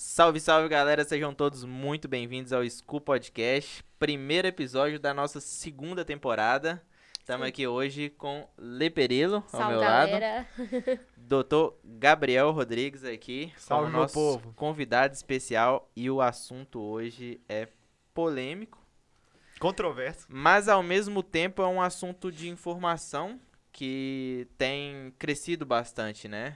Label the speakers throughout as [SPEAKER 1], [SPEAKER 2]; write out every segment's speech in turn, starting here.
[SPEAKER 1] Salve, salve, galera, sejam todos muito bem-vindos ao School Podcast, primeiro episódio da nossa segunda temporada. Estamos aqui hoje com Lê Perillo, ao
[SPEAKER 2] Salve,
[SPEAKER 1] meu
[SPEAKER 2] galera.
[SPEAKER 1] lado, Dr. Gabriel Rodrigues aqui,
[SPEAKER 3] Salve,
[SPEAKER 1] como
[SPEAKER 3] meu
[SPEAKER 1] nosso
[SPEAKER 3] povo.
[SPEAKER 1] convidado especial, e o assunto hoje é polêmico,
[SPEAKER 3] Controverso.
[SPEAKER 1] mas ao mesmo tempo é um assunto de informação que tem crescido bastante, né,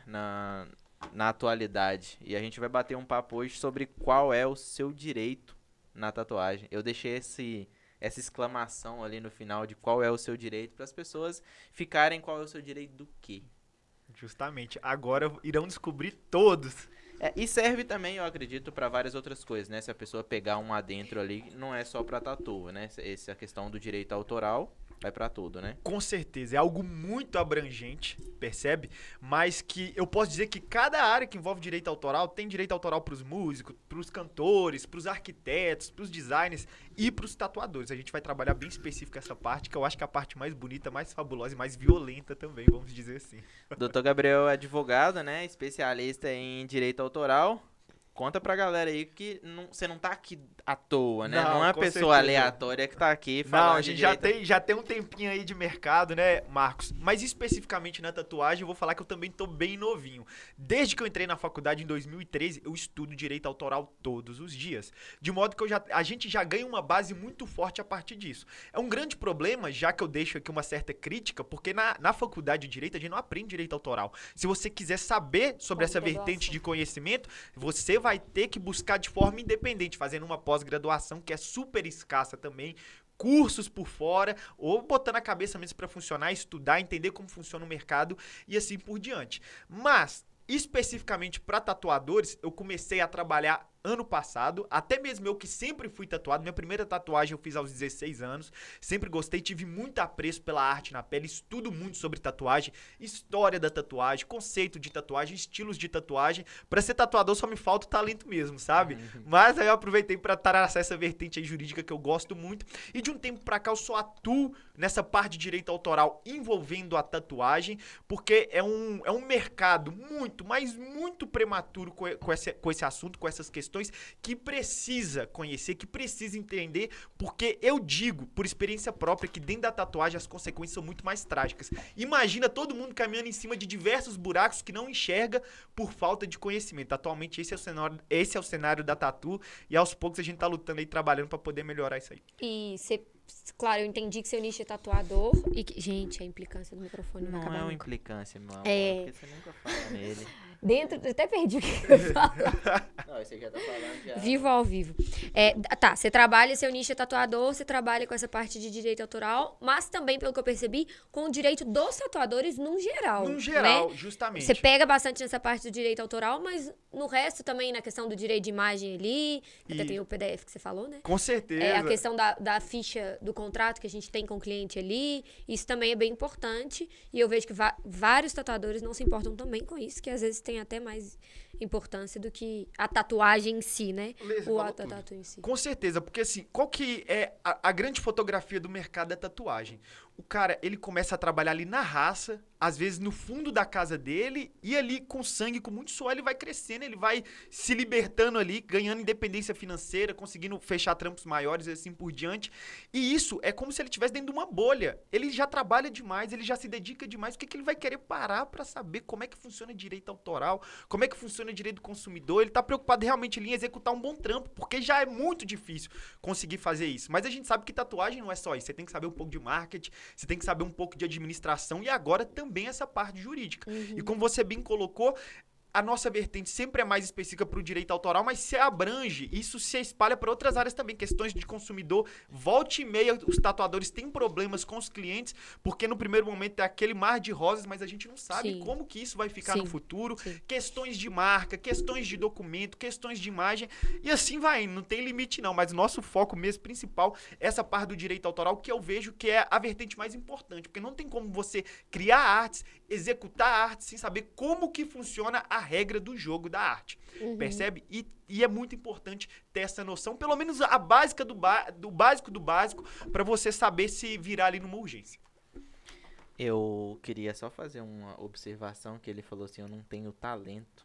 [SPEAKER 1] na atualidade. E a gente vai bater um papo hoje sobre qual é o seu direito na tatuagem. Eu deixei essa exclamação ali no final de qual é o seu direito para as pessoas ficarem qual é o seu direito do quê.
[SPEAKER 3] Justamente. Agora irão descobrir todos.
[SPEAKER 1] E serve também, eu acredito, para várias outras coisas, né? Se a pessoa pegar um adentro ali, não é só para tatu, né? Essa questão do direito autoral vai para tudo, né?
[SPEAKER 3] Com certeza. É algo muito abrangente, percebe? Mas que eu posso dizer que cada área que envolve direito autoral tem direito autoral para os músicos, para os cantores, para os arquitetos, para os designers e para os tatuadores. A gente vai trabalhar bem específico essa parte, que eu acho que é a parte mais bonita, mais fabulosa e mais violenta também, vamos dizer assim.
[SPEAKER 1] Dr. Gabriel é advogado, né? Especialista em direito autoral. Conta pra galera aí que você não tá aqui à toa, né? Não é uma
[SPEAKER 3] com
[SPEAKER 1] pessoa
[SPEAKER 3] certeza.
[SPEAKER 1] aleatória que tá aqui falando.
[SPEAKER 3] Não, a gente já tem um tempinho aí de mercado, né, Marcos? Mas especificamente na tatuagem, eu vou falar que eu também tô bem novinho. Desde que eu entrei na faculdade em 2013, eu estudo direito autoral todos os dias. De modo que a gente já ganha uma base muito forte a partir disso. É um grande problema, já que eu deixo aqui uma certa crítica, porque na faculdade de direito a gente não aprende direito autoral. Se você quiser saber sobre essa vertente de conhecimento, você vai ter que buscar de forma independente, fazendo uma pós-graduação que é super escassa também, cursos por fora, ou botando a cabeça mesmo para funcionar, estudar, entender como funciona o mercado e assim por diante. Mas, especificamente para tatuadores, eu comecei a trabalhar ano passado, até mesmo eu que sempre fui tatuado, minha primeira tatuagem eu fiz aos 16 anos, sempre gostei, tive muito apreço pela arte na pele, estudo muito sobre tatuagem, história da tatuagem, conceito de tatuagem, estilos de tatuagem. Pra ser tatuador só me falta o talento mesmo, sabe? Mas aí eu aproveitei pra traçar essa vertente aí jurídica que eu gosto muito, e de um tempo pra cá eu só atuo nessa parte de direito autoral envolvendo a tatuagem, porque é um mercado muito, mas muito prematuro com esse assunto, com essas questões, que precisa conhecer, que precisa entender, porque eu digo, por experiência própria, que dentro da tatuagem as consequências são muito mais trágicas. Imagina todo mundo caminhando em cima de diversos buracos que não enxerga por falta de conhecimento. Atualmente esse é o cenário da tatu, e aos poucos a gente tá lutando aí, trabalhando pra poder melhorar isso aí.
[SPEAKER 2] E você, claro, eu entendi que seu nicho é tatuador e que, gente, a implicância do microfone
[SPEAKER 1] Não
[SPEAKER 2] vai acabar
[SPEAKER 1] é uma
[SPEAKER 2] nunca.
[SPEAKER 1] implicância, meu amor,
[SPEAKER 2] É.
[SPEAKER 1] porque você nunca fala nele.
[SPEAKER 2] Dentro, eu até perdi o que eu ia falar.
[SPEAKER 1] Não, você já tá falando já.
[SPEAKER 2] Vivo ao vivo. Tá, você trabalha, seu nicho é tatuador, você trabalha com essa parte de direito autoral, mas também, pelo que eu percebi, com o direito dos tatuadores num geral.
[SPEAKER 3] Num geral,
[SPEAKER 2] né?
[SPEAKER 3] justamente.
[SPEAKER 2] Você pega bastante nessa parte do direito autoral, mas no resto também, na questão do direito de imagem ali, até tem o PDF que você falou, né?
[SPEAKER 3] Com certeza.
[SPEAKER 2] A questão da ficha do contrato que a gente tem com o cliente ali, isso também é bem importante. E eu vejo que vários tatuadores não se importam também com isso, que às vezes tem até mais importância do que a tatuagem em si, né?
[SPEAKER 3] Beleza,
[SPEAKER 2] O
[SPEAKER 3] falou
[SPEAKER 2] ato da
[SPEAKER 3] tudo.
[SPEAKER 2] tatu em si.
[SPEAKER 3] Com certeza, porque assim, qual que é a grande fotografia do mercado da tatuagem? O cara, ele começa a trabalhar ali na raça, às vezes no fundo da casa dele, e ali com sangue, com muito suor, ele vai crescendo, ele vai se libertando ali, ganhando independência financeira, conseguindo fechar trampos maiores e assim por diante. E isso é como se ele estivesse dentro de uma bolha. Ele já trabalha demais, ele já se dedica demais, o que ele vai querer parar pra saber como é que funciona direito autoral, como é que funciona direito do consumidor? Ele tá preocupado realmente ali em executar um bom trampo, porque já é muito difícil conseguir fazer isso. Mas a gente sabe que tatuagem não é só isso, você tem que saber um pouco de marketing, você tem que saber um pouco de administração e agora também essa parte jurídica. E como você bem colocou, a nossa vertente sempre é mais específica para o direito autoral, mas se abrange, isso se espalha para outras áreas também, questões de consumidor. Volta e meia, os tatuadores têm problemas com os clientes, porque no primeiro momento é aquele mar de rosas, mas a gente não sabe
[SPEAKER 2] Sim.
[SPEAKER 3] como que isso vai ficar
[SPEAKER 2] Sim.
[SPEAKER 3] no futuro.
[SPEAKER 2] Sim.
[SPEAKER 3] Questões de marca, questões de documento, questões de imagem, e assim vai indo, não tem limite não, mas o nosso foco mesmo principal é essa parte do direito autoral, que eu vejo que é a vertente mais importante, porque não tem como você criar artes, executar artes sem saber como que funciona a regra do jogo da arte, percebe? E é muito importante ter essa noção, pelo menos a básica do básico do básico, para você saber se virar ali numa urgência.
[SPEAKER 1] Eu queria só fazer uma observação que ele falou assim, eu não tenho talento.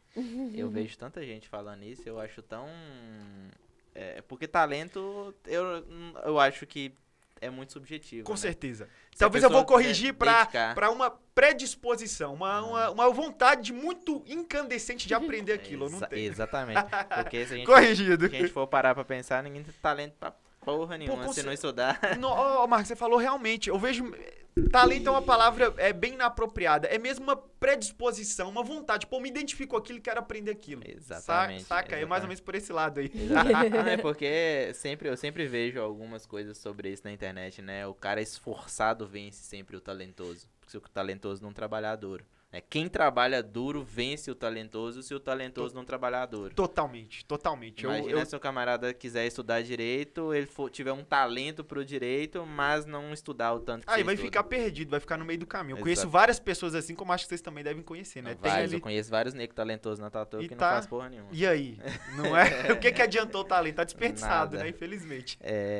[SPEAKER 1] Eu vejo tanta gente falando isso, eu acho tão... porque talento, eu acho que é muito subjetivo.
[SPEAKER 3] Com
[SPEAKER 1] né?
[SPEAKER 3] certeza.
[SPEAKER 1] Se a
[SPEAKER 3] Talvez eu
[SPEAKER 1] pessoa
[SPEAKER 3] vou corrigir
[SPEAKER 1] quiser dedicar-
[SPEAKER 3] para uma predisposição, uma vontade muito incandescente de aprender aquilo. Eu não tenho.
[SPEAKER 1] Exatamente. Porque se a gente
[SPEAKER 3] Corrigido.
[SPEAKER 1] Se a gente for parar pra pensar, ninguém tem talento pra porra nenhuma
[SPEAKER 3] com
[SPEAKER 1] se não
[SPEAKER 3] cer-
[SPEAKER 1] estudar.
[SPEAKER 3] Ô, Marcos, você falou realmente. Eu vejo. Talento é uma palavra bem inapropriada. É mesmo uma predisposição, uma vontade. Pô, eu me identifico com aquilo e quero aprender aquilo.
[SPEAKER 1] Exatamente,
[SPEAKER 3] Saca? É mais ou menos por esse lado aí.
[SPEAKER 1] Não, é porque eu sempre vejo algumas coisas sobre isso na internet, né? O cara esforçado vence sempre o talentoso. Se o talentoso não trabalhar duro. Quem trabalha duro vence o talentoso se o talentoso não trabalhar duro.
[SPEAKER 3] Totalmente.
[SPEAKER 1] Imagina se o camarada quiser estudar direito, ele tiver um talento pro direito, mas não estudar o tanto que
[SPEAKER 3] Aí
[SPEAKER 1] você
[SPEAKER 3] vai
[SPEAKER 1] estuda.
[SPEAKER 3] ficar perdido, vai ficar no meio do caminho. Eu
[SPEAKER 1] Exato.
[SPEAKER 3] conheço várias pessoas assim, como acho que vocês também devem conhecer, né? Tem
[SPEAKER 1] Vários,
[SPEAKER 3] ali...
[SPEAKER 1] eu conheço vários negros talentosos na tatu
[SPEAKER 3] E
[SPEAKER 1] que não
[SPEAKER 3] tá-
[SPEAKER 1] faz porra nenhuma.
[SPEAKER 3] E aí? Não é? O que adiantou o talento? Tá desperdiçado,
[SPEAKER 1] Nada.
[SPEAKER 3] né? Infelizmente.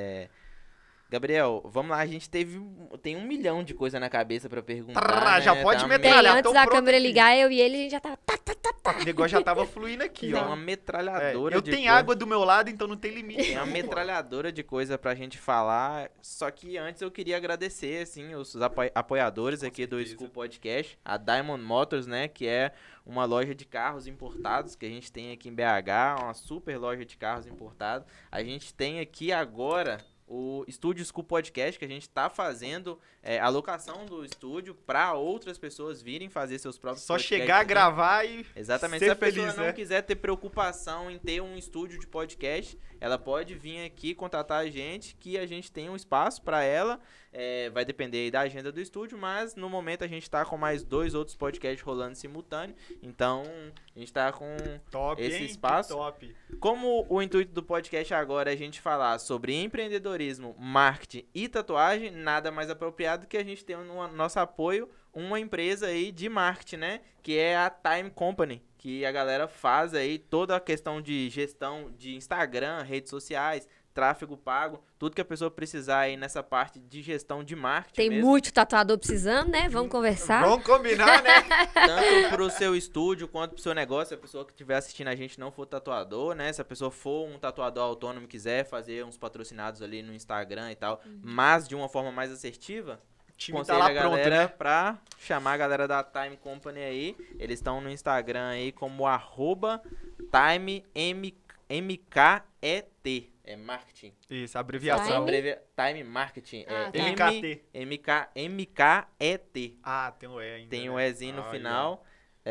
[SPEAKER 1] Gabriel, vamos lá, a gente tem 1 milhão de coisa na cabeça pra perguntar, né?
[SPEAKER 3] Já pode
[SPEAKER 1] Tá uma
[SPEAKER 2] Tem,
[SPEAKER 3] metralhar.
[SPEAKER 2] antes
[SPEAKER 3] tô
[SPEAKER 2] da
[SPEAKER 3] pronto
[SPEAKER 2] câmera
[SPEAKER 3] aqui.
[SPEAKER 2] ligar, eu e ele, a gente já tava...
[SPEAKER 3] O negócio já tava fluindo aqui,
[SPEAKER 1] Tem
[SPEAKER 3] ó.
[SPEAKER 1] uma metralhadora
[SPEAKER 3] Eu
[SPEAKER 1] de
[SPEAKER 3] tenho
[SPEAKER 1] coisa.
[SPEAKER 3] água do meu lado, então não tem limite.
[SPEAKER 1] Tem uma metralhadora de coisa pra gente falar. Só que antes eu queria agradecer, assim, os apoiadores aqui do
[SPEAKER 3] certeza.
[SPEAKER 1] School Podcast. A Diamond Motors, né? Que é uma loja de carros importados que a gente tem aqui em BH. Uma super loja de carros importados. A gente tem aqui agora o Estúdio School Podcast, que a gente tá fazendo a locação do estúdio pra outras pessoas virem fazer seus próprios
[SPEAKER 3] Só
[SPEAKER 1] podcasts
[SPEAKER 3] chegar,
[SPEAKER 1] aqui.
[SPEAKER 3] gravar e
[SPEAKER 1] Exatamente.
[SPEAKER 3] ser
[SPEAKER 1] Se a pessoa
[SPEAKER 3] feliz,
[SPEAKER 1] não
[SPEAKER 3] né?
[SPEAKER 1] quiser ter preocupação em ter um estúdio de podcast, ela pode vir aqui contatar a gente, que a gente tem um espaço para ela. Vai depender aí da agenda do estúdio, mas no momento a gente tá com mais 2 outros podcasts rolando simultâneo. Então, a gente tá com
[SPEAKER 3] top,
[SPEAKER 1] esse
[SPEAKER 3] hein?
[SPEAKER 1] espaço.
[SPEAKER 3] Que top.
[SPEAKER 1] Como o intuito do podcast agora é a gente falar sobre empreendedorismo, marketing e tatuagem, nada mais apropriado que a gente ter no nosso apoio uma empresa aí de marketing, né? Que é a Time Company, que a galera faz aí toda a questão de gestão de Instagram, redes sociais, tráfego pago, tudo que a pessoa precisar aí nessa parte de gestão de marketing
[SPEAKER 2] Tem
[SPEAKER 1] mesmo.
[SPEAKER 2] muito tatuador precisando, né? Vamos conversar.
[SPEAKER 3] Vamos combinar, né?
[SPEAKER 1] Tanto pro seu estúdio quanto pro seu negócio, se a pessoa que estiver assistindo a gente não for tatuador, né? Se a pessoa for um tatuador autônomo e quiser fazer uns patrocinados ali no Instagram e tal, mas de uma forma mais assertiva,
[SPEAKER 3] O time tá
[SPEAKER 1] conselho
[SPEAKER 3] lá
[SPEAKER 1] a
[SPEAKER 3] pronto,
[SPEAKER 1] galera
[SPEAKER 3] né?
[SPEAKER 1] pra chamar a galera da Time Company aí. Eles estão no Instagram aí como @TimeMKET. É marketing.
[SPEAKER 3] Isso, a abreviação.
[SPEAKER 1] Time Marketing.
[SPEAKER 2] Ah, tá.
[SPEAKER 3] MKT.
[SPEAKER 1] MKET.
[SPEAKER 3] Ah, tem o E ainda.
[SPEAKER 1] Tem
[SPEAKER 3] né?
[SPEAKER 1] o Ezinho no
[SPEAKER 3] Olha.
[SPEAKER 1] final.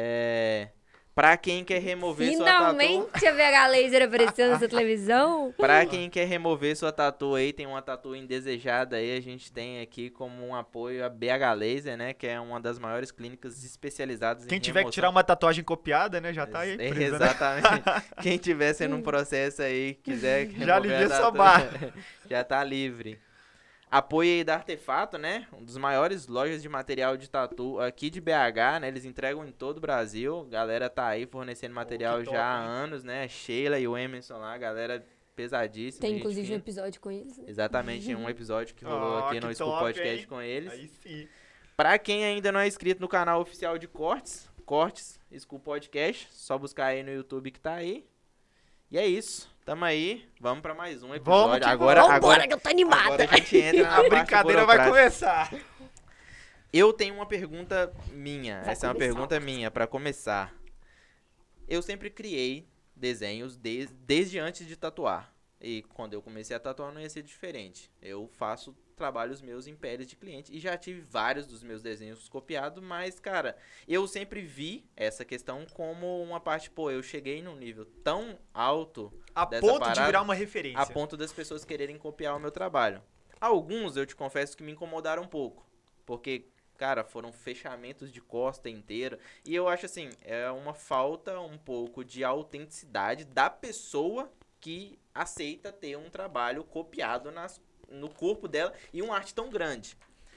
[SPEAKER 1] Pra quem quer remover sua tatu...
[SPEAKER 2] Finalmente a VH Laser apareceu nessa televisão.
[SPEAKER 1] Pra quem quer remover sua tatu aí, tem uma tatu indesejada aí, a gente tem aqui como um apoio a BH Laser, né? Que é uma das maiores clínicas especializadas
[SPEAKER 3] Quem
[SPEAKER 1] em
[SPEAKER 3] tiver que
[SPEAKER 1] remoção.
[SPEAKER 3] tirar uma tatuagem copiada, né? Já tá aí a empresa, né?
[SPEAKER 1] Exatamente. Quem tiver sendo um processo aí, quiser
[SPEAKER 3] Já
[SPEAKER 1] remover
[SPEAKER 3] alivia
[SPEAKER 1] a
[SPEAKER 3] sua
[SPEAKER 1] tatu,
[SPEAKER 3] barra.
[SPEAKER 1] já tá livre. Apoio aí da Artefato, né? Um dos maiores lojas de material de tatu aqui de BH, né? Eles entregam em todo o Brasil. Galera tá aí fornecendo material
[SPEAKER 3] que top,
[SPEAKER 1] já há
[SPEAKER 3] hein?
[SPEAKER 1] anos, né? Sheila e o Emerson lá, galera pesadíssima.
[SPEAKER 2] Tem
[SPEAKER 1] gente
[SPEAKER 2] inclusive um
[SPEAKER 1] fina.
[SPEAKER 2] episódio com eles, né?
[SPEAKER 1] Exatamente, um episódio que rolou aqui
[SPEAKER 3] que
[SPEAKER 1] no School
[SPEAKER 3] top,
[SPEAKER 1] Podcast
[SPEAKER 3] hein?
[SPEAKER 1] com eles.
[SPEAKER 3] Aí sim.
[SPEAKER 1] Pra quem ainda não é inscrito no canal oficial de Cortes School Podcast, só buscar aí no YouTube que tá aí. E é isso. Tamo aí. Vamos pra mais um episódio.
[SPEAKER 3] Vamos que
[SPEAKER 1] agora,
[SPEAKER 2] Vambora,
[SPEAKER 1] agora,
[SPEAKER 2] que eu tô animada.
[SPEAKER 1] agora a gente entra na
[SPEAKER 3] A
[SPEAKER 1] parte
[SPEAKER 3] brincadeira vai
[SPEAKER 1] burocrática.
[SPEAKER 3] começar.
[SPEAKER 1] Eu tenho uma pergunta minha.
[SPEAKER 2] Vai
[SPEAKER 1] Essa é uma
[SPEAKER 2] começar.
[SPEAKER 1] pergunta minha pra começar. Eu sempre criei desenhos desde antes de tatuar. E quando eu comecei a tatuar não ia ser diferente. Eu faço trabalhos meus em peles de cliente e já tive vários dos meus desenhos copiados, mas, cara, eu sempre vi essa questão como uma parte, pô, eu cheguei num nível tão alto
[SPEAKER 3] A
[SPEAKER 1] dessa
[SPEAKER 3] ponto de
[SPEAKER 1] parada,
[SPEAKER 3] virar uma referência.
[SPEAKER 1] a ponto das pessoas quererem copiar o meu trabalho. Alguns, eu te confesso, que me incomodaram um pouco, porque, cara, foram fechamentos de costa inteira, e eu acho assim, é uma falta um pouco de autenticidade da pessoa que aceita ter um trabalho copiado no corpo dela e uma arte tão grande.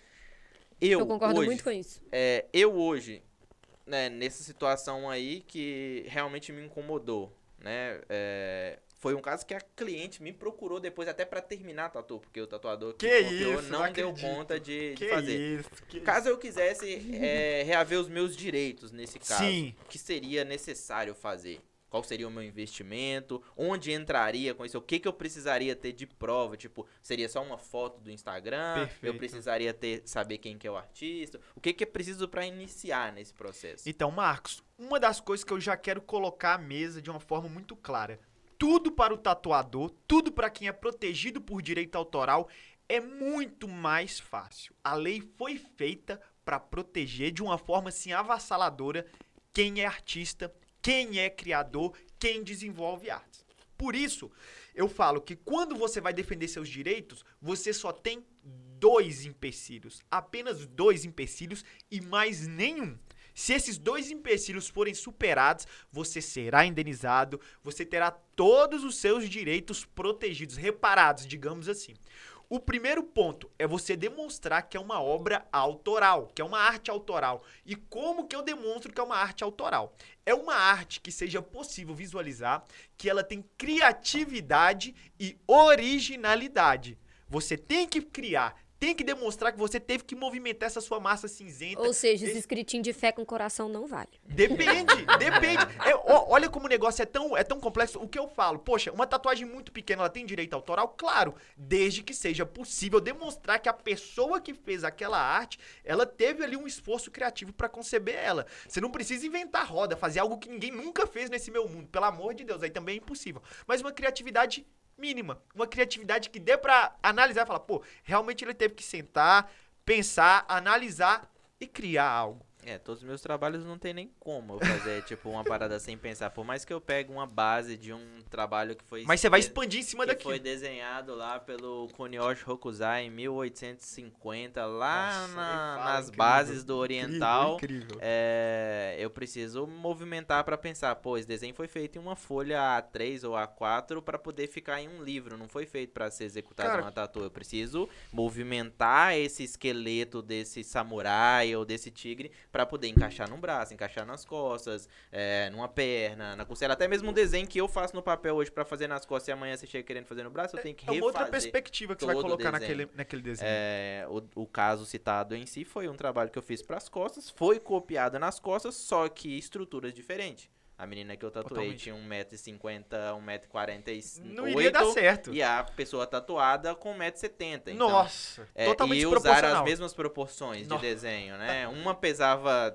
[SPEAKER 2] Eu concordo
[SPEAKER 1] hoje,
[SPEAKER 2] muito com isso.
[SPEAKER 1] eu hoje, né, nessa situação aí que realmente me incomodou, né, Foi um caso que a cliente me procurou depois até pra terminar a tatu, porque o tatuador
[SPEAKER 3] Que
[SPEAKER 1] copiou
[SPEAKER 3] isso,
[SPEAKER 1] não
[SPEAKER 3] não
[SPEAKER 1] deu
[SPEAKER 3] acredito.
[SPEAKER 1] conta de
[SPEAKER 3] Que
[SPEAKER 1] fazer.
[SPEAKER 3] isso, que
[SPEAKER 1] Caso eu quisesse reaver os meus direitos nesse caso,
[SPEAKER 3] Sim.
[SPEAKER 1] o que seria necessário fazer? Qual seria o meu investimento? Onde entraria com isso? O que eu precisaria ter de prova? Tipo, seria só uma foto do Instagram?
[SPEAKER 3] Perfeito.
[SPEAKER 1] Eu precisaria saber quem que é o artista? O que é preciso para iniciar nesse processo?
[SPEAKER 3] Então, Marcos, uma das coisas que eu já quero colocar à mesa de uma forma muito clara. Tudo para o tatuador, tudo para quem é protegido por direito autoral é muito mais fácil. A lei foi feita para proteger de uma forma assim avassaladora quem é artista, quem é criador, quem desenvolve artes. Por isso, eu falo que quando você vai defender seus direitos, você só tem 2 empecilhos. Apenas 2 empecilhos e mais nenhum. Se esses 2 empecilhos forem superados, você será indenizado, você terá todos os seus direitos protegidos, reparados, digamos assim. O primeiro ponto é você demonstrar que é uma obra autoral, que é uma arte autoral. E como que eu demonstro que é uma arte autoral? É uma arte que seja possível visualizar, que ela tem criatividade e originalidade. Você tem que criar, tem que demonstrar que você teve que movimentar essa sua massa cinzenta.
[SPEAKER 2] Ou seja, esse escritinho de fé com coração não vale.
[SPEAKER 3] Depende. Olha como o negócio é tão complexo. O que eu falo, poxa, uma tatuagem muito pequena, ela tem direito autoral? Claro, desde que seja possível demonstrar que a pessoa que fez aquela arte, ela teve ali um esforço criativo para conceber ela. Você não precisa inventar roda, fazer algo que ninguém nunca fez nesse meu mundo. Pelo amor de Deus, aí também é impossível. Mas uma criatividade mínima, uma criatividade que dê pra analisar e falar, pô, realmente ele teve que sentar, pensar, analisar e criar algo.
[SPEAKER 1] Todos os meus trabalhos não tem nem como eu fazer, tipo, uma parada sem pensar. Por mais que eu pegue uma base de um trabalho que foi...
[SPEAKER 3] Mas você vai expandir em cima
[SPEAKER 1] que
[SPEAKER 3] daquilo.
[SPEAKER 1] foi desenhado lá pelo Kunioshi Hokusai em 1850, lá
[SPEAKER 3] Nossa,
[SPEAKER 1] nas
[SPEAKER 3] incrível,
[SPEAKER 1] bases do Oriental.
[SPEAKER 3] Incrível.
[SPEAKER 1] Eu preciso movimentar pra pensar, pô, esse desenho foi feito em uma folha A3 ou A4 pra poder ficar em um livro, não foi feito pra ser executado
[SPEAKER 3] Cara,
[SPEAKER 1] numa tatu. Eu preciso movimentar esse esqueleto desse samurai ou desse tigre pra poder encaixar num braço, encaixar nas costas, numa perna, na costela. Até mesmo um desenho que eu faço no papel hoje pra fazer nas costas e amanhã você chega querendo fazer no braço, eu tenho que
[SPEAKER 3] É uma
[SPEAKER 1] refazer.
[SPEAKER 3] outra perspectiva que você vai
[SPEAKER 1] todo o
[SPEAKER 3] colocar
[SPEAKER 1] desenho.
[SPEAKER 3] naquele desenho.
[SPEAKER 1] O caso citado em si foi um trabalho que eu fiz pras costas, foi copiado nas costas, só que estruturas diferentes. A menina que eu tatuei
[SPEAKER 3] Totalmente.
[SPEAKER 1] tinha 1,50m, 1,48m.
[SPEAKER 3] Não iria dar certo.
[SPEAKER 1] E a pessoa tatuada com 1,70m. Então,
[SPEAKER 3] Nossa, totalmente
[SPEAKER 1] e usaram
[SPEAKER 3] proporcional.
[SPEAKER 1] as mesmas proporções de
[SPEAKER 3] Nossa.
[SPEAKER 1] desenho, né? Uma pesava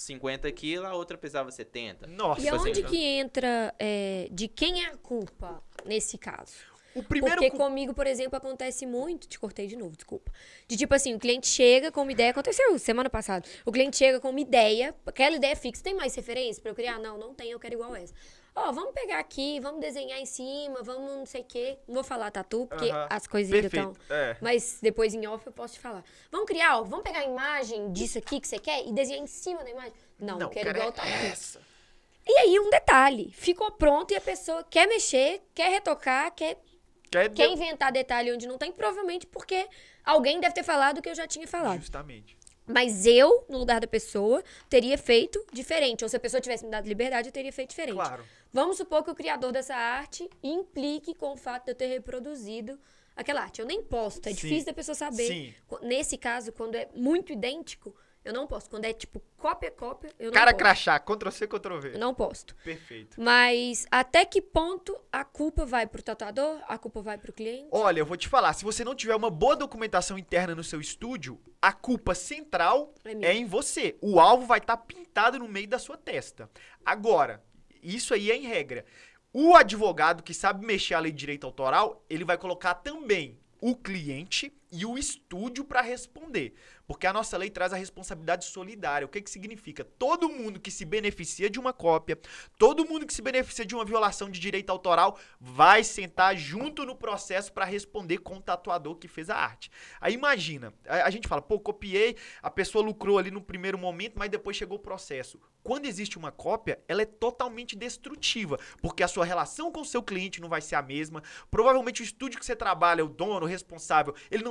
[SPEAKER 1] 50 quilos, a outra pesava 70.
[SPEAKER 3] Nossa,
[SPEAKER 2] E aonde
[SPEAKER 3] assim,
[SPEAKER 2] que entra de quem é a culpa nesse caso?
[SPEAKER 3] o primeiro
[SPEAKER 2] Porque comigo, por exemplo, acontece muito... Te cortei de novo, desculpa. De tipo assim, o cliente chega com uma ideia... Aconteceu semana passada. O cliente chega com uma ideia, aquela ideia fixa. Tem mais referência pra eu criar? Não tem, eu quero igual essa. Vamos pegar aqui, vamos desenhar em cima, vamos não sei o quê. Não vou falar tatu, porque as coisas ainda estão...
[SPEAKER 3] perfeito.
[SPEAKER 2] Mas depois em off eu posso te falar. Vamos criar, vamos pegar a imagem disso aqui que você quer e desenhar em cima da imagem? Não, eu quero igual tatu.
[SPEAKER 3] essa.
[SPEAKER 2] E aí um detalhe, ficou pronto e a pessoa quer mexer, quer retocar, quer inventar detalhe onde não tem, provavelmente porque alguém deve ter falado o que eu já tinha falado.
[SPEAKER 3] Justamente.
[SPEAKER 2] Mas eu, no lugar da pessoa, teria feito diferente. Ou se a pessoa tivesse me dado liberdade, eu teria feito diferente.
[SPEAKER 3] Claro.
[SPEAKER 2] Vamos supor que o criador dessa arte implique com o fato de eu ter reproduzido aquela arte. Eu nem posso, é
[SPEAKER 3] Sim.
[SPEAKER 2] difícil da pessoa saber.
[SPEAKER 3] Sim.
[SPEAKER 2] Nesse caso, quando é muito idêntico, eu não posso. Quando é tipo cópia, eu não
[SPEAKER 3] Cara
[SPEAKER 2] posso.
[SPEAKER 3] crachá, Ctrl-C, Ctrl-V.
[SPEAKER 2] Eu não posto.
[SPEAKER 3] Perfeito.
[SPEAKER 2] Mas até que ponto a culpa vai pro tatuador? A culpa vai pro cliente?
[SPEAKER 3] Olha, eu vou te falar, se você não tiver uma boa documentação interna no seu estúdio, a culpa central
[SPEAKER 2] É minha.
[SPEAKER 3] é em você. O alvo vai estar pintado no meio da sua testa. Agora, isso aí é em regra. O advogado que sabe mexer a lei de direito autoral, ele vai colocar também o cliente e o estúdio para responder. Porque a nossa lei traz a responsabilidade solidária. O que que significa? Todo mundo que se beneficia de uma cópia, todo mundo que se beneficia de uma violação de direito autoral vai sentar junto no processo para responder com o tatuador que fez a arte. Aí imagina, a gente fala, pô, copiei, a pessoa lucrou ali no primeiro momento, mas depois chegou o processo. Quando existe uma cópia, ela é totalmente destrutiva, porque a sua relação com o seu cliente não vai ser a mesma, provavelmente o estúdio que você trabalha, o dono, o responsável, ele não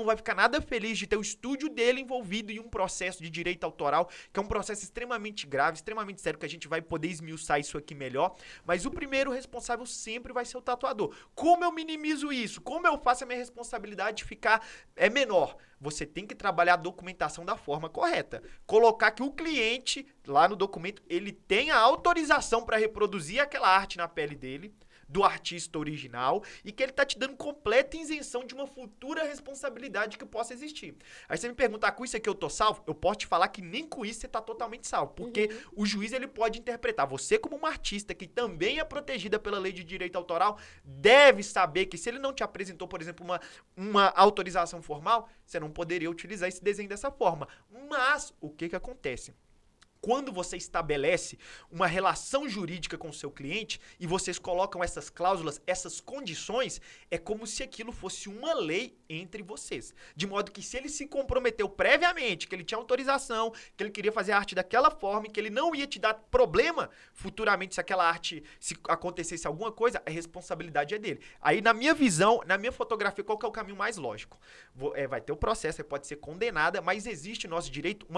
[SPEAKER 3] vai ficar nada feliz de ter o estúdio dele envolvido em um processo de direito autoral, que é um processo extremamente grave, extremamente sério, que a gente vai poder esmiuçar isso aqui melhor. Mas o primeiro responsável sempre vai ser o tatuador. Como eu minimizo isso? Como eu faço a minha responsabilidade ficar menor? Você tem que trabalhar a documentação da forma correta. Colocar que o cliente, lá no documento, ele tem a autorização para reproduzir aquela arte na pele dele, do artista original, e que ele tá te dando completa isenção de uma futura responsabilidade que possa existir. Aí você me pergunta, com isso aqui eu tô salvo? Eu posso te falar que nem com isso você tá totalmente salvo, porque o juiz ele pode interpretar. Você, como uma artista que também é protegida pela lei de direito autoral, deve saber que se ele não te apresentou, por exemplo, uma autorização formal, você não poderia utilizar esse desenho dessa forma. Mas o que acontece? Quando você estabelece uma relação jurídica com o seu cliente e vocês colocam essas cláusulas, essas condições, é como se aquilo fosse uma lei entre vocês. De modo que se ele se comprometeu previamente, que ele tinha autorização, que ele queria fazer a arte daquela forma e que ele não ia te dar problema futuramente se aquela arte, se acontecesse alguma coisa, a responsabilidade é dele. Aí na minha visão, na minha fotografia, qual que é o caminho mais lógico? Vai ter o processo, pode ser condenada, mas existe no nosso direito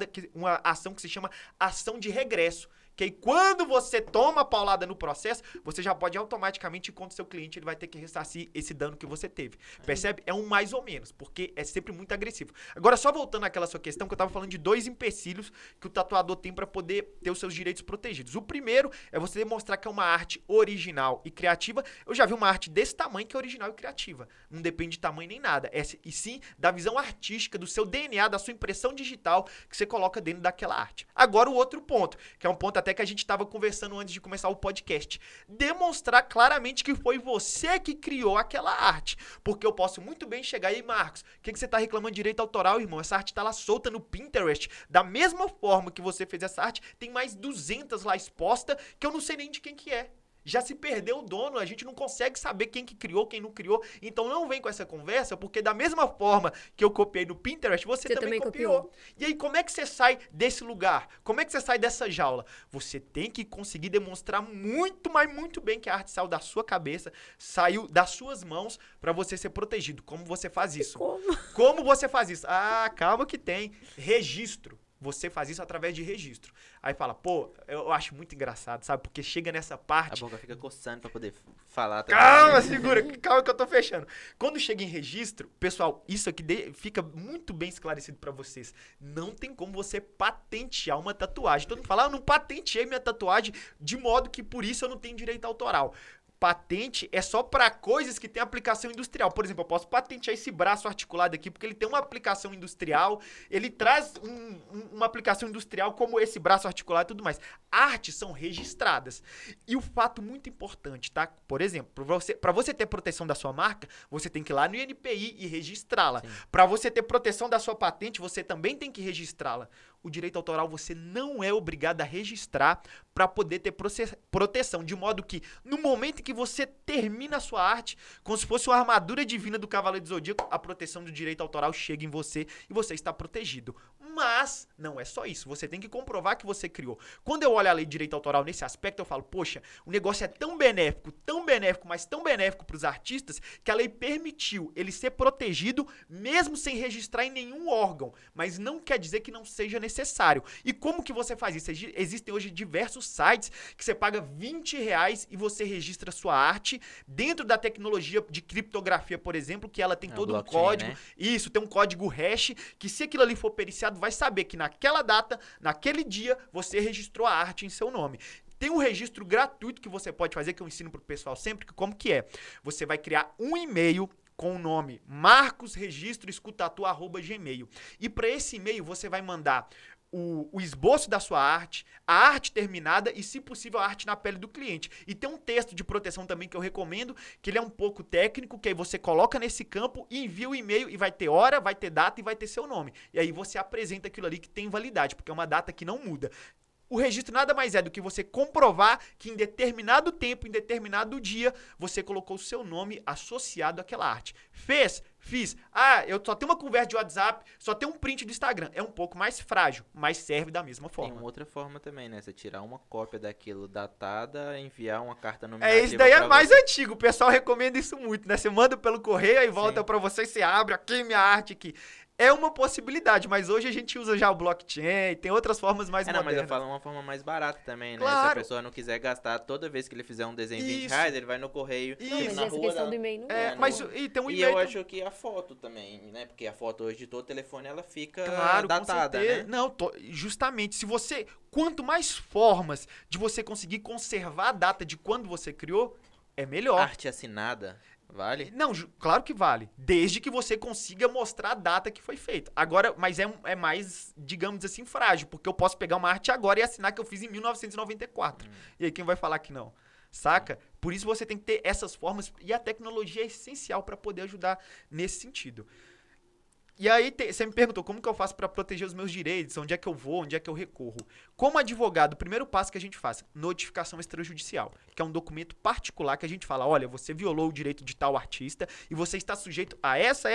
[SPEAKER 3] uma ação que se chama ação de regresso, que aí quando você toma a paulada no processo, você já pode automaticamente ir contra o seu cliente, ele vai ter que ressarcir esse dano que você teve. Percebe? É um mais ou menos, porque é sempre muito agressivo. Agora, só voltando àquela sua questão, que eu tava falando de 2 empecilhos que o tatuador tem para poder ter os seus direitos protegidos. O primeiro é você demonstrar que é uma arte original e criativa. Eu já vi uma arte desse tamanho que é original e criativa. Não depende de tamanho nem nada. E sim da visão artística, do seu DNA, da sua impressão digital que você coloca dentro daquela arte. Agora, o outro ponto, que é um ponto até que a gente estava conversando antes de começar o podcast. Demonstrar claramente que foi você que criou aquela arte. Porque eu posso muito bem chegar aí, Marcos, o que você está reclamando de direito autoral, irmão? Essa arte tá lá solta no Pinterest. Da mesma forma que você fez essa arte, tem mais 200 lá exposta que eu não sei nem de quem que é. Já se perdeu o dono, a gente não consegue saber quem que criou, quem não criou. Então não vem com essa conversa, porque da mesma forma que eu copiei no Pinterest, você também copiou. E aí, como é que você sai desse lugar? Como é que você sai dessa jaula? Você tem que conseguir demonstrar muito, mas muito bem que a arte saiu da sua cabeça, saiu das suas mãos para você ser protegido. Como você faz isso? Como você faz isso? Ah, calma que tem. Registro. Você faz isso através de registro. Aí fala, pô, eu acho muito engraçado, sabe? Porque chega nessa parte...
[SPEAKER 1] A boca fica coçando pra poder falar.
[SPEAKER 3] Calma, segura. Calma que eu tô fechando. Quando chega em registro, pessoal, isso aqui fica muito bem esclarecido pra vocês. Não tem como você patentear uma tatuagem. Todo mundo fala, eu não patenteei minha tatuagem, de modo que por isso eu não tenho direito autoral. Patente é só para coisas que tem aplicação industrial. Por exemplo, eu posso patentear esse braço articulado aqui porque ele tem uma aplicação industrial, ele traz uma aplicação industrial como esse braço articulado e tudo mais. Artes são registradas. E o fato muito importante, tá? Por exemplo, para você ter proteção da sua marca, você tem que ir lá no INPI e registrá-la. Para você ter proteção da sua patente, você também tem que registrá-la. O direito autoral você não é obrigado a registrar para poder ter proteção. De modo que, no momento em que você termina a sua arte, como se fosse uma armadura divina do Cavaleiro do Zodíaco, a proteção do direito autoral chega em você e você está protegido. Mas não é só isso, você tem que comprovar que você criou. Quando eu olho a lei de direito autoral nesse aspecto, eu falo, poxa, o negócio é tão benéfico, mas tão benéfico para os artistas, que a lei permitiu ele ser protegido mesmo sem registrar em nenhum órgão. Mas não quer dizer que não seja necessário. E como que você faz isso? Existem hoje diversos sites que você paga R$20 e você registra sua arte dentro da tecnologia de criptografia, por exemplo, que ela tem todo um código. Né? Isso, tem um código hash, que se aquilo ali for periciado, vai saber que naquela data, naquele dia, você registrou a arte em seu nome. Tem um registro gratuito que você pode fazer, que eu ensino pro pessoal sempre, que como que é? Você vai criar um e-mail com o nome marcosregistroescutatu@gmail. E para esse e-mail você vai mandar o esboço da sua arte, a arte terminada e, se possível, a arte na pele do cliente. E tem um texto de proteção também que eu recomendo, que ele é um pouco técnico, que aí você coloca nesse campo e envia o e-mail e vai ter hora, vai ter data e vai ter seu nome. E aí você apresenta aquilo ali que tem validade, porque é uma data que não muda. O registro nada mais é do que você comprovar que em determinado tempo, em determinado dia, você colocou o seu nome associado àquela arte. Fez? Fiz. Eu só tenho uma conversa de WhatsApp, só tenho um print do Instagram. É um pouco mais frágil, mas serve da mesma forma.
[SPEAKER 1] Tem uma outra forma também, né? Você tirar uma cópia daquilo datada, enviar uma carta nominativa.
[SPEAKER 3] Esse daí é mais
[SPEAKER 1] você.
[SPEAKER 3] antigo. O pessoal recomenda isso muito, né? Você manda pelo correio, aí volta pra você, você abre aqui minha arte aqui. É uma possibilidade, mas hoje a gente usa já o blockchain, tem outras formas mais
[SPEAKER 1] Não, mas
[SPEAKER 3] modernas.
[SPEAKER 1] eu falo uma forma mais barata também, né?
[SPEAKER 3] Claro.
[SPEAKER 1] Se a pessoa não quiser gastar toda vez que ele fizer um desenho
[SPEAKER 3] Isso.
[SPEAKER 1] R$20, ele vai no correio.
[SPEAKER 3] Isso.
[SPEAKER 2] Não, mas
[SPEAKER 1] na
[SPEAKER 2] essa
[SPEAKER 1] rua
[SPEAKER 2] questão
[SPEAKER 1] dá-
[SPEAKER 2] do e-mail não
[SPEAKER 3] É,
[SPEAKER 1] É,
[SPEAKER 3] mas
[SPEAKER 1] não-
[SPEAKER 3] e tem um
[SPEAKER 1] E
[SPEAKER 3] e-mail
[SPEAKER 1] eu
[SPEAKER 3] também.
[SPEAKER 1] acho que a foto também, né? Porque a foto hoje de todo telefone, ela fica
[SPEAKER 3] Claro,
[SPEAKER 1] datada,
[SPEAKER 3] com certeza.
[SPEAKER 1] né?
[SPEAKER 3] Não, justamente, se você... Quanto mais formas de você conseguir conservar a data de quando você criou, é melhor.
[SPEAKER 1] Arte assinada, vale?
[SPEAKER 3] Não, claro que vale. Desde que você consiga mostrar a data que foi feita. Agora, mas é mais, digamos assim, frágil. Porque eu posso pegar uma arte agora e assinar que eu fiz em 1994. E aí quem vai falar que não? Saca? Por isso você tem que ter essas formas. E a tecnologia é essencial para poder ajudar nesse sentido. E aí, você me perguntou como que eu faço para proteger os meus direitos, onde é que eu vou, onde é que eu recorro. Como advogado, o primeiro passo que a gente faz, notificação extrajudicial, que é um documento particular que a gente fala, olha, você violou o direito de tal artista e você está sujeito a essa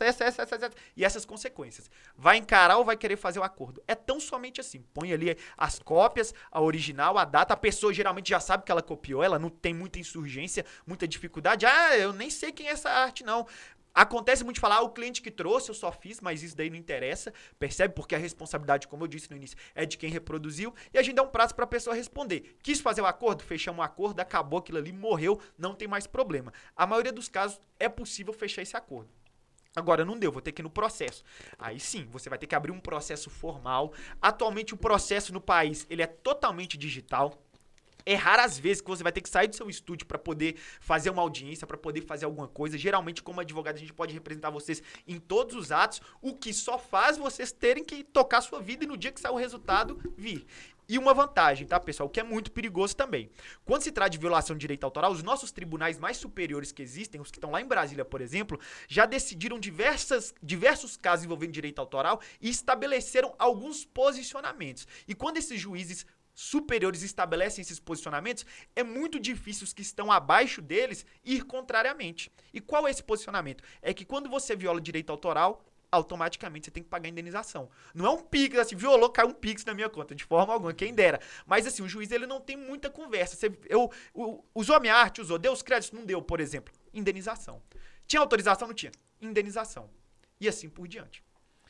[SPEAKER 3] e essas consequências. Vai encarar ou vai querer fazer o acordo? É tão somente assim. Põe ali as cópias, a original, a data, a pessoa geralmente já sabe que ela copiou, ela não tem muita insurgência, muita dificuldade. Eu nem sei quem é essa arte, não. Acontece muito de falar, o cliente que trouxe, eu só fiz, mas isso daí não interessa, percebe? Porque a responsabilidade, como eu disse no início, é de quem reproduziu, e a gente dá um prazo pra pessoa responder. Quis fazer o acordo? Fechamos o acordo, acabou aquilo ali, morreu, não tem mais problema. A maioria dos casos é possível fechar esse acordo. Agora, não deu, vou ter que ir no processo. Aí sim, você vai ter que abrir um processo formal. Atualmente, o processo no país, ele é totalmente digital. É raro as vezes que você vai ter que sair do seu estúdio para poder fazer uma audiência, para poder fazer alguma coisa. Geralmente, como advogado, a gente pode representar vocês em todos os atos, o que só faz vocês terem que tocar a sua vida e no dia que sair o resultado, vir. E uma vantagem, tá, pessoal, que é muito perigoso também. Quando se trata de violação de direito autoral, os nossos tribunais mais superiores que existem, os que estão lá em Brasília, por exemplo, já decidiram diversos casos envolvendo direito autoral e estabeleceram alguns posicionamentos. E quando esses juízes superiores estabelecem esses posicionamentos, é muito difícil os que estão abaixo deles ir contrariamente. E qual é esse posicionamento? É que quando você viola direito autoral, automaticamente você tem que pagar indenização. Não é um Pix, assim, violou, caiu um Pix na minha conta, de forma alguma, quem dera. Mas assim, o juiz ele não tem muita conversa. Usou a minha arte, usou, deu os créditos, não deu, por exemplo. Indenização. Tinha autorização? Não tinha. Indenização. E assim por diante.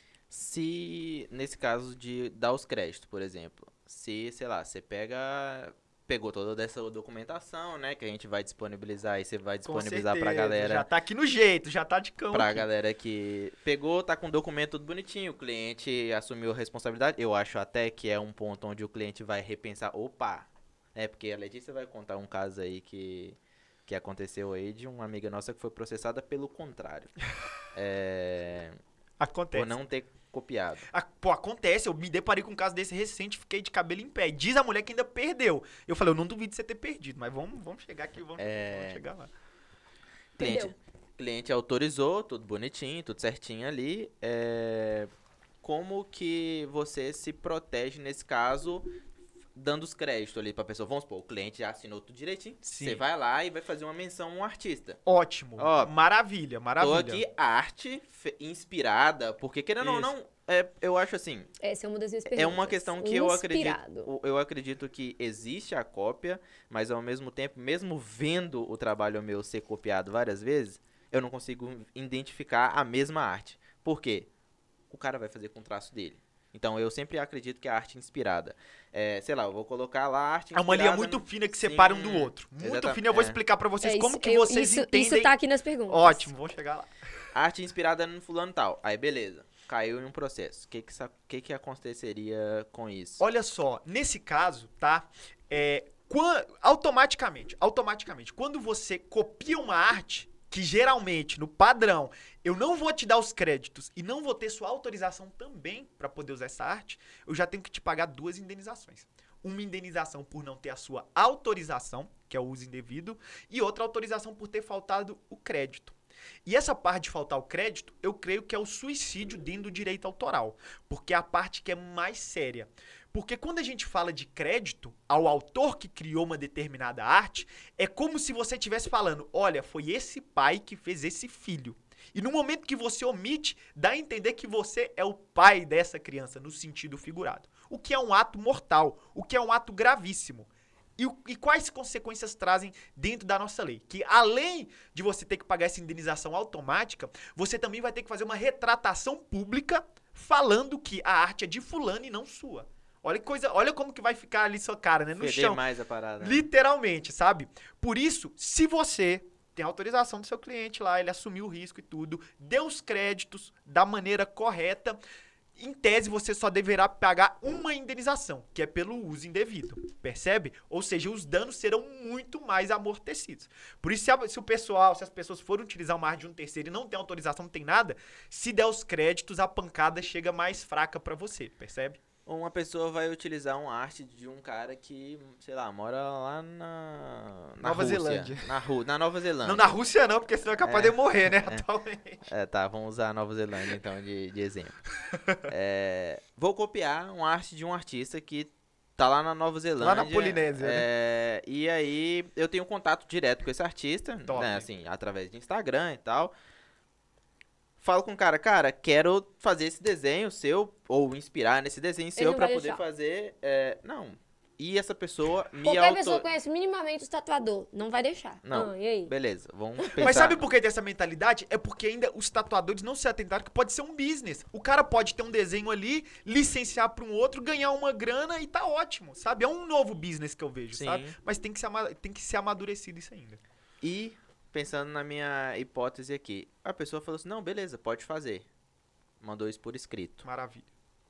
[SPEAKER 1] Se, nesse caso de dar os créditos, por exemplo, se, sei lá, você pegou toda essa documentação, né, que a gente vai disponibilizar e você vai disponibilizar pra galera.
[SPEAKER 3] Já tá aqui no jeito, já tá de cão
[SPEAKER 1] Pra
[SPEAKER 3] aqui.
[SPEAKER 1] galera que pegou, tá com o documento tudo bonitinho, o cliente assumiu a responsabilidade. Eu acho até que é um ponto onde o cliente vai repensar, opa, né, porque a Letícia vai contar um caso aí que aconteceu aí de uma amiga nossa que foi processada pelo contrário.
[SPEAKER 3] Acontece.
[SPEAKER 1] Por não ter copiado.
[SPEAKER 3] Acontece, eu me deparei com um caso desse recente, fiquei de cabelo em pé. Diz a mulher que ainda perdeu. Eu falei, eu não duvido de você ter perdido, mas vamos chegar aqui, vamos chegar lá.
[SPEAKER 1] Cliente autorizou, tudo bonitinho, tudo certinho ali. Como que você se protege nesse caso, dando os créditos ali pra pessoa? Vamos supor, o cliente já assinou tudo direitinho.
[SPEAKER 3] Sim.
[SPEAKER 1] Você vai lá e vai fazer uma menção a um artista.
[SPEAKER 3] Ótimo.
[SPEAKER 1] Ó,
[SPEAKER 3] maravilha.
[SPEAKER 1] Tô aqui, arte inspirada, porque querendo ou não, eu acho assim,
[SPEAKER 2] Essa é uma das minhas perguntas.
[SPEAKER 1] é uma questão que
[SPEAKER 2] Inspirado.
[SPEAKER 1] eu acredito que existe a cópia, mas ao mesmo tempo, mesmo vendo o trabalho meu ser copiado várias vezes, eu não consigo identificar a mesma arte. Por quê? O cara vai fazer com o traço dele. Então, eu sempre acredito que a arte inspirada. Sei lá, eu vou colocar lá a arte inspirada.
[SPEAKER 3] É uma linha muito fina que separa um do outro. Muito fina, eu vou explicar pra vocês como que vocês entendem.
[SPEAKER 2] Isso tá aqui nas perguntas.
[SPEAKER 3] Ótimo, vamos chegar lá.
[SPEAKER 1] Arte inspirada no fulano tal. Aí, beleza. Caiu em um processo. O que aconteceria com isso?
[SPEAKER 3] Olha só, nesse caso, tá? Automaticamente, quando você copia uma arte, que geralmente, no padrão, eu não vou te dar os créditos e não vou ter sua autorização também para poder usar essa arte, eu já tenho que te pagar 2 indenizações. Uma indenização por não ter a sua autorização, que é o uso indevido, e outra autorização por ter faltado o crédito. E essa parte de faltar o crédito, eu creio que é o suicídio dentro do direito autoral, porque é a parte que é mais séria. Porque quando a gente fala de crédito ao autor que criou uma determinada arte, é como se você estivesse falando, olha, foi esse pai que fez esse filho. E no momento que você omite, dá a entender que você é o pai dessa criança, no sentido figurado. O que é um ato mortal, o que é um ato gravíssimo. E quais consequências trazem dentro da nossa lei? Que além de você ter que pagar essa indenização automática, você também vai ter que fazer uma retratação pública falando que a arte é de fulano e não sua. Olha como que vai ficar ali sua cara, né? No
[SPEAKER 1] Feder
[SPEAKER 3] chão.
[SPEAKER 1] mais a parada. Né?
[SPEAKER 3] Literalmente, sabe? Por isso, se você tem autorização do seu cliente lá, ele assumiu o risco e tudo, deu os créditos da maneira correta, em tese, você só deverá pagar uma indenização, que é pelo uso indevido, percebe? Ou seja, os danos serão muito mais amortecidos. Por isso, se as pessoas forem utilizar uma arte de um terceiro e não tem autorização, não tem nada, se der os créditos, a pancada chega mais fraca pra você, percebe?
[SPEAKER 1] Uma pessoa vai utilizar uma arte de um cara que, sei lá, mora lá na
[SPEAKER 3] Nova
[SPEAKER 1] Rússia.
[SPEAKER 3] Zelândia.
[SPEAKER 1] Na Nova Zelândia.
[SPEAKER 3] Não, na Rússia não, porque senão é capaz de morrer, né, atualmente.
[SPEAKER 1] Tá, vamos usar a Nova Zelândia, então, de exemplo. Vou copiar uma arte de um artista que tá lá na Nova Zelândia.
[SPEAKER 3] Lá na Polinésia,
[SPEAKER 1] né? E aí, eu tenho contato direto com esse artista, né, assim, através de Instagram e tal. Falo com o cara, quero fazer esse desenho seu, ou inspirar nesse desenho seu pra poder fazer... Não. E essa pessoa
[SPEAKER 2] Qualquer pessoa conhece minimamente o tatuador, não vai deixar.
[SPEAKER 1] Não,
[SPEAKER 2] e aí?
[SPEAKER 1] Beleza, vamos pensar...
[SPEAKER 3] Mas sabe por que tem essa mentalidade? É porque ainda os tatuadores não se atentaram que pode ser um business. O cara pode ter um desenho ali, licenciar pra um outro, ganhar uma grana e tá ótimo, sabe? É um novo business que eu vejo,
[SPEAKER 1] Sim.
[SPEAKER 3] sabe? Mas tem que ser amadurecido isso ainda.
[SPEAKER 1] E... Pensando na minha hipótese aqui, a pessoa falou assim, não, beleza, pode fazer. Mandou isso por escrito.
[SPEAKER 3] Maravilha.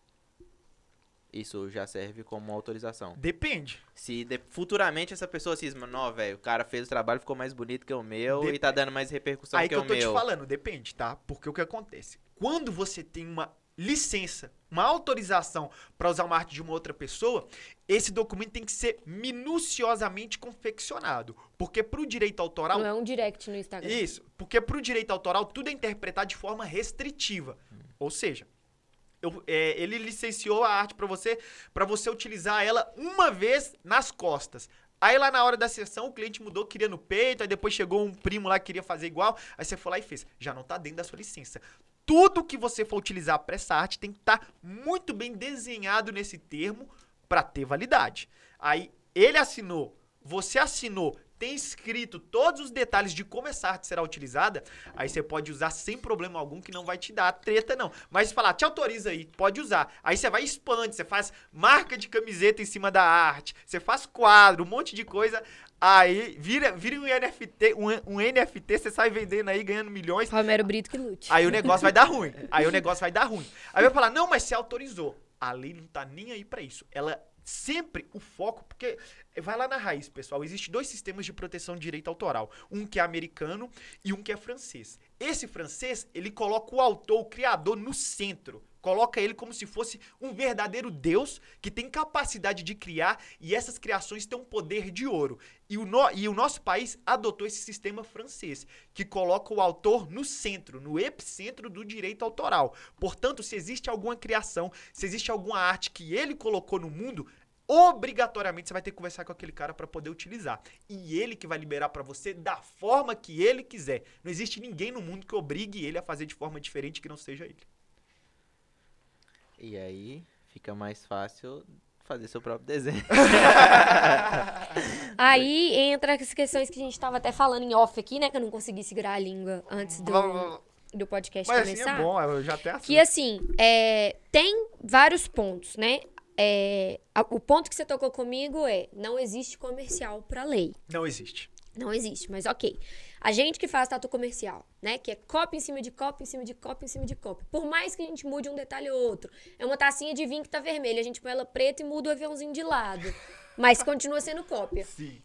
[SPEAKER 1] Isso já serve como autorização.
[SPEAKER 3] Depende.
[SPEAKER 1] Se futuramente essa pessoa cisma, não, velho, o cara fez o trabalho, ficou mais bonito que o meu e tá dando mais repercussão que o meu.
[SPEAKER 3] Aí que eu tô te falando, depende, tá? Porque o que acontece? Quando você tem uma licença, uma autorização para usar uma arte de uma outra pessoa, esse documento tem que ser minuciosamente confeccionado. Porque pro direito autoral...
[SPEAKER 2] Não é um direct no Instagram.
[SPEAKER 3] Isso. Porque pro direito autoral, tudo é interpretado de forma restritiva. Ou seja, ele licenciou a arte para você utilizar ela uma vez nas costas. Aí lá na hora da sessão, o cliente mudou, queria no peito, aí depois chegou um primo lá que queria fazer igual, aí você foi lá e fez. Já não tá dentro da sua licença. Tudo que você for utilizar para essa arte tem que estar muito bem desenhado nesse termo para ter validade. Aí ele assinou, você assinou, tem escrito todos os detalhes de como essa arte será utilizada, aí você pode usar sem problema algum, que não vai te dar treta não. Mas se falar, te autoriza aí, pode usar. Aí você vai e expande, você faz marca de camiseta em cima da arte, você faz quadro, um monte de coisa, aí vira um NFT, você sai vendendo aí, ganhando milhões.
[SPEAKER 2] Romero Brito que lute.
[SPEAKER 3] Aí o negócio vai dar ruim. Aí vai falar, não, mas você autorizou. A lei não tá nem aí pra isso. Ela sempre o foco, porque vai lá na raiz, pessoal, existem 2 sistemas de proteção de direito autoral, um que é americano e um que é francês. Esse francês, ele coloca o autor, o criador no centro, coloca ele como se fosse um verdadeiro Deus que tem capacidade de criar e essas criações têm um poder de ouro. E o nosso país adotou esse sistema francês, que coloca o autor no centro, no epicentro do direito autoral. Portanto, se existe alguma criação, se existe alguma arte que ele colocou no mundo, obrigatoriamente você vai ter que conversar com aquele cara para poder utilizar. E ele que vai liberar para você da forma que ele quiser. Não existe ninguém no mundo que obrigue ele a fazer de forma diferente que não seja ele.
[SPEAKER 1] E aí fica mais fácil fazer seu próprio desenho.
[SPEAKER 2] Aí entra as questões que a gente tava até falando em off aqui, né? Que eu não consegui segurar a língua antes do podcast
[SPEAKER 3] mas
[SPEAKER 2] começar.
[SPEAKER 3] Assim é bom, eu já até assumo.
[SPEAKER 2] Que assim, tem vários pontos, né? O ponto que você tocou comigo não existe comercial pra lei.
[SPEAKER 3] Não existe.
[SPEAKER 2] Não existe, mas ok. A gente que faz tatu comercial, né? Que é copo em cima de copo, em cima de copo, em cima de copo. Por mais que a gente mude um detalhe ou outro. É uma tacinha de vinho que tá vermelha. A gente põe ela preta e muda o aviãozinho de lado. Mas continua sendo cópia.
[SPEAKER 3] Sim.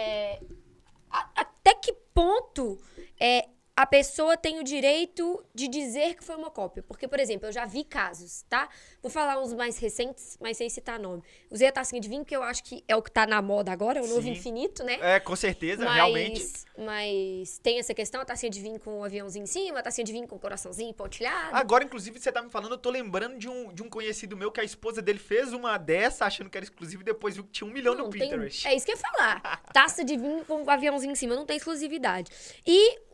[SPEAKER 2] Até que ponto a pessoa tem o direito de dizer que foi uma cópia? Porque, por exemplo, eu já vi casos, tá? Vou falar uns mais recentes, mas sem citar nome. Usei a tacinha de vinho, porque eu acho que é o que tá na moda agora, é o novo infinito, né?
[SPEAKER 3] Com certeza, realmente.
[SPEAKER 2] Mas tem essa questão, a tacinha de vinho com o aviãozinho em cima, a tacinha de vinho com o coraçãozinho pontilhado.
[SPEAKER 3] Agora, inclusive, você tá me falando, eu tô lembrando de um conhecido meu que a esposa dele fez uma dessa, achando que era exclusiva, e depois viu que tinha 1 milhão no Pinterest.
[SPEAKER 2] É isso que eu ia falar. Taça de vinho com o aviãozinho em cima, não tem exclusividade. E o leãozinho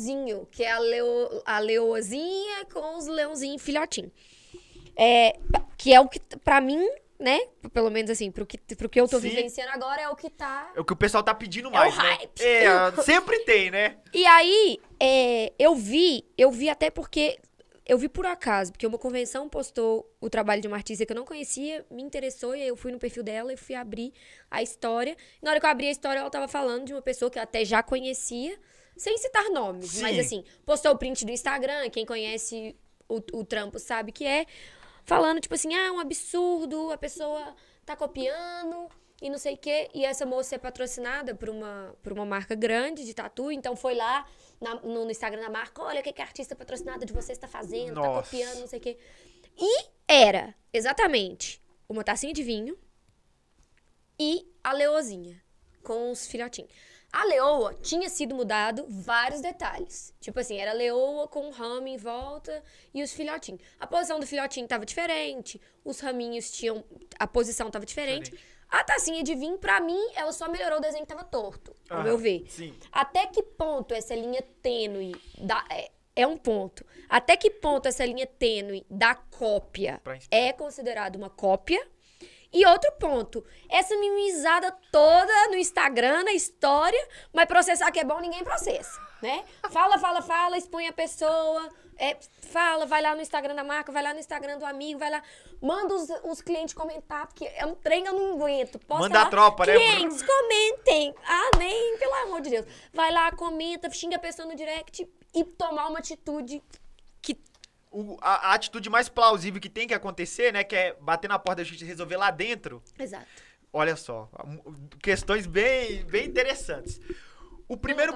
[SPEAKER 2] leãozinho, que é a leoazinha com os leãozinhos filhotinhos. Que é o que, pra mim, né? Pelo menos assim, pro que eu tô vivenciando agora, é o que tá...
[SPEAKER 3] É o que o pessoal tá pedindo mais,
[SPEAKER 2] o
[SPEAKER 3] né?
[SPEAKER 2] hype.
[SPEAKER 3] Sempre tem, né?
[SPEAKER 2] E aí, eu vi até porque... Eu vi por acaso, porque uma convenção postou o trabalho de uma artista que eu não conhecia, me interessou, e aí eu fui no perfil dela e fui abrir a história. Na hora que eu abri a história, ela tava falando de uma pessoa que eu até já conhecia, sem citar nomes.
[SPEAKER 3] Sim.
[SPEAKER 2] Mas assim, postou o print do Instagram, quem conhece o trampo sabe que é, falando tipo assim, um absurdo, a pessoa tá copiando e não sei o quê. E essa moça é patrocinada por uma marca grande de tatu, então foi lá no Instagram da marca, olha o que a artista patrocinada de vocês tá fazendo, tá copiando, não sei o quê. E era, exatamente, uma tacinha de vinho e a leoazinha, com os filhotinhos. A leoa tinha sido mudado vários detalhes. Tipo assim, era leoa com um ramo em volta e os filhotinhos. A posição do filhotinho tava diferente, os raminhos tinham... A posição tava diferente. A tacinha de vinho, pra mim, ela só melhorou o desenho que tava torto, ao meu ver.
[SPEAKER 3] Sim.
[SPEAKER 2] Até que ponto essa linha tênue é um ponto. Até que ponto essa linha tênue da cópia é considerada uma cópia? E outro ponto, essa mimizada toda no Instagram, na história, mas processar que é bom, ninguém processa, né? Fala, expõe a pessoa, vai lá no Instagram da marca, vai lá no Instagram do amigo, vai lá, manda os clientes comentar, porque é um trem que eu não aguento.
[SPEAKER 3] Manda a tropa, né?
[SPEAKER 2] Clientes, comentem. Nem, pelo amor de Deus. Vai lá, comenta, xinga a pessoa no direct e tomar uma atitude que...
[SPEAKER 3] A atitude mais plausível que tem que acontecer, né? Que é bater na porta da justiça e resolver lá dentro.
[SPEAKER 2] Exato.
[SPEAKER 3] Olha só, questões bem interessantes. O primeiro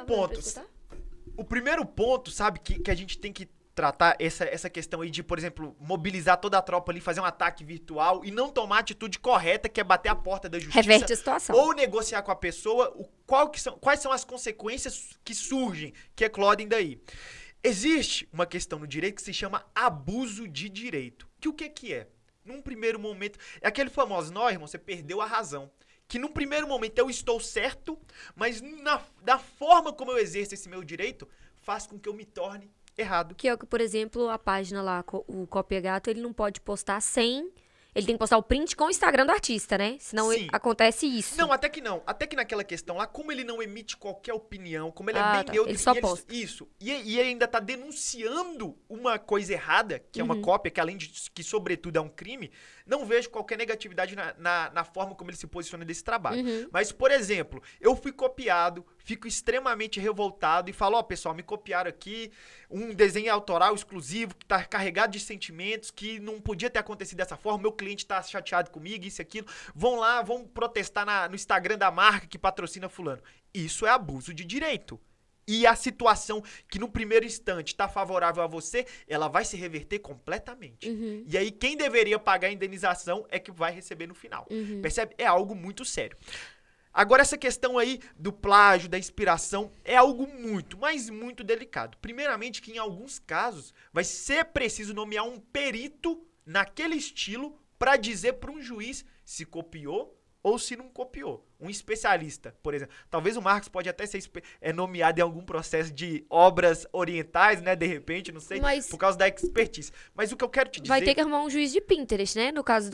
[SPEAKER 3] ponto, sabe, que a gente tem que tratar essa questão aí de, por exemplo, mobilizar toda a tropa ali, fazer um ataque virtual e não tomar a atitude correta, que é bater a porta da justiça.
[SPEAKER 2] Reverte a situação.
[SPEAKER 3] Ou negociar com a pessoa quais são as consequências que surgem, que eclodem daí. Existe uma questão no direito que se chama abuso de direito. Que o que é? Num primeiro momento, é aquele famoso, não, irmão, você perdeu a razão. Que num primeiro momento eu estou certo, mas da forma como eu exerço esse meu direito, faz com que eu me torne errado.
[SPEAKER 2] Que é o que, por exemplo, a página lá, o Copia Gato, ele não pode postar sem... Ele tem que postar o print com o Instagram do artista, né? Senão acontece isso.
[SPEAKER 3] Não, até que não. Até que naquela questão lá, como ele não emite qualquer opinião, como ele é bem neutro...
[SPEAKER 2] Ele só posta.
[SPEAKER 3] Isso. E ele ainda tá denunciando uma coisa errada, que é uma cópia, que além de que, sobretudo, é um crime, não vejo qualquer negatividade na forma como ele se posiciona desse trabalho. Mas, por exemplo, eu fui copiado, fico extremamente revoltado e falo, pessoal, me copiaram aqui um desenho autoral exclusivo, que tá carregado de sentimentos, que não podia ter acontecido dessa forma, meu cliente tá chateado comigo, isso e aquilo. Vão lá, vão protestar no Instagram da marca que patrocina fulano. Isso é abuso de direito. E a situação que no primeiro instante tá favorável a você, ela vai se reverter completamente. E aí quem deveria pagar a indenização é que vai receber no final. Percebe? É algo muito sério. Agora, essa questão aí do plágio, da inspiração, é algo muito, mas muito delicado. Primeiramente, que em alguns casos vai ser preciso nomear um perito naquele estilo para dizer para um juiz se copiou ou se não copiou. Um especialista, por exemplo. Talvez o Marcos pode até ser nomeado em algum processo de obras orientais, né? De repente, não sei, por causa da expertise. Mas o que eu quero te dizer...
[SPEAKER 2] Vai ter que arrumar um juiz de Pinterest, né? No caso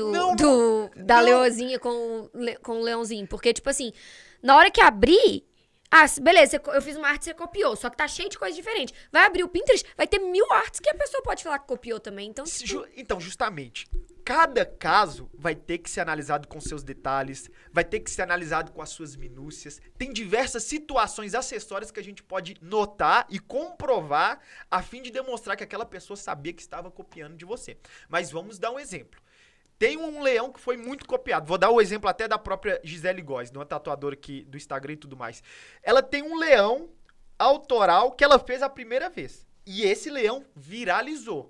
[SPEAKER 2] da leoazinha com o leãozinho. Porque, tipo assim, na hora que abrir... beleza, eu fiz uma arte e você copiou, só que tá cheio de coisa diferente. Vai abrir o Pinterest, vai ter 1000 artes que a pessoa pode falar que copiou também. Então,
[SPEAKER 3] então justamente... Cada caso vai ter que ser analisado com seus detalhes, vai ter que ser analisado com as suas minúcias. Tem diversas situações acessórias que a gente pode notar e comprovar a fim de demonstrar que aquela pessoa sabia que estava copiando de você. Mas vamos dar um exemplo. Tem um leão que foi muito copiado. Vou dar o exemplo até da própria Gisele Góes, uma tatuadora aqui do Instagram e tudo mais. Ela tem um leão autoral que ela fez a primeira vez. E esse leão viralizou.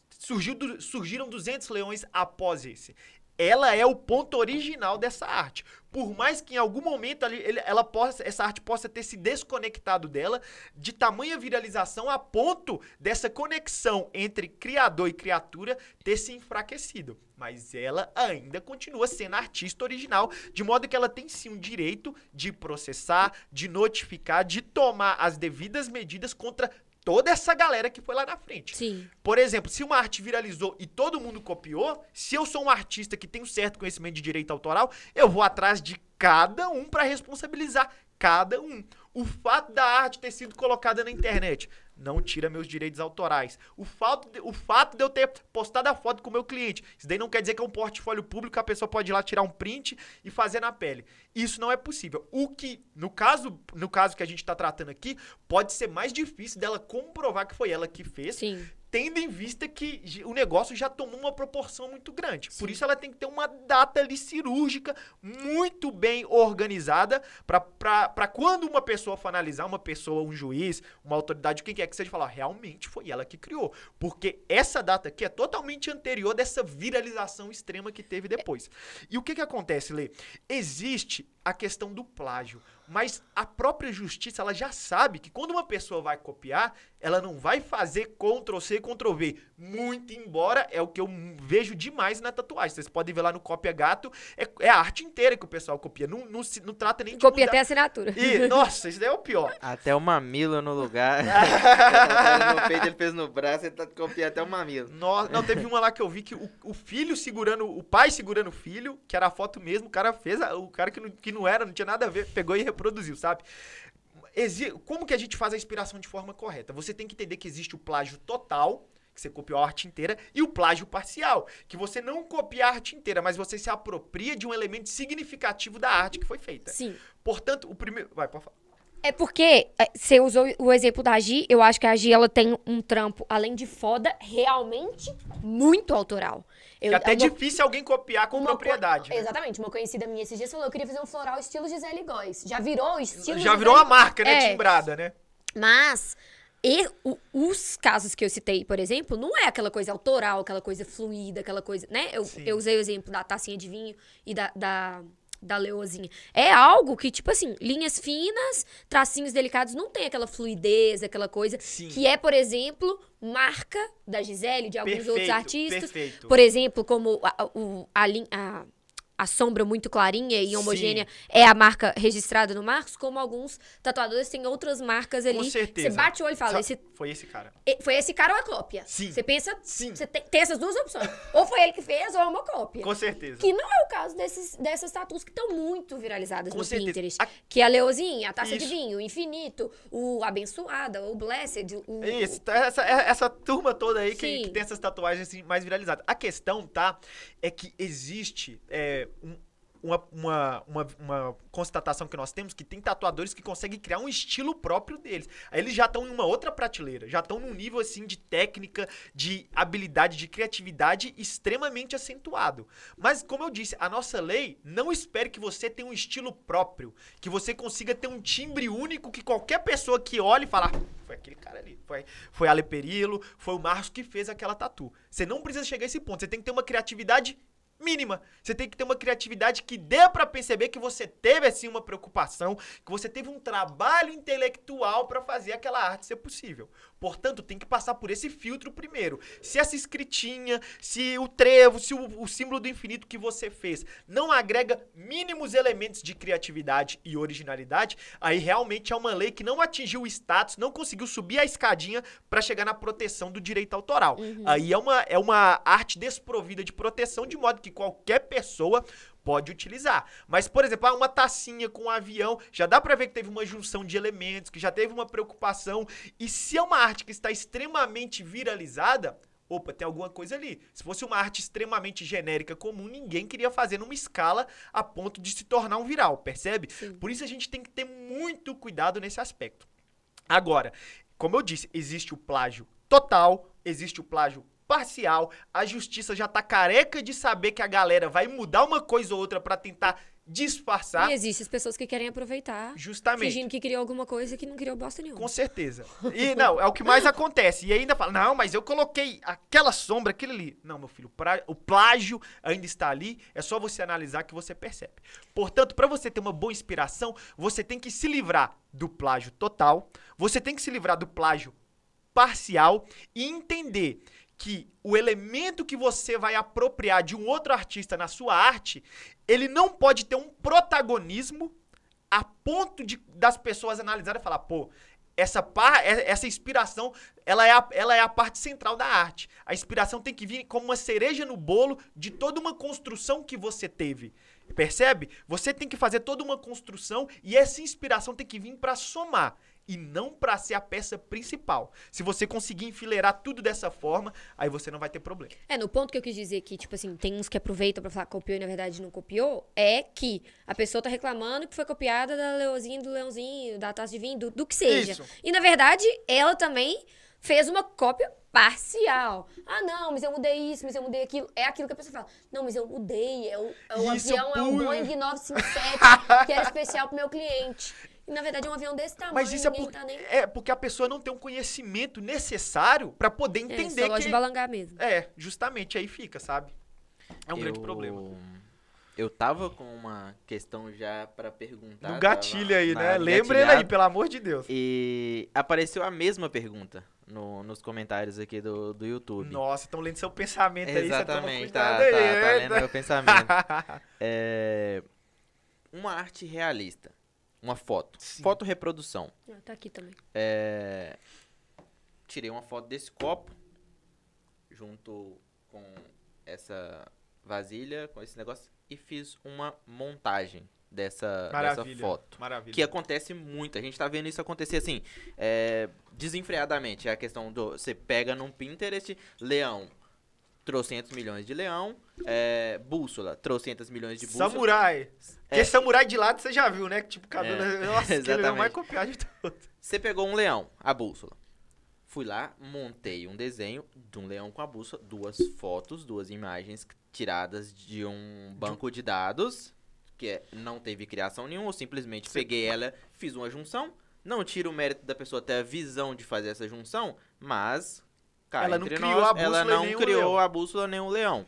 [SPEAKER 3] Surgiram 200 leões após esse. Ela é o ponto original dessa arte. Por mais que em algum momento essa arte possa ter se desconectado dela, de tamanha viralização a ponto dessa conexão entre criador e criatura ter se enfraquecido. Mas ela ainda continua sendo a artista original, de modo que ela tem sim o direito de processar, de notificar, de tomar as devidas medidas contra toda essa galera que foi lá na frente.
[SPEAKER 2] Sim.
[SPEAKER 3] Por exemplo, se uma arte viralizou e todo mundo copiou, se eu sou um artista que tem um certo conhecimento de direito autoral, eu vou atrás de cada um para responsabilizar cada um. O fato da arte ter sido colocada na internet não tira meus direitos autorais. O fato de eu ter postado a foto com o meu cliente, isso daí não quer dizer que é um portfólio público, a pessoa pode ir lá tirar um print e fazer na pele. Isso não é possível. O que, no caso que a gente está tratando aqui, pode ser mais difícil dela comprovar que foi ela que fez.
[SPEAKER 2] Sim.
[SPEAKER 3] Tendo em vista que o negócio já tomou uma proporção muito grande.
[SPEAKER 2] Sim.
[SPEAKER 3] Por isso ela tem que ter uma data ali cirúrgica muito bem organizada para quando uma pessoa for analisar, uma pessoa, um juiz, uma autoridade, quem quer que seja, falar, realmente foi ela que criou. Porque essa data aqui é totalmente anterior dessa viralização extrema que teve depois. E o que acontece, Lê? Existe a questão do plágio, mas a própria justiça, ela já sabe que quando uma pessoa vai copiar, ela não vai fazer Ctrl+C, Ctrl+V, muito embora é o que eu vejo demais na tatuagem. Vocês podem ver lá no Copia Gato, é a arte inteira que o pessoal copia, não trata nem de
[SPEAKER 2] Copia
[SPEAKER 3] mudar.
[SPEAKER 2] até a assinatura.
[SPEAKER 3] E, nossa, isso daí é o pior.
[SPEAKER 1] Até o mamilo no lugar. No peito ele fez no braço, ele tá copiando até o mamilo.
[SPEAKER 3] Não, teve uma lá que eu vi que o filho segurando, o pai segurando o filho, que era a foto mesmo, o cara fez, o cara que não tinha nada a ver, pegou e reproduziu, sabe? Como que a gente faz a inspiração de forma correta? Você tem que entender que existe o plágio total, que você copiou a arte inteira, e o plágio parcial, que você não copia a arte inteira, mas você se apropria de um elemento significativo da arte que foi feita.
[SPEAKER 2] Sim.
[SPEAKER 3] Portanto, o primeiro... Vai, pode falar.
[SPEAKER 2] É porque você usou o exemplo da Gi, eu acho que a Gi, ela tem um trampo, além de foda, realmente muito autoral.
[SPEAKER 3] Que até é difícil alguém copiar com propriedade. Né?
[SPEAKER 2] Exatamente. Uma conhecida minha esses dias falou, eu queria fazer um floral estilo Gisele Góes. Já virou o estilo
[SPEAKER 3] Já virou a marca, né?
[SPEAKER 2] É.
[SPEAKER 3] Timbrada, né?
[SPEAKER 2] Mas os casos que eu citei, por exemplo, não é aquela coisa autoral, aquela coisa fluida, aquela coisa, né? Eu usei o exemplo da tacinha de vinho e da leozinha. É algo que, tipo assim, linhas finas, tracinhos delicados, não tem aquela fluidez, aquela coisa.
[SPEAKER 3] Sim.
[SPEAKER 2] Que é, por exemplo, marca da Gisele, de alguns outros artistas.
[SPEAKER 3] Perfeito.
[SPEAKER 2] Por exemplo, como a sombra muito clarinha e homogênea é a marca registrada no Marcos, como alguns tatuadores têm outras marcas ali.
[SPEAKER 3] Com certeza.
[SPEAKER 2] Você bate o olho e fala,
[SPEAKER 3] foi esse cara.
[SPEAKER 2] foi esse cara ou é cópia?
[SPEAKER 3] Sim.
[SPEAKER 2] Você pensa,
[SPEAKER 3] Sim.
[SPEAKER 2] você tem essas duas opções. Ou foi ele que fez, ou é uma cópia.
[SPEAKER 3] Com certeza.
[SPEAKER 2] Que não é o caso dessas tatuas que estão muito viralizadas
[SPEAKER 3] Com
[SPEAKER 2] no
[SPEAKER 3] certeza.
[SPEAKER 2] Pinterest. Que é a Leozinha, a Taça de
[SPEAKER 3] Isso.
[SPEAKER 2] Vinho, o Infinito, o Abençoada, o Blessed.
[SPEAKER 3] Isso, essa turma toda aí que
[SPEAKER 2] Sim.
[SPEAKER 3] tem essas tatuagens assim, mais viralizadas. A questão, tá, é que existe uma constatação que nós temos que tem tatuadores que conseguem criar um estilo próprio deles. Aí eles já estão em uma outra prateleira, já estão num nível assim de técnica, de habilidade, de criatividade extremamente acentuado. Mas como eu disse, a nossa lei não espere que você tenha um estilo próprio, que você consiga ter um timbre único que qualquer pessoa que olhe e fala, foi aquele cara ali, foi Ale Perillo, foi o Marcos que fez aquela tatu. Você não precisa chegar a esse ponto, você tem que ter uma criatividade mínima. Você tem que ter uma criatividade que dê pra perceber que você teve, assim, uma preocupação, que você teve um trabalho intelectual pra fazer aquela arte ser possível. Portanto, tem que passar por esse filtro primeiro. Se essa escritinha, se o trevo, se o símbolo do infinito que você fez não agrega mínimos elementos de criatividade e originalidade, aí realmente é uma lei que não atingiu o status, não conseguiu subir a escadinha pra chegar na proteção do direito autoral. Aí é uma arte desprovida de proteção, de modo que qualquer pessoa pode utilizar. Mas, por exemplo, uma tacinha com um avião, já dá pra ver que teve uma junção de elementos, que já teve uma preocupação. E se é uma arte que está extremamente viralizada, opa, tem alguma coisa ali. Se fosse uma arte extremamente genérica, comum, ninguém queria fazer numa escala a ponto de se tornar um viral, percebe?
[SPEAKER 2] Sim.
[SPEAKER 3] Por isso a gente tem que ter muito cuidado nesse aspecto. Agora, como eu disse, existe o plágio total, existe o plágio parcial, a justiça já tá careca de saber que a galera vai mudar uma coisa ou outra pra tentar disfarçar.
[SPEAKER 2] E existem as pessoas que querem aproveitar,
[SPEAKER 3] Justamente.
[SPEAKER 2] fingindo que criou alguma coisa que não criou bosta nenhuma.
[SPEAKER 3] Com certeza. E não, é o que mais acontece. E ainda fala, não, mas eu coloquei aquela sombra, aquele ali. Não, meu filho, o plágio ainda está ali, é só você analisar que você percebe. Portanto, para você ter uma boa inspiração, você tem que se livrar do plágio total, você tem que se livrar do plágio parcial e entender que o elemento que você vai apropriar de um outro artista na sua arte, ele não pode ter um protagonismo a ponto das pessoas analisarem e falar, pô, essa inspiração, ela é a parte central da arte. A inspiração tem que vir como uma cereja no bolo de toda uma construção que você teve. Percebe? Você tem que fazer toda uma construção e essa inspiração tem que vir para somar e não para ser a peça principal. Se você conseguir enfileirar tudo dessa forma, aí você não vai ter problema.
[SPEAKER 2] No ponto que eu quis dizer que, tipo assim, tem uns que aproveitam pra falar que copiou e na verdade não copiou, é que a pessoa tá reclamando que foi copiada da Leozinho, do Leãozinho, da taça de vinho, do que seja.
[SPEAKER 3] Isso.
[SPEAKER 2] E na verdade, ela também fez uma cópia parcial. Ah, não, mas eu mudei isso, mas eu mudei aquilo. É aquilo que a pessoa fala. Não, mas eu mudei. O
[SPEAKER 3] Isso,
[SPEAKER 2] avião é um Boeing 957, que era especial pro meu cliente. E na verdade é um avião desse tamanho.
[SPEAKER 3] Mas isso porque a pessoa não tem um conhecimento necessário pra poder entender
[SPEAKER 2] só gosta de balangar mesmo.
[SPEAKER 3] Justamente aí fica, sabe? É um grande problema.
[SPEAKER 1] Eu tava com uma questão já pra perguntar.
[SPEAKER 3] No gatilho aí, né? Lembra ele aí, pelo amor de Deus.
[SPEAKER 1] E apareceu a mesma pergunta nos comentários aqui do YouTube.
[SPEAKER 3] Nossa, estão lendo seu pensamento aí.
[SPEAKER 1] Exatamente, tá lendo meu pensamento. Uma arte realista. Uma foto.
[SPEAKER 3] Sim.
[SPEAKER 1] Foto reprodução.
[SPEAKER 2] Tá aqui também.
[SPEAKER 1] Tirei uma foto desse copo junto com essa vasilha, com esse negócio, e fiz uma montagem dessa foto.
[SPEAKER 3] Maravilha.
[SPEAKER 1] Que acontece muito. A gente tá vendo isso acontecer assim, desenfreadamente. É a questão do... Você pega num Pinterest, leão, trocentos milhões de leão, bússola, trocentos milhões de bússola.
[SPEAKER 3] Samurai. Porque samurai de lado você já viu, né? Que tipo, cabelo... Nossa,
[SPEAKER 1] exatamente.
[SPEAKER 3] Que leão mais copiado de tudo.
[SPEAKER 1] Você pegou um leão, a bússola. Fui lá, montei um desenho de um leão com a bússola, 2 fotos, 2 imagens tiradas de um banco de dados, que não teve criação nenhuma, eu simplesmente peguei ela, fiz uma junção. Não tiro o mérito da pessoa ter a visão de fazer essa junção, mas... Cara,
[SPEAKER 3] ela não criou a bússola,
[SPEAKER 1] ela não
[SPEAKER 3] nem
[SPEAKER 1] criou
[SPEAKER 3] o leão.
[SPEAKER 1] a bússola nem o leão.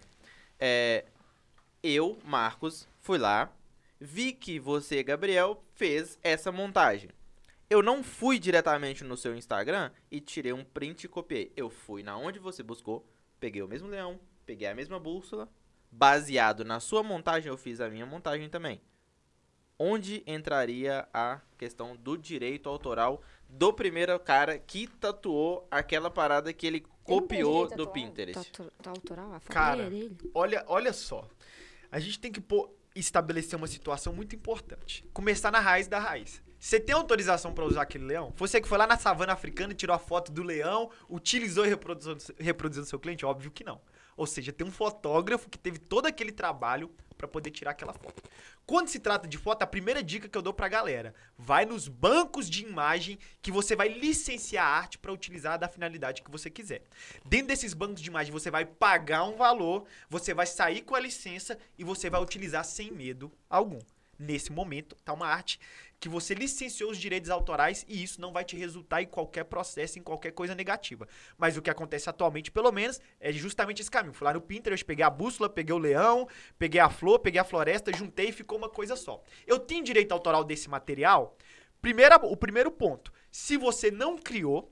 [SPEAKER 1] Eu, Marcos, fui lá, vi que você, Gabriel, fez essa montagem. Eu não fui diretamente no seu Instagram e tirei um print e copiei. Eu fui na onde você buscou, peguei o mesmo leão, peguei a mesma bússola, baseado na sua montagem, eu fiz a minha montagem também. Onde entraria a questão do direito autoral do primeiro cara que tatuou aquela parada que ele copiou do Pinterest?
[SPEAKER 2] Tá autoral? A
[SPEAKER 3] Cara,
[SPEAKER 2] família dele?
[SPEAKER 3] olha só. A gente tem que estabelecer uma situação muito importante. Começar na raiz da raiz. Você tem autorização pra usar aquele leão? Você que foi lá na savana africana e tirou a foto do leão, utilizou e reproduziu no seu cliente? Óbvio que não. Ou seja, tem um fotógrafo que teve todo aquele trabalho pra poder tirar aquela foto. Quando se trata de foto, a primeira dica que eu dou pra galera, vai nos bancos de imagem que você vai licenciar a arte pra utilizar da finalidade que você quiser. Dentro desses bancos de imagem, você vai pagar um valor, você vai sair com a licença e você vai utilizar sem medo algum. Nesse momento, tá uma arte que você licenciou os direitos autorais e isso não vai te resultar em qualquer processo, em qualquer coisa negativa. Mas o que acontece atualmente, pelo menos, é justamente esse caminho. Fui lá no Pinterest, peguei a bússola, peguei o leão, peguei a flor, peguei a floresta, juntei e ficou uma coisa só. Eu tenho direito autoral desse material? O primeiro ponto, se você não criou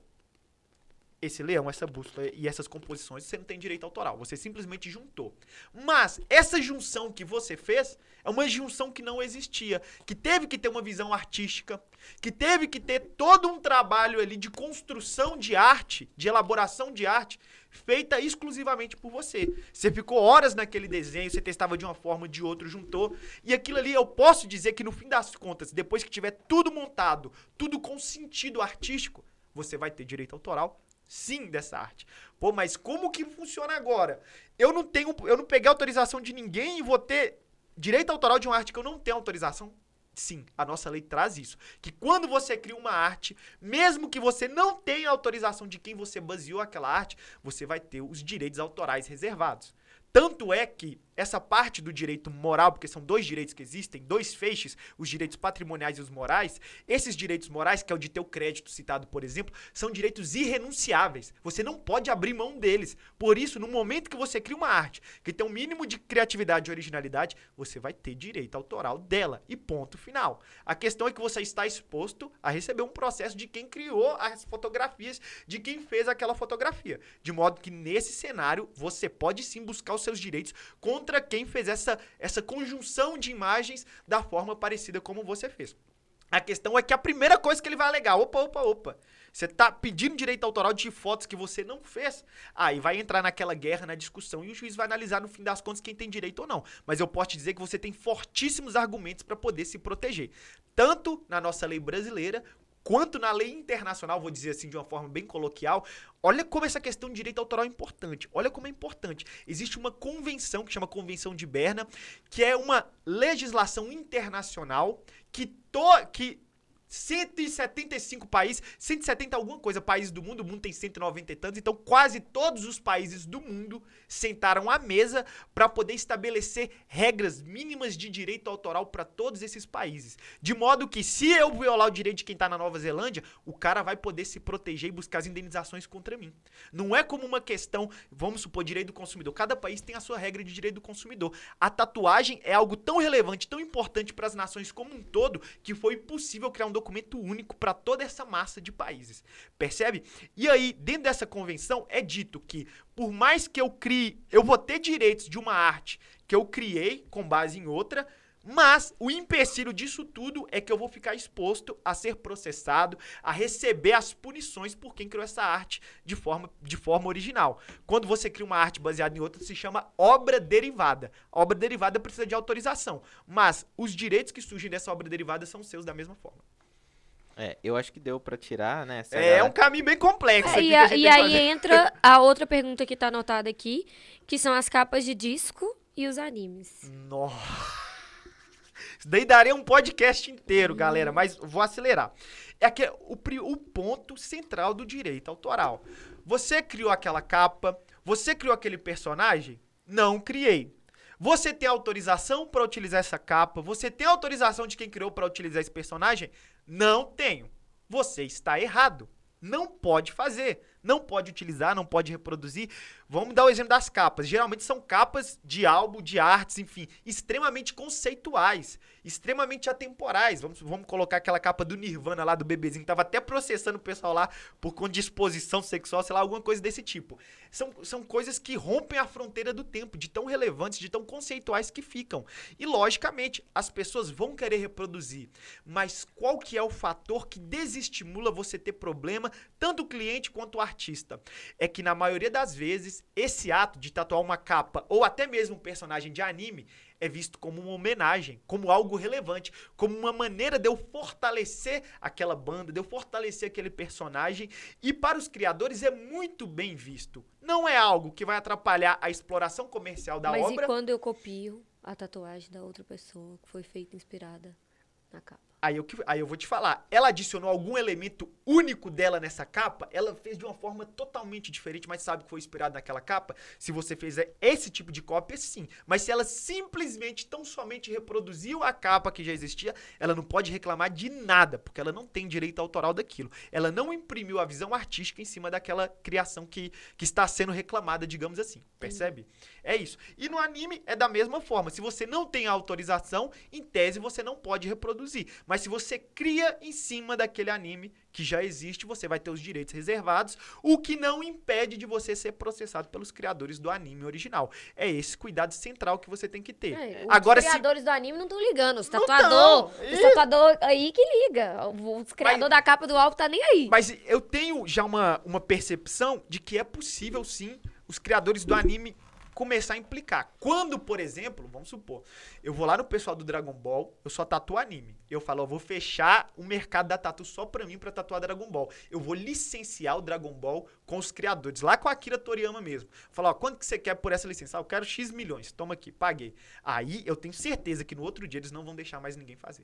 [SPEAKER 3] esse leão, essa bússola e essas composições, você não tem direito autoral. Você simplesmente juntou. Mas essa junção que você fez é uma junção que não existia, que teve que ter uma visão artística, que teve que ter todo um trabalho ali de construção de arte, de elaboração de arte, feita exclusivamente por você. Você ficou horas naquele desenho, você testava de uma forma, de outra, juntou. E aquilo ali, eu posso dizer que no fim das contas, depois que tiver tudo montado, tudo com sentido artístico, você vai ter direito autoral, sim, dessa arte. Pô, mas como que funciona agora? Eu não peguei autorização de ninguém e vou ter direito autoral de uma arte que eu não tenho autorização? Sim, a nossa lei traz isso. Que quando você cria uma arte, mesmo que você não tenha autorização de quem você baseou aquela arte, você vai ter os direitos autorais reservados. Tanto é que essa parte do direito moral, porque são 2 direitos que existem, 2 feixes, os direitos patrimoniais e os morais, esses direitos morais, que é o de ter o crédito citado, por exemplo, são direitos irrenunciáveis. Você não pode abrir mão deles. Por isso, no momento que você cria uma arte que tem um mínimo de criatividade e originalidade, você vai ter direito autoral dela. E ponto final. A questão é que você está exposto a receber um processo de quem criou as fotografias, de quem fez aquela fotografia. De modo que, nesse cenário, você pode sim buscar os seus direitos contra quem fez essa conjunção de imagens da forma parecida como você fez. A questão é que a primeira coisa que ele vai alegar, opa. Você tá pedindo direito autoral de fotos que você não fez. Aí vai entrar naquela guerra, na discussão, e o juiz vai analisar no fim das contas quem tem direito ou não. Mas eu posso te dizer que você tem fortíssimos argumentos para poder se proteger. Tanto na nossa lei brasileira, quanto na lei internacional, vou dizer assim de uma forma bem coloquial. Olha como essa questão de direito autoral é importante. Olha como é importante. Existe uma convenção que chama Convenção de Berna, que é uma legislação internacional que 175 países, 170 alguma coisa, países do mundo, o mundo tem 190 e tantos, então quase todos os países do mundo sentaram à mesa para poder estabelecer regras mínimas de direito autoral para todos esses países. De modo que se eu violar o direito de quem está na Nova Zelândia, o cara vai poder se proteger e buscar as indenizações contra mim. Não é como uma questão, vamos supor, direito do consumidor. Cada país tem a sua regra de direito do consumidor. A tatuagem é algo tão relevante, tão importante para as nações como um todo, que foi possível criar um documento único para toda essa massa de países. Percebe? E aí, dentro dessa convenção, é dito que, por mais que eu crie, eu vou ter direitos de uma arte que eu criei com base em outra, mas o empecilho disso tudo é que eu vou ficar exposto a ser processado, a receber as punições por quem criou essa arte de forma original. Quando você cria uma arte baseada em outra, se chama obra derivada. A obra derivada precisa de autorização, mas os direitos que surgem dessa obra derivada são seus da mesma forma.
[SPEAKER 1] Eu acho que deu pra tirar, né?
[SPEAKER 3] É um caminho bem complexo.
[SPEAKER 2] E aí entra a outra pergunta que tá anotada aqui, que são as capas de disco e os animes.
[SPEAKER 3] Nossa. Isso daí daria um podcast inteiro, galera, mas vou acelerar. É que o ponto central do direito autoral. Você criou aquela capa, você criou aquele personagem? Não criei. Você tem autorização para utilizar essa capa? Você tem autorização de quem criou para utilizar esse personagem? Não tenho. Você está errado. Não pode fazer. Não pode utilizar, não pode reproduzir. Vamos dar o exemplo das capas. Geralmente são capas de álbum, de artes, enfim, extremamente conceituais, extremamente atemporais. Vamos colocar aquela capa do Nirvana lá, do bebezinho, que tava até processando o pessoal lá por conta de exposição sexual, sei lá, alguma coisa desse tipo. São coisas que rompem a fronteira do tempo, de tão relevantes, de tão conceituais que ficam. E, logicamente, as pessoas vão querer reproduzir. Mas qual que é o fator que desestimula você ter problema, tanto o cliente quanto o artista? É que, na maioria das vezes, esse ato de tatuar uma capa ou até mesmo um personagem de anime é visto como uma homenagem, como algo relevante, como uma maneira de eu fortalecer aquela banda, de eu fortalecer aquele personagem, e para os criadores é muito bem visto. Não é algo que vai atrapalhar a exploração comercial da obra.
[SPEAKER 2] Mas e quando eu copio a tatuagem da outra pessoa que foi feita inspirada na capa?
[SPEAKER 3] Aí eu vou te falar, ela adicionou algum elemento único dela nessa capa, ela fez de uma forma totalmente diferente, mas sabe que foi inspirado naquela capa? Se você fez esse tipo de cópia, sim. Mas se ela simplesmente, tão somente reproduziu a capa que já existia, ela não pode reclamar de nada, porque ela não tem direito autoral daquilo. Ela não imprimiu a visão artística em cima daquela criação que está sendo reclamada, digamos assim. Percebe? É isso. E no anime é da mesma forma. Se você não tem autorização, em tese você não pode reproduzir. Mas se você cria em cima daquele anime que já existe, você vai ter os direitos reservados, o que não impede de você ser processado pelos criadores do anime original. É esse cuidado central que você tem que ter.
[SPEAKER 2] Os criadores do anime não estão ligando, os tatuador aí que liga. Os criadores da capa do álbum tá nem aí.
[SPEAKER 3] Mas eu tenho já uma percepção de que é possível, sim, os criadores do anime começar a implicar. Quando, por exemplo, vamos supor, eu vou lá no pessoal do Dragon Ball, eu só tatuo anime. Eu falo, eu vou fechar o mercado da tatu só pra mim, pra tatuar Dragon Ball. Eu vou licenciar o Dragon Ball com os criadores, lá com a Akira Toriyama mesmo. Falar, ó, quanto que você quer por essa licença? Ah, eu quero X milhões, toma aqui, paguei. Aí eu tenho certeza que no outro dia eles não vão deixar mais ninguém fazer.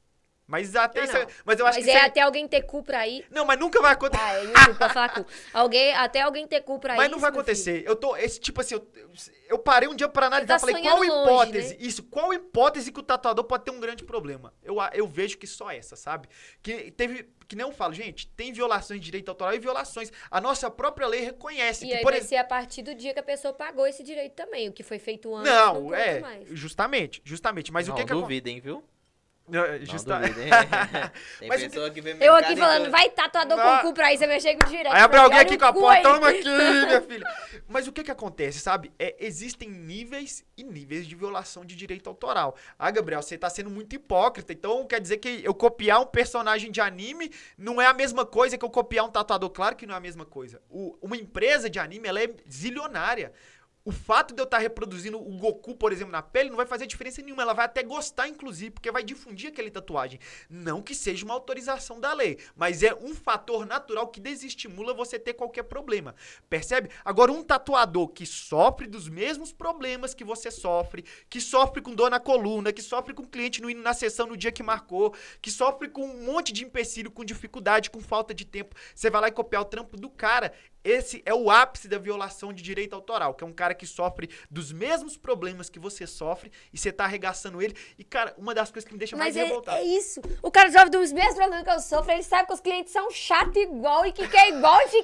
[SPEAKER 3] Mas até isso, mas eu acho que
[SPEAKER 2] até alguém ter cu pra ir.
[SPEAKER 3] Não, mas nunca vai acontecer.
[SPEAKER 2] YouTube pra falar cu. Até alguém ter cu pra ir.
[SPEAKER 3] Mas não vai acontecer. Tipo assim, eu parei um dia pra analisar, falei, qual hipótese? Longe, né? Isso, qual hipótese que o tatuador pode ter um grande problema? Eu vejo que só essa, sabe? Que nem eu falo, gente, tem violações de direito autoral e violações. A nossa própria lei reconhece.
[SPEAKER 2] E aí vai ser a partir do dia que a pessoa pagou esse direito também. O que foi feito antes não conta mais.
[SPEAKER 3] Justamente. Mas
[SPEAKER 1] não,
[SPEAKER 3] o que
[SPEAKER 1] duvidem, viu? Não
[SPEAKER 3] Justa...
[SPEAKER 1] duvidem. Tem
[SPEAKER 3] Mas
[SPEAKER 1] pessoa que vê
[SPEAKER 2] Eu aqui
[SPEAKER 1] mercado
[SPEAKER 2] falando,
[SPEAKER 1] em
[SPEAKER 2] vai tatuador
[SPEAKER 3] Não.
[SPEAKER 2] com cu pra isso, eu chego direto.
[SPEAKER 3] Aí abre
[SPEAKER 2] falei,
[SPEAKER 3] alguém
[SPEAKER 2] olha
[SPEAKER 3] aqui
[SPEAKER 2] o
[SPEAKER 3] com a
[SPEAKER 2] cu
[SPEAKER 3] porta,
[SPEAKER 2] aí.
[SPEAKER 3] toma aqui, minha filha. Mas o que que acontece, sabe? Existem níveis e níveis de violação de direito autoral. Ah, Gabriel, você tá sendo muito hipócrita. Então quer dizer que eu copiar um personagem de anime não é a mesma coisa que eu copiar um tatuador? Claro que não é a mesma coisa. Uma empresa de anime, ela é zilionária. O fato de eu estar reproduzindo o Goku, por exemplo, na pele, não vai fazer diferença nenhuma. Ela vai até gostar, inclusive, porque vai difundir aquele tatuagem. Não que seja uma autorização da lei, mas é um fator natural que desestimula você ter qualquer problema. Percebe? Agora, um tatuador que sofre dos mesmos problemas que você sofre, que sofre com dor na coluna, que sofre com o cliente não indo na sessão no dia que marcou, que sofre com um monte de empecilho, com dificuldade, com falta de tempo, você vai lá e copiar o trampo do cara. Esse é o ápice da violação de direito autoral, que é um cara que sofre dos mesmos problemas que você sofre e você tá arregaçando ele. E, cara, uma das coisas que me deixa mais
[SPEAKER 2] Mas
[SPEAKER 3] revoltado.
[SPEAKER 2] é isso. O cara sofre dos mesmos problemas que eu sofro, ele sabe que os clientes são chatos igual e que quer igual e fica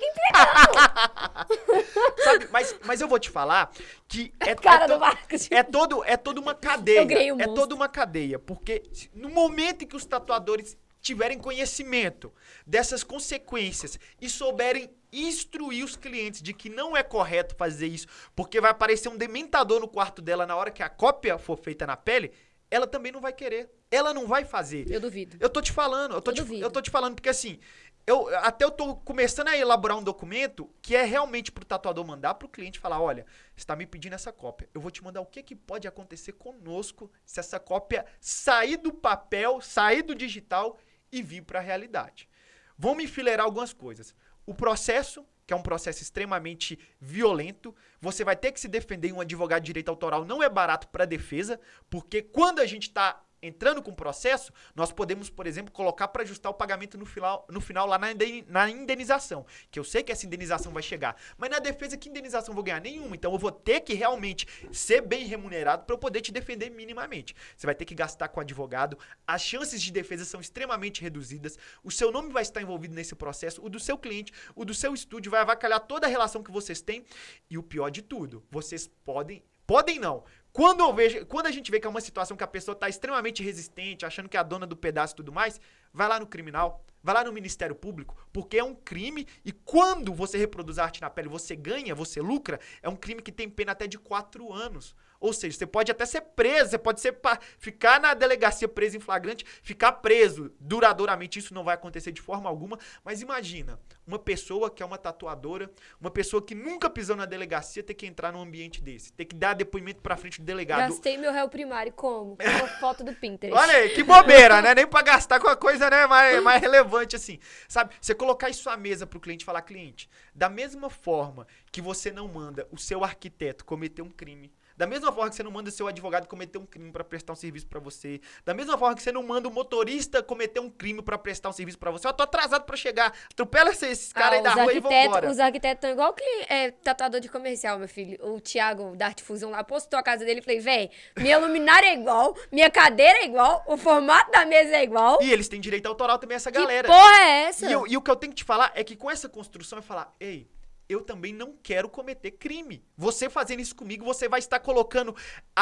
[SPEAKER 2] entregando.
[SPEAKER 3] Sabe? Mas eu vou te falar que
[SPEAKER 2] Cara do Marcos.
[SPEAKER 3] é toda uma cadeia.
[SPEAKER 2] Eu ganhei um
[SPEAKER 3] É
[SPEAKER 2] monstro.
[SPEAKER 3] toda uma cadeia. Porque no momento em que os tatuadores tiverem conhecimento dessas consequências e souberem instruir os clientes de que não é correto fazer isso, porque vai aparecer um dementador no quarto dela na hora que a cópia for feita na pele, ela também não vai querer. Ela não vai fazer.
[SPEAKER 2] Eu duvido.
[SPEAKER 3] Eu tô te falando, eu tô te falando porque assim, eu tô começando a elaborar um documento que é realmente pro tatuador mandar pro cliente falar, olha, você tá me pedindo essa cópia, eu vou te mandar o que pode acontecer conosco se essa cópia sair do papel, sair do digital e vir pra realidade. Vão me enfileirar algumas coisas. O processo, que é um processo extremamente violento, você vai ter que se defender, um advogado de direito autoral não é barato para defesa, porque quando a gente está entrando com o processo, nós podemos, por exemplo, colocar para ajustar o pagamento no final lá na indenização, que eu sei que essa indenização vai chegar, mas na defesa que indenização eu vou ganhar? Nenhuma, então eu vou ter que realmente ser bem remunerado para eu poder te defender minimamente. Você vai ter que gastar com advogado, as chances de defesa são extremamente reduzidas, o seu nome vai estar envolvido nesse processo, o do seu cliente, o do seu estúdio, vai avacalhar toda a relação que vocês têm, e o pior de tudo, vocês podem não. Quando a gente vê que é uma situação que a pessoa está extremamente resistente, achando que é a dona do pedaço e tudo mais, vai lá no criminal, vai lá no Ministério Público, porque é um crime e quando você reproduz a arte na pele, você ganha, você lucra, é um crime que tem pena até de 4 anos. Ou seja, você pode até ser preso, você pode ficar na delegacia preso em flagrante, ficar preso duradouramente, isso não vai acontecer de forma alguma, mas imagina, uma pessoa que é uma tatuadora, uma pessoa que nunca pisou na delegacia ter que entrar num ambiente desse, ter que dar depoimento pra frente do delegado.
[SPEAKER 2] Gastei meu réu primário, como? Com uma foto do Pinterest.
[SPEAKER 3] Olha aí, que bobeira, né? Nem pra gastar com a coisa, né, mais relevante assim. Sabe, você colocar isso à mesa pro cliente e falar, cliente, da mesma forma que você não manda o seu arquiteto cometer um crime, da mesma forma que você não manda o seu advogado cometer um crime para prestar um serviço para você, da mesma forma que você não manda o motorista cometer um crime para prestar um serviço para você, eu tô atrasado para chegar, atropela esses caras aí da rua e vambora.
[SPEAKER 2] Os arquitetos estão igual tatuador de comercial, meu filho. O Thiago da Arte Fusão lá postou a casa dele e falei, véi, minha luminária é igual, minha cadeira é igual, o formato da mesa é igual.
[SPEAKER 3] E eles têm direito autoral também, essa galera.
[SPEAKER 2] Que porra é essa?
[SPEAKER 3] E o que eu tenho que te falar é que com essa construção é falar, ei, eu também não quero cometer crime. Você fazendo isso comigo, você vai estar colocando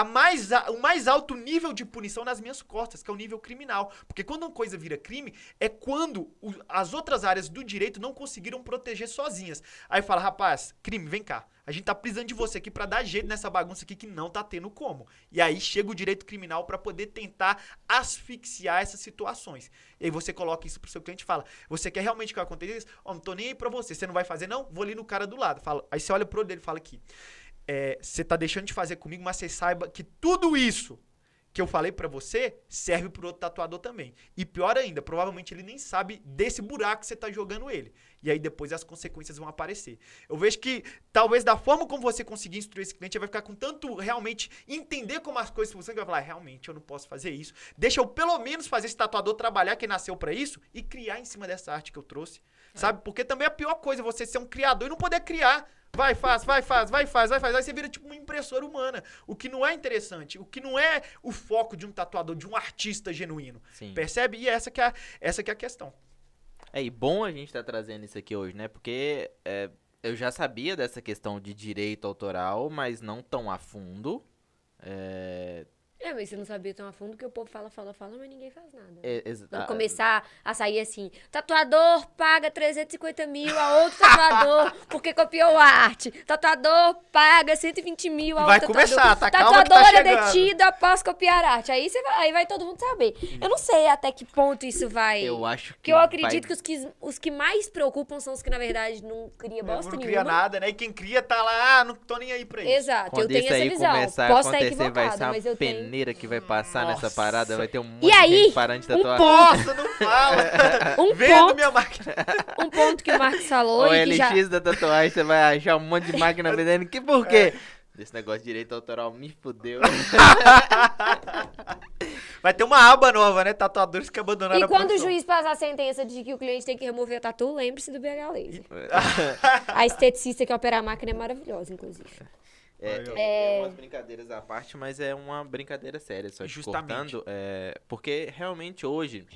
[SPEAKER 3] o mais alto nível de punição nas minhas costas, que é o nível criminal. Porque quando uma coisa vira crime, é quando as outras áreas do direito não conseguiram proteger sozinhas. Aí fala, rapaz, crime, vem cá. A gente tá precisando de você aqui pra dar jeito nessa bagunça aqui que não tá tendo como. E aí chega o direito criminal pra poder tentar asfixiar essas situações. E aí você coloca isso pro seu cliente e fala, você quer realmente que aconteça isso? Ó, não tô nem aí pra você. Você não vai fazer não? Vou ali no cara do lado. Aí você olha pro outro dele e fala aqui, você tá deixando de fazer comigo, mas você saiba que tudo isso que eu falei pra você serve pro outro tatuador também. E pior ainda, provavelmente ele nem sabe desse buraco que você tá jogando ele. E aí depois as consequências vão aparecer. Eu vejo que talvez da forma como você conseguir instruir esse cliente, ele vai ficar com tanto realmente entender como as coisas funcionam, que vai falar, realmente eu não posso fazer isso. Deixa eu pelo menos fazer esse tatuador trabalhar, que nasceu pra isso, e criar em cima dessa arte que eu trouxe. Sabe? Porque também a pior coisa é você ser um criador e não poder criar. Vai, faz. Aí você vira tipo uma impressora humana. O que não é interessante, o que não é o foco de um tatuador, de um artista genuíno.
[SPEAKER 1] Sim.
[SPEAKER 3] Percebe? E essa que é a questão.
[SPEAKER 1] E bom a gente tá trazendo isso aqui hoje, né? Porque eu já sabia dessa questão de direito autoral, mas não tão a fundo.
[SPEAKER 2] Mas você não sabia tão a fundo que o povo fala, mas ninguém faz nada. Quando
[SPEAKER 1] Ah,
[SPEAKER 2] começar a sair assim, tatuador paga 350 mil a outro tatuador porque copiou a arte. Tatuador paga 120 mil a
[SPEAKER 3] Vai
[SPEAKER 2] outro
[SPEAKER 3] começar,
[SPEAKER 2] tatuador.
[SPEAKER 3] tá? Calma que tá
[SPEAKER 2] Tatuador é
[SPEAKER 3] chegando.
[SPEAKER 2] detido após copiar arte. Aí vai todo mundo saber. Eu não sei até que ponto isso vai...
[SPEAKER 1] Eu acho que
[SPEAKER 2] Porque eu acredito
[SPEAKER 1] vai-
[SPEAKER 2] que os que mais preocupam são os que, na verdade, não cria bosta
[SPEAKER 3] Não
[SPEAKER 2] nenhuma.
[SPEAKER 3] cria nada, né? E quem cria tá lá, não tô nem aí pra isso.
[SPEAKER 2] Exato,
[SPEAKER 1] Quando
[SPEAKER 2] eu tenho
[SPEAKER 1] isso
[SPEAKER 2] essa
[SPEAKER 1] aí
[SPEAKER 2] visão.
[SPEAKER 1] começar a
[SPEAKER 2] Posso estar
[SPEAKER 1] acontecer, vai
[SPEAKER 2] equivocada,
[SPEAKER 1] ser uma
[SPEAKER 2] mas eu tenho...
[SPEAKER 1] peneira que vai passar nessa
[SPEAKER 3] Nossa.
[SPEAKER 1] parada, vai ter um monte
[SPEAKER 2] E
[SPEAKER 1] de
[SPEAKER 2] aí,
[SPEAKER 1] gente parando de tatuar.
[SPEAKER 3] Nossa, não fala!
[SPEAKER 2] Um
[SPEAKER 3] Vendo
[SPEAKER 2] ponto,
[SPEAKER 3] minha máquina.
[SPEAKER 2] um ponto que o Marcos falou
[SPEAKER 1] O
[SPEAKER 2] e que já...
[SPEAKER 1] LX da tatuagem, você vai achar um monte de máquina vendendo. Que por quê? Esse negócio de direito autoral me fudeu.
[SPEAKER 3] Vai ter uma aba nova, né? Tatuadores que abandonaram
[SPEAKER 2] E
[SPEAKER 3] a
[SPEAKER 2] quando o
[SPEAKER 3] profissão.
[SPEAKER 2] juiz passar a sentença de que o cliente tem que remover a tatu, lembre-se do BH Laser. A esteticista que opera a máquina é maravilhosa, inclusive.
[SPEAKER 1] É umas brincadeiras à parte, mas é uma brincadeira séria, só te
[SPEAKER 3] Justamente.
[SPEAKER 1] cortando. Porque realmente hoje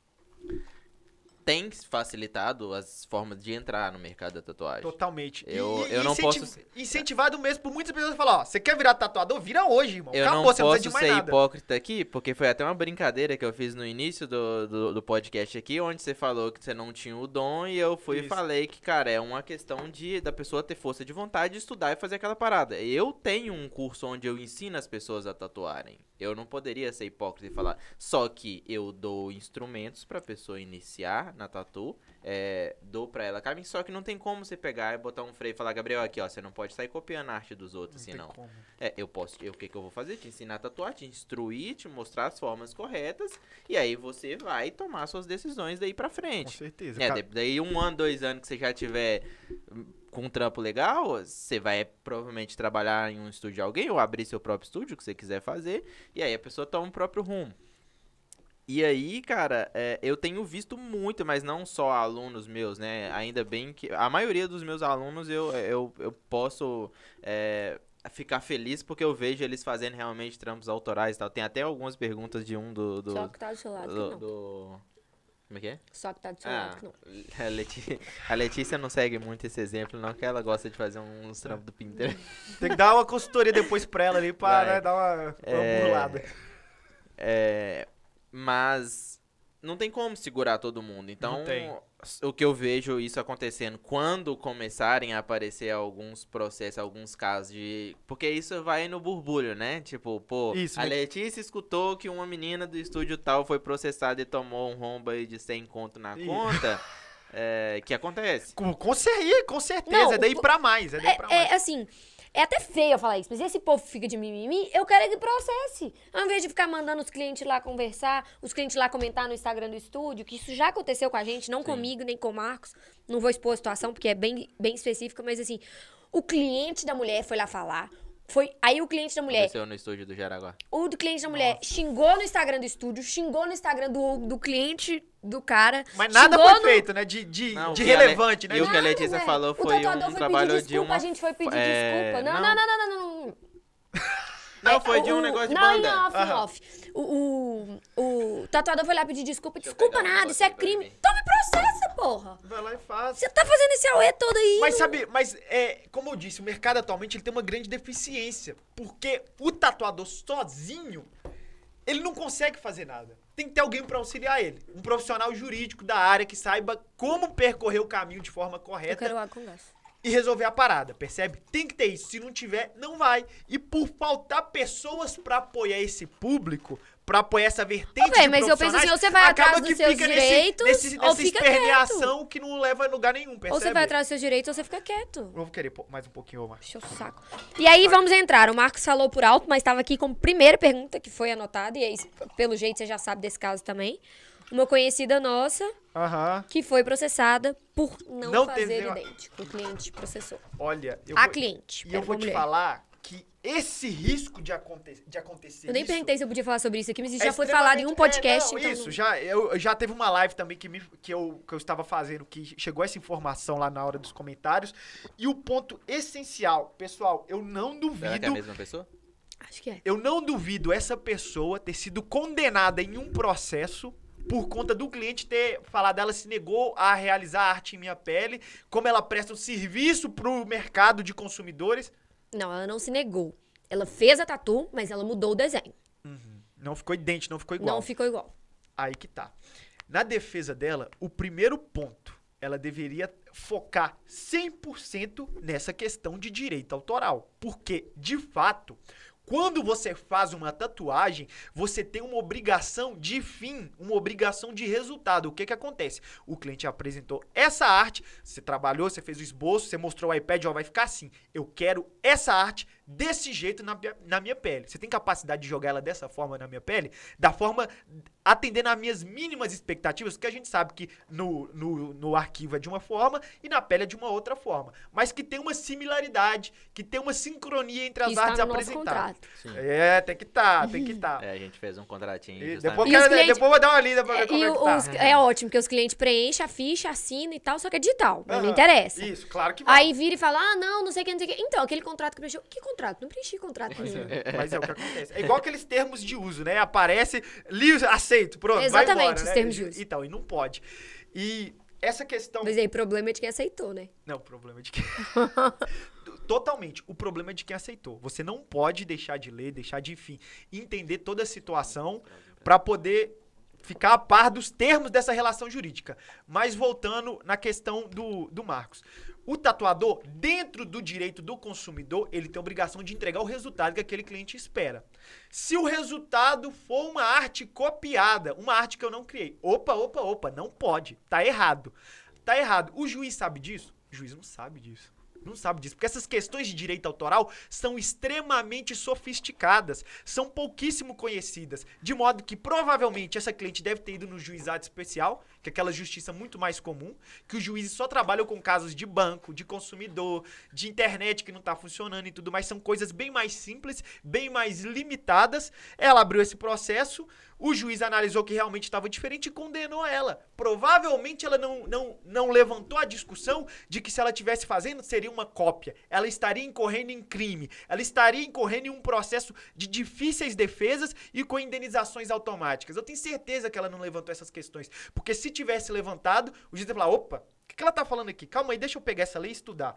[SPEAKER 1] tem facilitado as formas de entrar no mercado da tatuagem.
[SPEAKER 3] Totalmente.
[SPEAKER 1] Eu não posso-
[SPEAKER 3] Incentivado mesmo por muitas pessoas falar, ó, você quer virar tatuador? Vira hoje, irmão.
[SPEAKER 1] Eu
[SPEAKER 3] Acabou,
[SPEAKER 1] não
[SPEAKER 3] você não precisa
[SPEAKER 1] posso
[SPEAKER 3] de mais
[SPEAKER 1] ser
[SPEAKER 3] nada.
[SPEAKER 1] hipócrita aqui, porque foi até uma brincadeira que eu fiz no início do podcast aqui, onde você falou que você não tinha o dom, e eu fui e
[SPEAKER 3] Isso.
[SPEAKER 1] falei que, cara, é uma questão da pessoa ter força de vontade de estudar e fazer aquela parada. Eu tenho um curso onde eu ensino as pessoas a tatuarem. Eu não poderia ser hipócrita e falar, só que eu dou instrumentos pra pessoa iniciar na tatu, dou pra ela caminho, só que não tem como você pegar e botar um freio e falar, Gabriel, aqui ó, você não pode sair copiando a arte dos outros, assim,
[SPEAKER 3] tem
[SPEAKER 1] não.
[SPEAKER 3] como.
[SPEAKER 1] O que que eu vou fazer? Te ensinar a tatuar, te instruir, te mostrar as formas corretas, e aí você vai tomar suas decisões daí pra
[SPEAKER 3] Com
[SPEAKER 1] frente.
[SPEAKER 3] certeza.
[SPEAKER 1] Daí 1 ano, 2 anos que você já tiver com um trampo legal, você vai provavelmente trabalhar em um estúdio de alguém, ou abrir seu próprio estúdio, que você quiser fazer, e aí a pessoa toma o próprio rumo. E aí, cara, eu tenho visto muito, mas não só alunos meus, né? Ainda bem que a maioria dos meus alunos eu posso ficar feliz porque eu vejo eles fazendo realmente trampos autorais e tal. Tem até algumas perguntas de um
[SPEAKER 2] Só que tá do seu lado que não.
[SPEAKER 1] Como é que é?
[SPEAKER 2] Só que tá do seu lado que não.
[SPEAKER 1] A Letícia não segue muito esse exemplo, não, que ela gosta de fazer uns trampos do Pinterest.
[SPEAKER 3] Tem que dar uma consultoria depois pra ela ali, pra
[SPEAKER 1] Vai.
[SPEAKER 3] né, dar uma burlada.
[SPEAKER 1] Mas não tem como segurar todo mundo. Então,
[SPEAKER 3] Não tem.
[SPEAKER 1] o que eu vejo isso acontecendo quando começarem a aparecer alguns processos, alguns casos de... Porque isso vai no burbulho, né? Tipo, pô,
[SPEAKER 3] Isso,
[SPEAKER 1] a
[SPEAKER 3] né?
[SPEAKER 1] Letícia escutou que uma menina do estúdio tal foi processada e tomou um rombo aí de 100 conto na conta. Que acontece.
[SPEAKER 3] Com certeza,
[SPEAKER 2] Não,
[SPEAKER 3] é daí pra mais. É daí pra mais.
[SPEAKER 2] Assim, é até feio eu falar isso, mas esse povo fica de mimimi, eu quero que processe. Ao invés de ficar mandando os clientes lá conversar, os clientes lá comentar no Instagram do estúdio, que isso já aconteceu com a gente, não comigo, nem com o Marcos. Não vou expor a situação, porque é bem específica, mas assim, o cliente da mulher foi lá falar. Aí o cliente da mulher,
[SPEAKER 1] Aconteceu no estúdio do Jaraguá.
[SPEAKER 2] o do cliente da mulher xingou no Instagram do estúdio, xingou no Instagram do cliente do cara.
[SPEAKER 3] Mas nada
[SPEAKER 2] xingou
[SPEAKER 3] foi
[SPEAKER 2] no-
[SPEAKER 3] feito, né? De
[SPEAKER 1] Não,
[SPEAKER 3] de
[SPEAKER 1] o que a
[SPEAKER 3] relevante, né?
[SPEAKER 1] E o que a
[SPEAKER 2] Nada,
[SPEAKER 1] Letícia
[SPEAKER 2] velho.
[SPEAKER 1] falou
[SPEAKER 2] O
[SPEAKER 1] foi
[SPEAKER 2] tatuador
[SPEAKER 1] um
[SPEAKER 2] foi
[SPEAKER 1] trabalho
[SPEAKER 2] pedir
[SPEAKER 1] de
[SPEAKER 2] desculpa,
[SPEAKER 1] uma...
[SPEAKER 2] a gente foi pedir desculpa. Não.
[SPEAKER 1] Não, foi de um negócio de
[SPEAKER 2] não,
[SPEAKER 1] banda.
[SPEAKER 2] Em off. O tatuador foi lá pedir desculpa.
[SPEAKER 1] Deixa eu
[SPEAKER 2] Desculpa
[SPEAKER 1] pegar um
[SPEAKER 2] nada, isso é
[SPEAKER 1] negócio aqui pra
[SPEAKER 2] crime.
[SPEAKER 1] mim.
[SPEAKER 2] Então me processa, porra.
[SPEAKER 3] Vai lá e faz.
[SPEAKER 2] Você tá fazendo esse auê todo aí.
[SPEAKER 3] Mas sabe, como eu disse, o mercado atualmente ele tem uma grande deficiência. Porque o tatuador sozinho, ele não consegue fazer nada. Tem que ter alguém pra auxiliar ele. Um profissional jurídico da área que saiba como percorrer o caminho de forma
[SPEAKER 2] Eu
[SPEAKER 3] correta
[SPEAKER 2] quero água com gás.
[SPEAKER 3] e resolver a parada, percebe? Tem que ter isso. Se não tiver, não vai. E por faltar pessoas pra apoiar esse público, pra apoiar essa vertente
[SPEAKER 2] Ô, véi,
[SPEAKER 3] de
[SPEAKER 2] mas eu penso assim, ou você vai
[SPEAKER 3] acaba
[SPEAKER 2] atrás dos
[SPEAKER 3] que
[SPEAKER 2] seus
[SPEAKER 3] fica
[SPEAKER 2] direitos,
[SPEAKER 3] nessa
[SPEAKER 2] ou fica
[SPEAKER 3] esperneação que não leva a lugar nenhum, percebe?
[SPEAKER 2] Ou você vai atrás dos seus direitos, ou você fica quieto.
[SPEAKER 3] Eu vou querer mais um pouquinho, Omar.
[SPEAKER 2] Deixa o saco. E aí, vamos entrar. O Marcos falou por alto, mas estava aqui como primeira pergunta que foi anotada. E aí, pelo jeito, você já sabe desse caso também. Uma conhecida nossa
[SPEAKER 3] Aham.
[SPEAKER 2] que foi processada por não
[SPEAKER 3] Não
[SPEAKER 2] fazer
[SPEAKER 3] ter-
[SPEAKER 2] idêntico. O cliente processou.
[SPEAKER 3] Olha,
[SPEAKER 2] A cliente.
[SPEAKER 3] E
[SPEAKER 2] era
[SPEAKER 3] eu vou
[SPEAKER 2] uma
[SPEAKER 3] te
[SPEAKER 2] mulher.
[SPEAKER 3] falar que esse risco de acontecer
[SPEAKER 2] Eu nem
[SPEAKER 3] isso
[SPEAKER 2] perguntei se eu podia falar sobre isso aqui, mas isso
[SPEAKER 3] é
[SPEAKER 2] já foi falado em um
[SPEAKER 3] extremamente-
[SPEAKER 2] podcast.
[SPEAKER 3] não,
[SPEAKER 2] então
[SPEAKER 3] isso,
[SPEAKER 2] não-
[SPEAKER 3] eu já teve uma live também que eu estava fazendo, que chegou essa informação lá na hora dos comentários. E o ponto essencial, pessoal, eu não
[SPEAKER 1] Será que é a
[SPEAKER 3] duvido,
[SPEAKER 1] mesma pessoa?
[SPEAKER 2] Acho que é.
[SPEAKER 3] eu não duvido essa pessoa ter sido condenada em um processo por conta do cliente ter falado, ela se negou a realizar a arte em minha pele, como ela presta um serviço pro mercado de consumidores.
[SPEAKER 2] Não, ela não se negou. Ela fez a tatu, mas ela mudou o desenho.
[SPEAKER 3] Não ficou idêntico, não ficou igual.
[SPEAKER 2] Não ficou igual.
[SPEAKER 3] Aí que tá. Na defesa dela, o primeiro ponto, ela deveria focar 100% nessa questão de direito autoral. Porque, de fato, quando você faz uma tatuagem, você tem uma obrigação de fim, uma obrigação de resultado. O que que acontece? O cliente apresentou essa arte, você trabalhou, você fez o esboço, você mostrou o iPad, ó, vai ficar assim. Eu quero essa arte desse jeito na minha pele. Você tem capacidade de jogar ela dessa forma na minha pele? Da forma, atendendo às minhas mínimas expectativas, porque a gente sabe que no arquivo é de uma forma e na pele é de uma outra forma. Mas que tem uma similaridade, que tem uma sincronia entre as artes apresentadas.
[SPEAKER 1] Sim.
[SPEAKER 3] É, tem que tá.
[SPEAKER 1] A gente fez um contratinho.
[SPEAKER 3] E
[SPEAKER 1] justamente.
[SPEAKER 3] depois vou dar uma lida pra ver como é que tá.
[SPEAKER 2] É ótimo, porque os clientes preenchem a ficha, assinam e tal, só que é digital, mas não
[SPEAKER 3] Aham.
[SPEAKER 2] interessa.
[SPEAKER 3] Isso, claro que vai.
[SPEAKER 2] Aí vira e fala, não sei o que, não sei o que. Então, aquele contrato que preencheu. Que contrato? Não preenchi contrato nenhum.
[SPEAKER 3] Mas é o que acontece. É igual aqueles termos de uso, né? Aparece, li, aceito, pronto,
[SPEAKER 2] Exatamente,
[SPEAKER 3] vai embora,
[SPEAKER 2] os
[SPEAKER 3] né?
[SPEAKER 2] termos de uso.
[SPEAKER 3] Então, e não pode. E essa questão...
[SPEAKER 2] Mas aí, o problema é de quem aceitou, né?
[SPEAKER 3] Não, o problema é de quem... Totalmente. O problema é de quem aceitou. Você não pode deixar de ler, deixar de, enfim, entender toda a situação para poder ficar a par dos termos dessa relação jurídica. Mas voltando na questão do Marcos. O tatuador, dentro do direito do consumidor, ele tem a obrigação de entregar o resultado que aquele cliente espera. Se o resultado for uma arte copiada, uma arte que eu não criei, opa, não pode. Tá errado. Tá errado. O juiz sabe disso? O juiz não sabe disso. Não sabe disso, porque essas questões de direito autoral são extremamente sofisticadas, são pouquíssimo conhecidas, de modo que provavelmente essa cliente deve ter ido no juizado especial, que é aquela justiça muito mais comum, que os juízes só trabalham com casos de banco, de consumidor, de internet que não tá funcionando e tudo mais, são coisas bem mais simples, bem mais limitadas. Ela abriu esse processo, o juiz analisou que realmente estava diferente e condenou ela. Provavelmente ela não levantou a discussão de que se ela estivesse fazendo seria uma cópia. Ela estaria incorrendo em crime. Ela estaria incorrendo em um processo de difíceis defesas e com indenizações automáticas. Eu tenho certeza que ela não levantou essas questões. Porque se tivesse levantado, o juiz ia falar, opa, o que ela tá falando aqui? Calma aí, deixa eu pegar essa lei e estudar.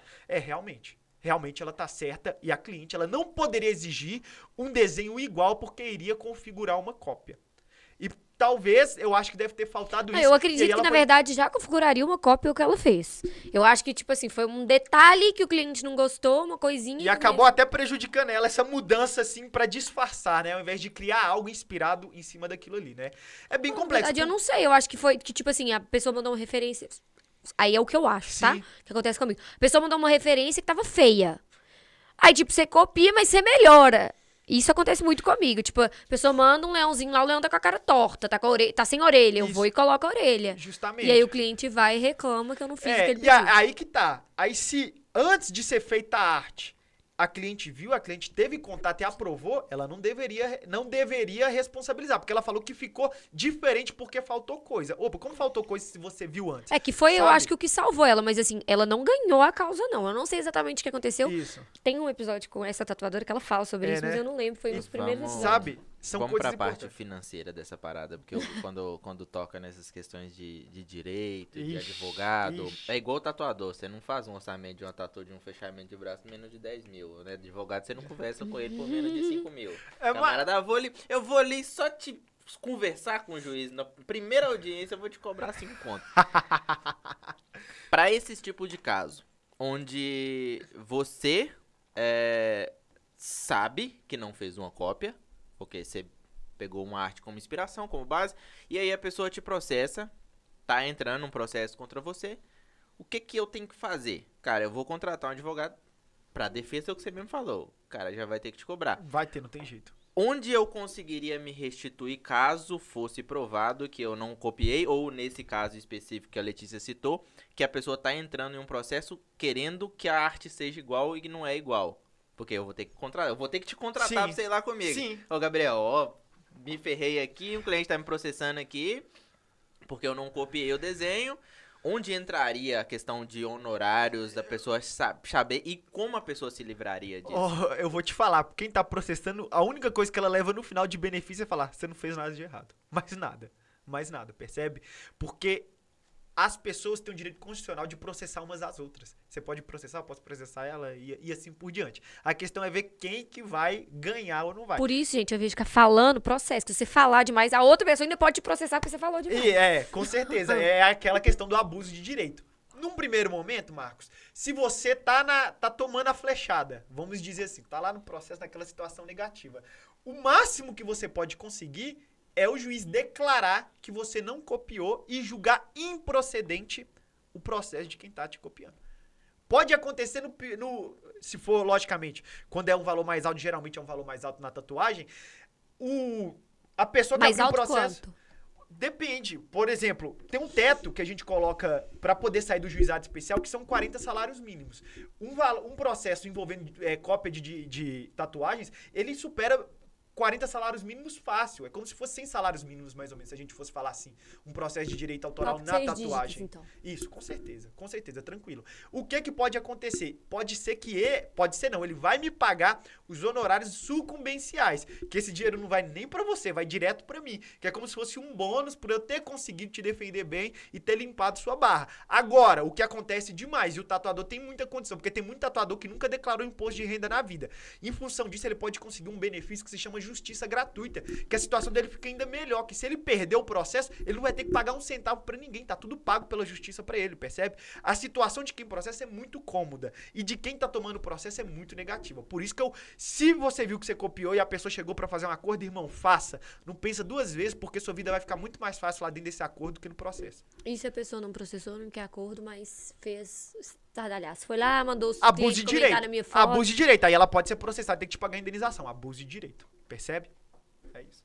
[SPEAKER 3] Realmente ela tá certa e a cliente ela não poderia exigir um desenho igual porque iria configurar uma cópia. E talvez, eu acho que deve ter faltado isso.
[SPEAKER 2] Eu acredito que, na verdade, já configuraria uma cópia o que ela fez. Eu acho que, tipo assim, foi um detalhe que o cliente não gostou, uma coisinha.
[SPEAKER 3] E acabou até prejudicando ela, essa mudança, assim, pra disfarçar, né? Ao invés de criar algo inspirado em cima daquilo ali, né? É bem complexo.
[SPEAKER 2] Na verdade, eu não sei. Eu acho que foi que, tipo assim, a pessoa mandou uma referência. Aí é o que eu acho, tá?
[SPEAKER 3] Sim.
[SPEAKER 2] O que acontece comigo. A pessoa mandou uma referência que tava feia. Aí, tipo, você copia, mas você melhora. Isso acontece muito comigo. Tipo, a pessoa manda um leãozinho lá, o leão tá com a cara torta, tá sem orelha. Eu
[SPEAKER 3] Isso.
[SPEAKER 2] vou e coloco a orelha.
[SPEAKER 3] Justamente.
[SPEAKER 2] E aí o cliente vai e reclama que eu não fiz o que ele
[SPEAKER 3] E
[SPEAKER 2] pediu.
[SPEAKER 3] aí que tá. Aí se antes de ser feita a arte, a cliente viu, a cliente teve contato e aprovou, ela não deveria responsabilizar, porque ela falou que ficou diferente porque faltou coisa. Opa, como faltou coisa se você viu antes?
[SPEAKER 2] É que foi, eu
[SPEAKER 3] Sabe?
[SPEAKER 2] acho que o que salvou ela, mas assim, ela não ganhou a causa, não. Eu não sei exatamente o que aconteceu.
[SPEAKER 3] Isso.
[SPEAKER 2] Tem um episódio com essa tatuadora que ela fala sobre isso,
[SPEAKER 3] né?
[SPEAKER 2] mas eu não lembro. Foi
[SPEAKER 1] E
[SPEAKER 2] nos primeiros
[SPEAKER 1] vamos-
[SPEAKER 2] episódios.
[SPEAKER 3] Sabe? São
[SPEAKER 1] Vamos
[SPEAKER 3] coisas
[SPEAKER 1] pra parte
[SPEAKER 3] importantes.
[SPEAKER 1] financeira dessa parada, porque quando toca nessas questões de direito, de
[SPEAKER 3] Ixi,
[SPEAKER 1] advogado,
[SPEAKER 3] ixi.
[SPEAKER 1] é igual o tatuador, você não faz um orçamento de uma tatu de um fechamento de braço menos de 10 mil, né? Advogado, você não conversa com ele por menos de 5 mil.
[SPEAKER 3] É,
[SPEAKER 1] Camarada, eu vou ali só te conversar com o juiz, na primeira audiência eu vou te cobrar 5 conto. Pra esse tipo de caso, onde você sabe que não fez uma cópia, porque você pegou uma arte como inspiração, como base, e aí a pessoa te processa, tá entrando um processo contra você, o que que eu tenho que fazer? Cara, eu vou contratar um advogado pra defesa, é o que você mesmo falou, o cara já vai ter que te cobrar.
[SPEAKER 3] Vai ter, não tem jeito.
[SPEAKER 1] Onde eu conseguiria me restituir caso fosse provado que eu não copiei, ou nesse caso específico que a Letícia citou, que a pessoa tá entrando em um processo querendo que a arte seja igual e que não é igual. Porque eu vou ter que te contratar
[SPEAKER 3] Sim.
[SPEAKER 1] pra você ir lá comigo.
[SPEAKER 3] Sim.
[SPEAKER 1] Ô, Gabriel, ó, me ferrei aqui, o cliente tá me processando aqui, porque eu não copiei o desenho. Onde entraria a questão de honorários da pessoa saber e como a pessoa se livraria disso?
[SPEAKER 3] Oh, eu vou te falar, quem tá processando, a única coisa que ela leva no final de benefício é falar, você não fez nada de errado. Mais nada, percebe? Porque as pessoas têm o direito constitucional de processar umas às outras. Você pode processar, eu posso processar ela e assim por diante. A questão é ver quem que vai ganhar ou não vai.
[SPEAKER 2] Por isso, gente, ao invés de ficar falando, processo. Se você falar demais, a outra pessoa ainda pode te processar porque você falou demais.
[SPEAKER 3] Com certeza. É aquela questão do abuso de direito. Num primeiro momento, Marcos, se você tá tomando a flechada, vamos dizer assim, tá lá no processo, naquela situação negativa, o máximo que você pode conseguir é o juiz declarar que você não copiou e julgar improcedente o processo de quem tá te copiando. Pode acontecer se for, logicamente, quando é um valor mais alto, geralmente é um valor mais alto na tatuagem, a pessoa que
[SPEAKER 2] mais
[SPEAKER 3] abriu o
[SPEAKER 2] alto
[SPEAKER 3] processo...
[SPEAKER 2] quanto?
[SPEAKER 3] Depende. Por exemplo, tem um teto que a gente coloca para poder sair do juizado especial, que são 40 salários mínimos. Um processo envolvendo cópia de tatuagens, ele supera 40 salários mínimos fácil. É como se fosse 100 salários mínimos, mais ou menos, se a gente fosse falar assim. Um processo de direito autoral na tatuagem.
[SPEAKER 2] Dígitos, então.
[SPEAKER 3] Isso, com certeza, tranquilo. O que pode acontecer? Pode ser não, ele vai me pagar os honorários sucumbenciais, que esse dinheiro não vai nem pra você, vai direto pra mim, que é como se fosse um bônus por eu ter conseguido te defender bem e ter limpado sua barra. Agora, o que acontece demais, e o tatuador tem muita condição, porque tem muito tatuador que nunca declarou imposto de renda na vida. Em função disso, ele pode conseguir um benefício que se chama justiça gratuita, que a situação dele fica ainda melhor, que se ele perder o processo, ele não vai ter que pagar um centavo pra ninguém, tá tudo pago pela justiça pra ele, percebe? A situação de quem processa é muito cômoda, e de quem tá tomando o processo é muito negativa. Por isso que se você viu que você copiou e a pessoa chegou pra fazer um acordo, irmão, faça. Não pensa duas vezes, porque sua vida vai ficar muito mais fácil lá dentro desse acordo do que no processo.
[SPEAKER 2] E se a pessoa não processou, não quer acordo, mas fez estardalhaço? Foi lá, mandou os
[SPEAKER 3] abuso de direito.
[SPEAKER 2] Na minha foto.
[SPEAKER 3] Abuso de direito. Aí ela pode ser processada, tem que te pagar a indenização. Abuso de direito. Percebe? É isso.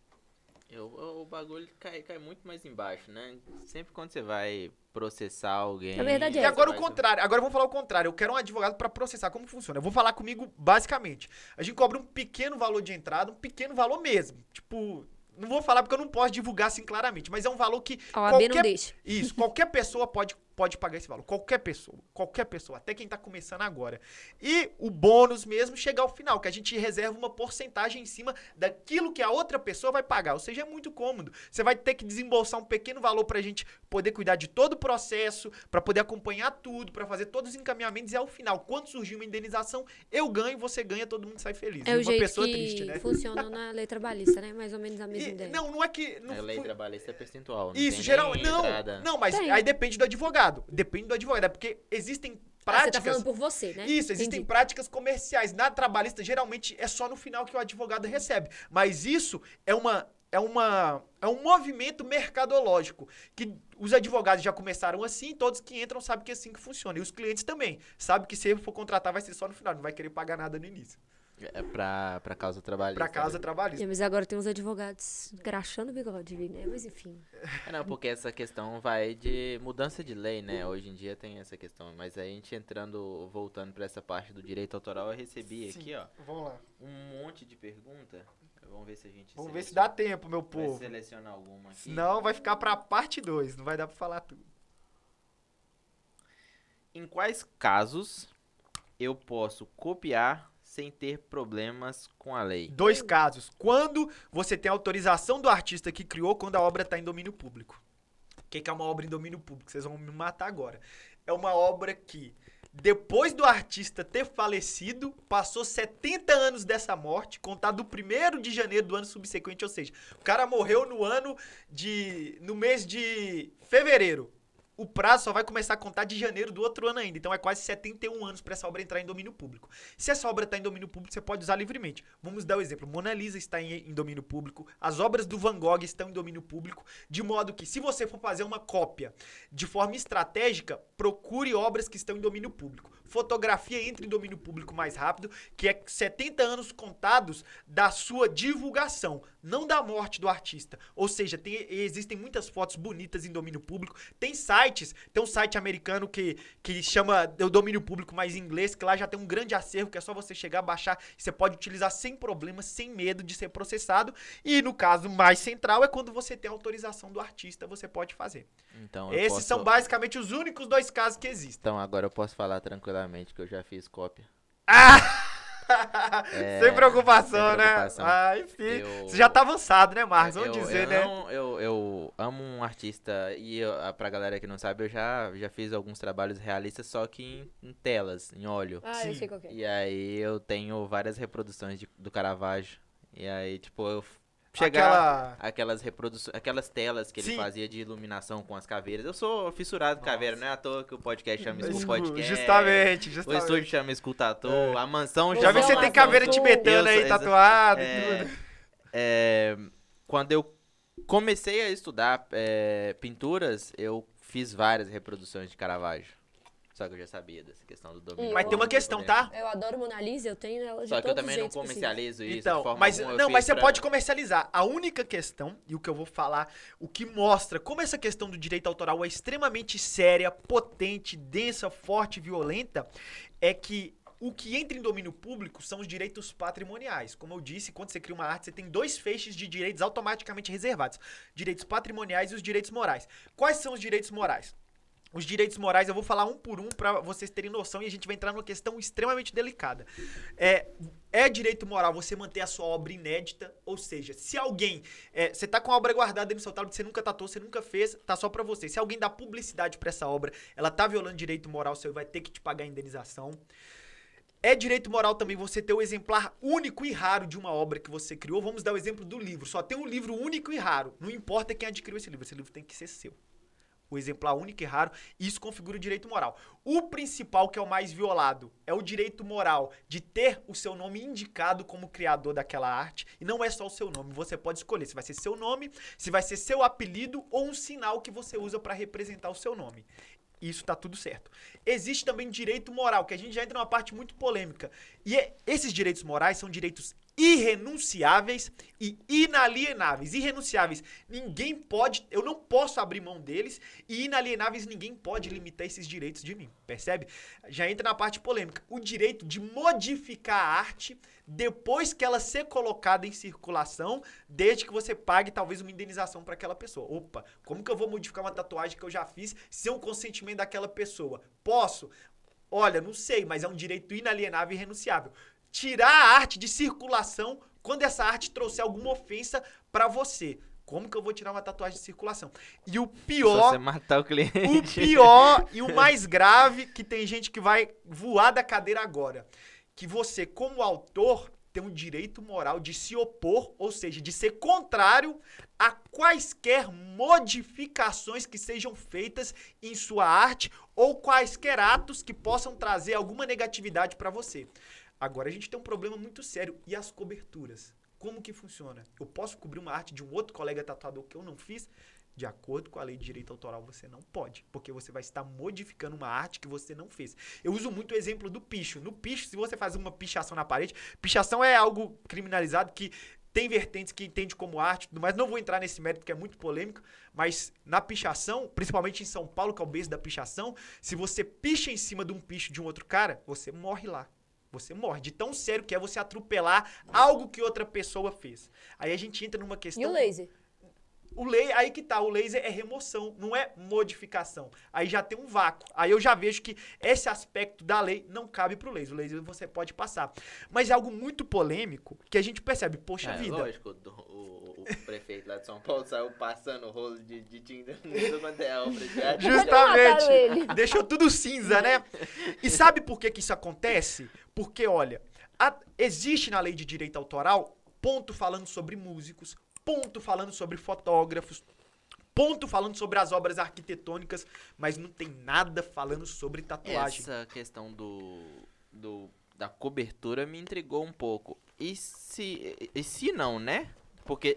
[SPEAKER 1] O bagulho cai muito mais embaixo, né? Sempre quando você vai processar alguém...
[SPEAKER 2] A verdade é
[SPEAKER 3] E agora o contrário. Agora vamos falar o contrário. Eu quero um advogado pra processar. Como funciona? Eu vou falar comigo basicamente. A gente cobra um pequeno valor de entrada, um pequeno valor mesmo. Tipo... Não vou falar porque eu não posso divulgar assim claramente, mas é um valor que...
[SPEAKER 2] A OAB não deixa.
[SPEAKER 3] Isso, qualquer pessoa pode pagar esse valor. Qualquer pessoa, até quem tá começando agora. E o bônus mesmo chega ao final, que a gente reserva uma porcentagem em cima daquilo que a outra pessoa vai pagar. Ou seja, é muito cômodo. Você vai ter que desembolsar um pequeno valor pra gente poder cuidar de todo o processo, pra poder acompanhar tudo, pra fazer todos os encaminhamentos e ao final, quando surgir uma indenização, eu ganho, você ganha, todo mundo sai feliz.
[SPEAKER 2] É
[SPEAKER 3] e
[SPEAKER 2] o
[SPEAKER 3] uma
[SPEAKER 2] jeito
[SPEAKER 3] pessoa
[SPEAKER 2] que
[SPEAKER 3] triste, né?
[SPEAKER 2] funciona na lei trabalhista, né? Mais ou menos a mesma ideia.
[SPEAKER 3] Não é que...
[SPEAKER 1] A lei trabalhista é percentual.
[SPEAKER 3] Isso, geralmente... Não, mas
[SPEAKER 2] Tem.
[SPEAKER 3] aí depende do advogado. Depende do advogado, é porque existem
[SPEAKER 2] Você
[SPEAKER 3] práticas...
[SPEAKER 2] tá falando por você, né?
[SPEAKER 3] Isso, existem
[SPEAKER 2] Entendi.
[SPEAKER 3] práticas comerciais. Na trabalhista, geralmente, é só no final que o advogado recebe. Mas isso é um movimento mercadológico, que os advogados já começaram assim, todos que entram sabem que é assim que funciona. E os clientes também. Sabem que se ele for contratar, vai ser só no final, não vai querer pagar nada no início.
[SPEAKER 1] É pra causa trabalhista.
[SPEAKER 3] Pra causa trabalhista.
[SPEAKER 2] Mas agora tem uns advogados crachando o bigode, né? Mas enfim.
[SPEAKER 1] Não, porque essa questão vai de mudança de lei, né? Hoje em dia tem essa questão. Mas aí a gente voltando pra essa parte do direito autoral, eu recebi aqui, ó,
[SPEAKER 3] Vamos lá.
[SPEAKER 1] um monte de pergunta. Vamos ver se a gente
[SPEAKER 3] Vamos ver se dá tempo, meu
[SPEAKER 1] vai
[SPEAKER 3] povo.
[SPEAKER 1] selecionar alguma aqui.
[SPEAKER 3] Senão vai ficar pra parte 2, não vai dar pra falar tudo.
[SPEAKER 1] Em quais casos eu posso copiar sem ter problemas com a lei?
[SPEAKER 3] 2 casos. Quando você tem autorização do artista que criou, quando a obra está em domínio público. O que é uma obra em domínio público? Vocês vão me matar agora. É uma obra que, depois do artista ter falecido, passou 70 anos dessa morte, contado do 1º de janeiro do ano subsequente, ou seja, o cara morreu no mês de fevereiro. O prazo só vai começar a contar de janeiro do outro ano ainda. Então é quase 71 anos para essa obra entrar em domínio público. Se essa obra está em domínio público, você pode usar livremente. Vamos dar o exemplo. Mona Lisa está em domínio público. As obras do Van Gogh estão em domínio público. De modo que, se você for fazer uma cópia de forma estratégica, procure obras que estão em domínio público. Fotografia entra em domínio público mais rápido, que é 70 anos contados da sua divulgação, não da morte do artista. Ou seja, existem muitas fotos bonitas em domínio público. Tem um site americano que chama o domínio público, mas em inglês, que lá já tem um grande acervo, que é só você chegar, baixar, e você pode utilizar sem problema, sem medo de ser processado. E no caso mais central é quando você tem a autorização do artista, você pode fazer.
[SPEAKER 1] Então,
[SPEAKER 3] Esses são basicamente os únicos 2 casos que existem.
[SPEAKER 1] Então agora eu posso falar tranquilamente que eu já fiz cópia.
[SPEAKER 3] Sem preocupação,
[SPEAKER 1] sem preocupação.
[SPEAKER 3] né? Ah, enfim. Você já tá avançado, né, Marcos? Vamos dizer, né?
[SPEAKER 1] Eu amo um artista e pra galera que não sabe, eu já fiz alguns trabalhos realistas, só que em telas, em óleo.
[SPEAKER 2] Ah, eu sei qual que é.
[SPEAKER 1] E aí eu tenho várias reproduções do Caravaggio. E aí, tipo, eu chegar aquelas reproduções, aquelas telas que ele fazia de iluminação com as caveiras. Eu sou fissurado em caveira, não é à toa que o podcast chama School Podcast.
[SPEAKER 3] Justamente.
[SPEAKER 1] O estúdio chama Escultator, a mansão
[SPEAKER 3] já vi que você tem caveira tibetana aí, tatuada e tudo.
[SPEAKER 1] Quando eu comecei a estudar pinturas, eu fiz várias reproduções de Caravaggio. Só que eu já sabia dessa questão do domínio.
[SPEAKER 3] Mas tem uma questão, tá?
[SPEAKER 2] Eu adoro Mona Lisa, eu tenho ela de
[SPEAKER 1] Só que eu
[SPEAKER 2] todos
[SPEAKER 1] também
[SPEAKER 2] os
[SPEAKER 1] não
[SPEAKER 2] jeitos
[SPEAKER 1] comercializo isso
[SPEAKER 3] então,
[SPEAKER 1] de forma
[SPEAKER 3] mas
[SPEAKER 1] alguma.
[SPEAKER 3] não, mas você pode comercializar. A única questão, e o que eu vou falar, o que mostra como essa questão do direito autoral é extremamente séria, potente, densa, forte e violenta, é que o que entra em domínio público são os direitos patrimoniais. Como eu disse, quando você cria uma arte, você tem 2 feixes de direitos automaticamente reservados. Direitos patrimoniais e os direitos morais. Quais são os direitos morais? Os direitos morais, eu vou falar um por um para vocês terem noção e a gente vai entrar numa questão extremamente delicada. É direito moral você manter a sua obra inédita, ou seja, se alguém... você tá com a obra guardada no seu tablet, você nunca tatuou, você nunca fez, tá só pra você. Se alguém dá publicidade pra essa obra, ela tá violando direito moral, você vai ter que te pagar a indenização. É direito moral também você ter o exemplar único e raro de uma obra que você criou. Vamos dar o exemplo do livro. Só tem um livro único e raro. Não importa quem adquiriu esse livro tem que ser seu. O exemplar único e raro, isso configura o direito moral. O principal, que é o mais violado, é o direito moral de ter o seu nome indicado como criador daquela arte. E não é só o seu nome, você pode escolher se vai ser seu nome, se vai ser seu apelido ou um sinal que você usa para representar o seu nome. Isso tá tudo certo. Existe também direito moral, que a gente já entra numa parte muito polêmica. E esses direitos morais são direitos irrenunciáveis e inalienáveis. Irrenunciáveis, ninguém pode, eu não posso abrir mão deles, e inalienáveis, ninguém pode limitar esses direitos de mim, percebe? Já entra na parte polêmica. O direito de modificar a arte depois que ela ser colocada em circulação, desde que você pague talvez uma indenização para aquela pessoa. Opa, como que eu vou modificar uma tatuagem que eu já fiz sem o consentimento daquela pessoa? Posso? Olha, não sei, mas é um direito inalienável e irrenunciável. Tirar a arte de circulação quando essa arte trouxer alguma ofensa pra você. Como que eu vou tirar uma tatuagem de circulação? E o pior...
[SPEAKER 1] Só você matar o cliente.
[SPEAKER 3] O pior e o mais grave, que tem gente que vai voar da cadeira agora. Que você, como autor, tem o direito moral de se opor, ou seja, de ser contrário a quaisquer modificações que sejam feitas em sua arte ou quaisquer atos que possam trazer alguma negatividade pra você. Agora, a gente tem um problema muito sério. E as coberturas? Como que funciona? Eu posso cobrir uma arte de um outro colega tatuador que eu não fiz? De acordo com a lei de direito autoral, você não pode. Porque você vai estar modificando uma arte que você não fez. Eu uso muito o exemplo do picho. No picho, se você faz uma pichação na parede... Pichação é algo criminalizado que tem vertentes que entende como arte, mas não vou entrar nesse mérito que é muito polêmico, mas na pichação, principalmente em São Paulo, que é o berço da pichação, se você picha em cima de um picho de um outro cara, você morre lá. Você morre. De tão sério que é você atropelar algo que outra pessoa fez. Aí a gente entra numa questão...
[SPEAKER 2] E o laser?
[SPEAKER 3] Aí que tá, o laser é remoção, não é modificação. Aí já tem um vácuo. Aí eu já vejo que esse aspecto da lei não cabe pro laser. O laser você pode passar. Mas é algo muito polêmico que a gente percebe, poxa vida.
[SPEAKER 1] Lógico, o prefeito lá de São Paulo saiu passando o rolo de tinta no quanto é a obra de arte.
[SPEAKER 3] Justamente. Deixou tudo cinza, né? E sabe por que isso acontece? Porque, olha, existe na lei de direito autoral ponto falando sobre músicos, ponto falando sobre fotógrafos, ponto falando sobre as obras arquitetônicas, mas não tem nada falando sobre tatuagem.
[SPEAKER 1] Essa questão da cobertura me intrigou um pouco. E se não, né? Porque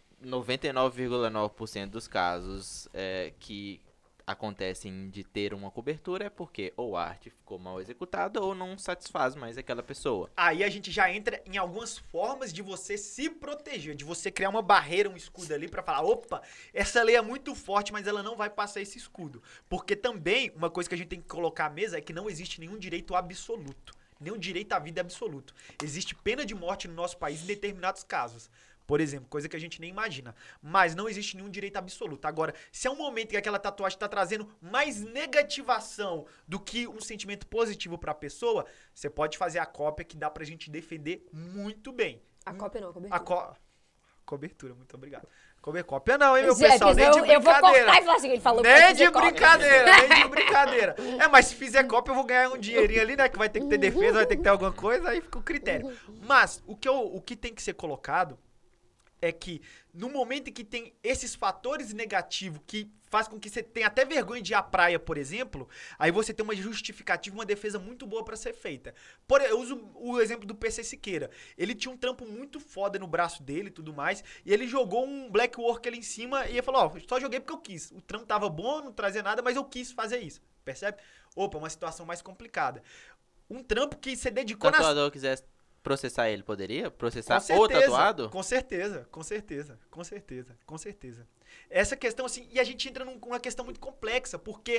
[SPEAKER 1] 99,9% dos casos que acontecem de ter uma cobertura é porque ou a arte ficou mal executada ou não satisfaz mais aquela pessoa.
[SPEAKER 3] Aí a gente já entra em algumas formas de você se proteger, de você criar uma barreira, um escudo ali pra falar, opa, essa lei é muito forte, mas ela não vai passar esse escudo. Porque também, uma coisa que a gente tem que colocar à mesa é que não existe nenhum direito absoluto, nenhum direito à vida absoluto. Existe pena de morte no nosso país em determinados casos. por exemplo, coisa que a gente nem imagina. Mas não existe nenhum direito absoluto. Agora, se é um momento que aquela tatuagem está trazendo mais negativação do que um sentimento positivo para a pessoa, você pode fazer a cópia que dá pra gente defender muito bem.
[SPEAKER 2] A cópia não, a cobertura.
[SPEAKER 3] Cobertura, muito obrigado. Cópia não, hein, meu pessoal? Nem de brincadeira.
[SPEAKER 2] Eu vou cortar e falar assim, ele falou
[SPEAKER 3] nem de brincadeira, nem de brincadeira. Mas se fizer cópia, eu vou ganhar um dinheirinho ali, né? Que vai ter que ter defesa, vai ter que ter alguma coisa, aí fica o critério. Mas, o que tem que ser colocado é que no momento em que tem esses fatores negativos que faz com que você tenha até vergonha de ir à praia, por exemplo, aí você tem uma justificativa, uma defesa muito boa pra ser feita. Eu uso o exemplo do PC Siqueira. Ele tinha um trampo muito foda no braço dele e tudo mais, e ele jogou um black work ali em cima e ele falou, só joguei porque eu quis. O trampo tava bom, não trazia nada, mas eu quis fazer isso. Percebe? Opa, uma situação mais complicada. Um trampo que você dedicou
[SPEAKER 1] Se o tatuador quisesse processar ele, poderia? Processar o tatuado?
[SPEAKER 3] Com certeza. Essa questão, assim, e a gente entra numa questão muito complexa, porque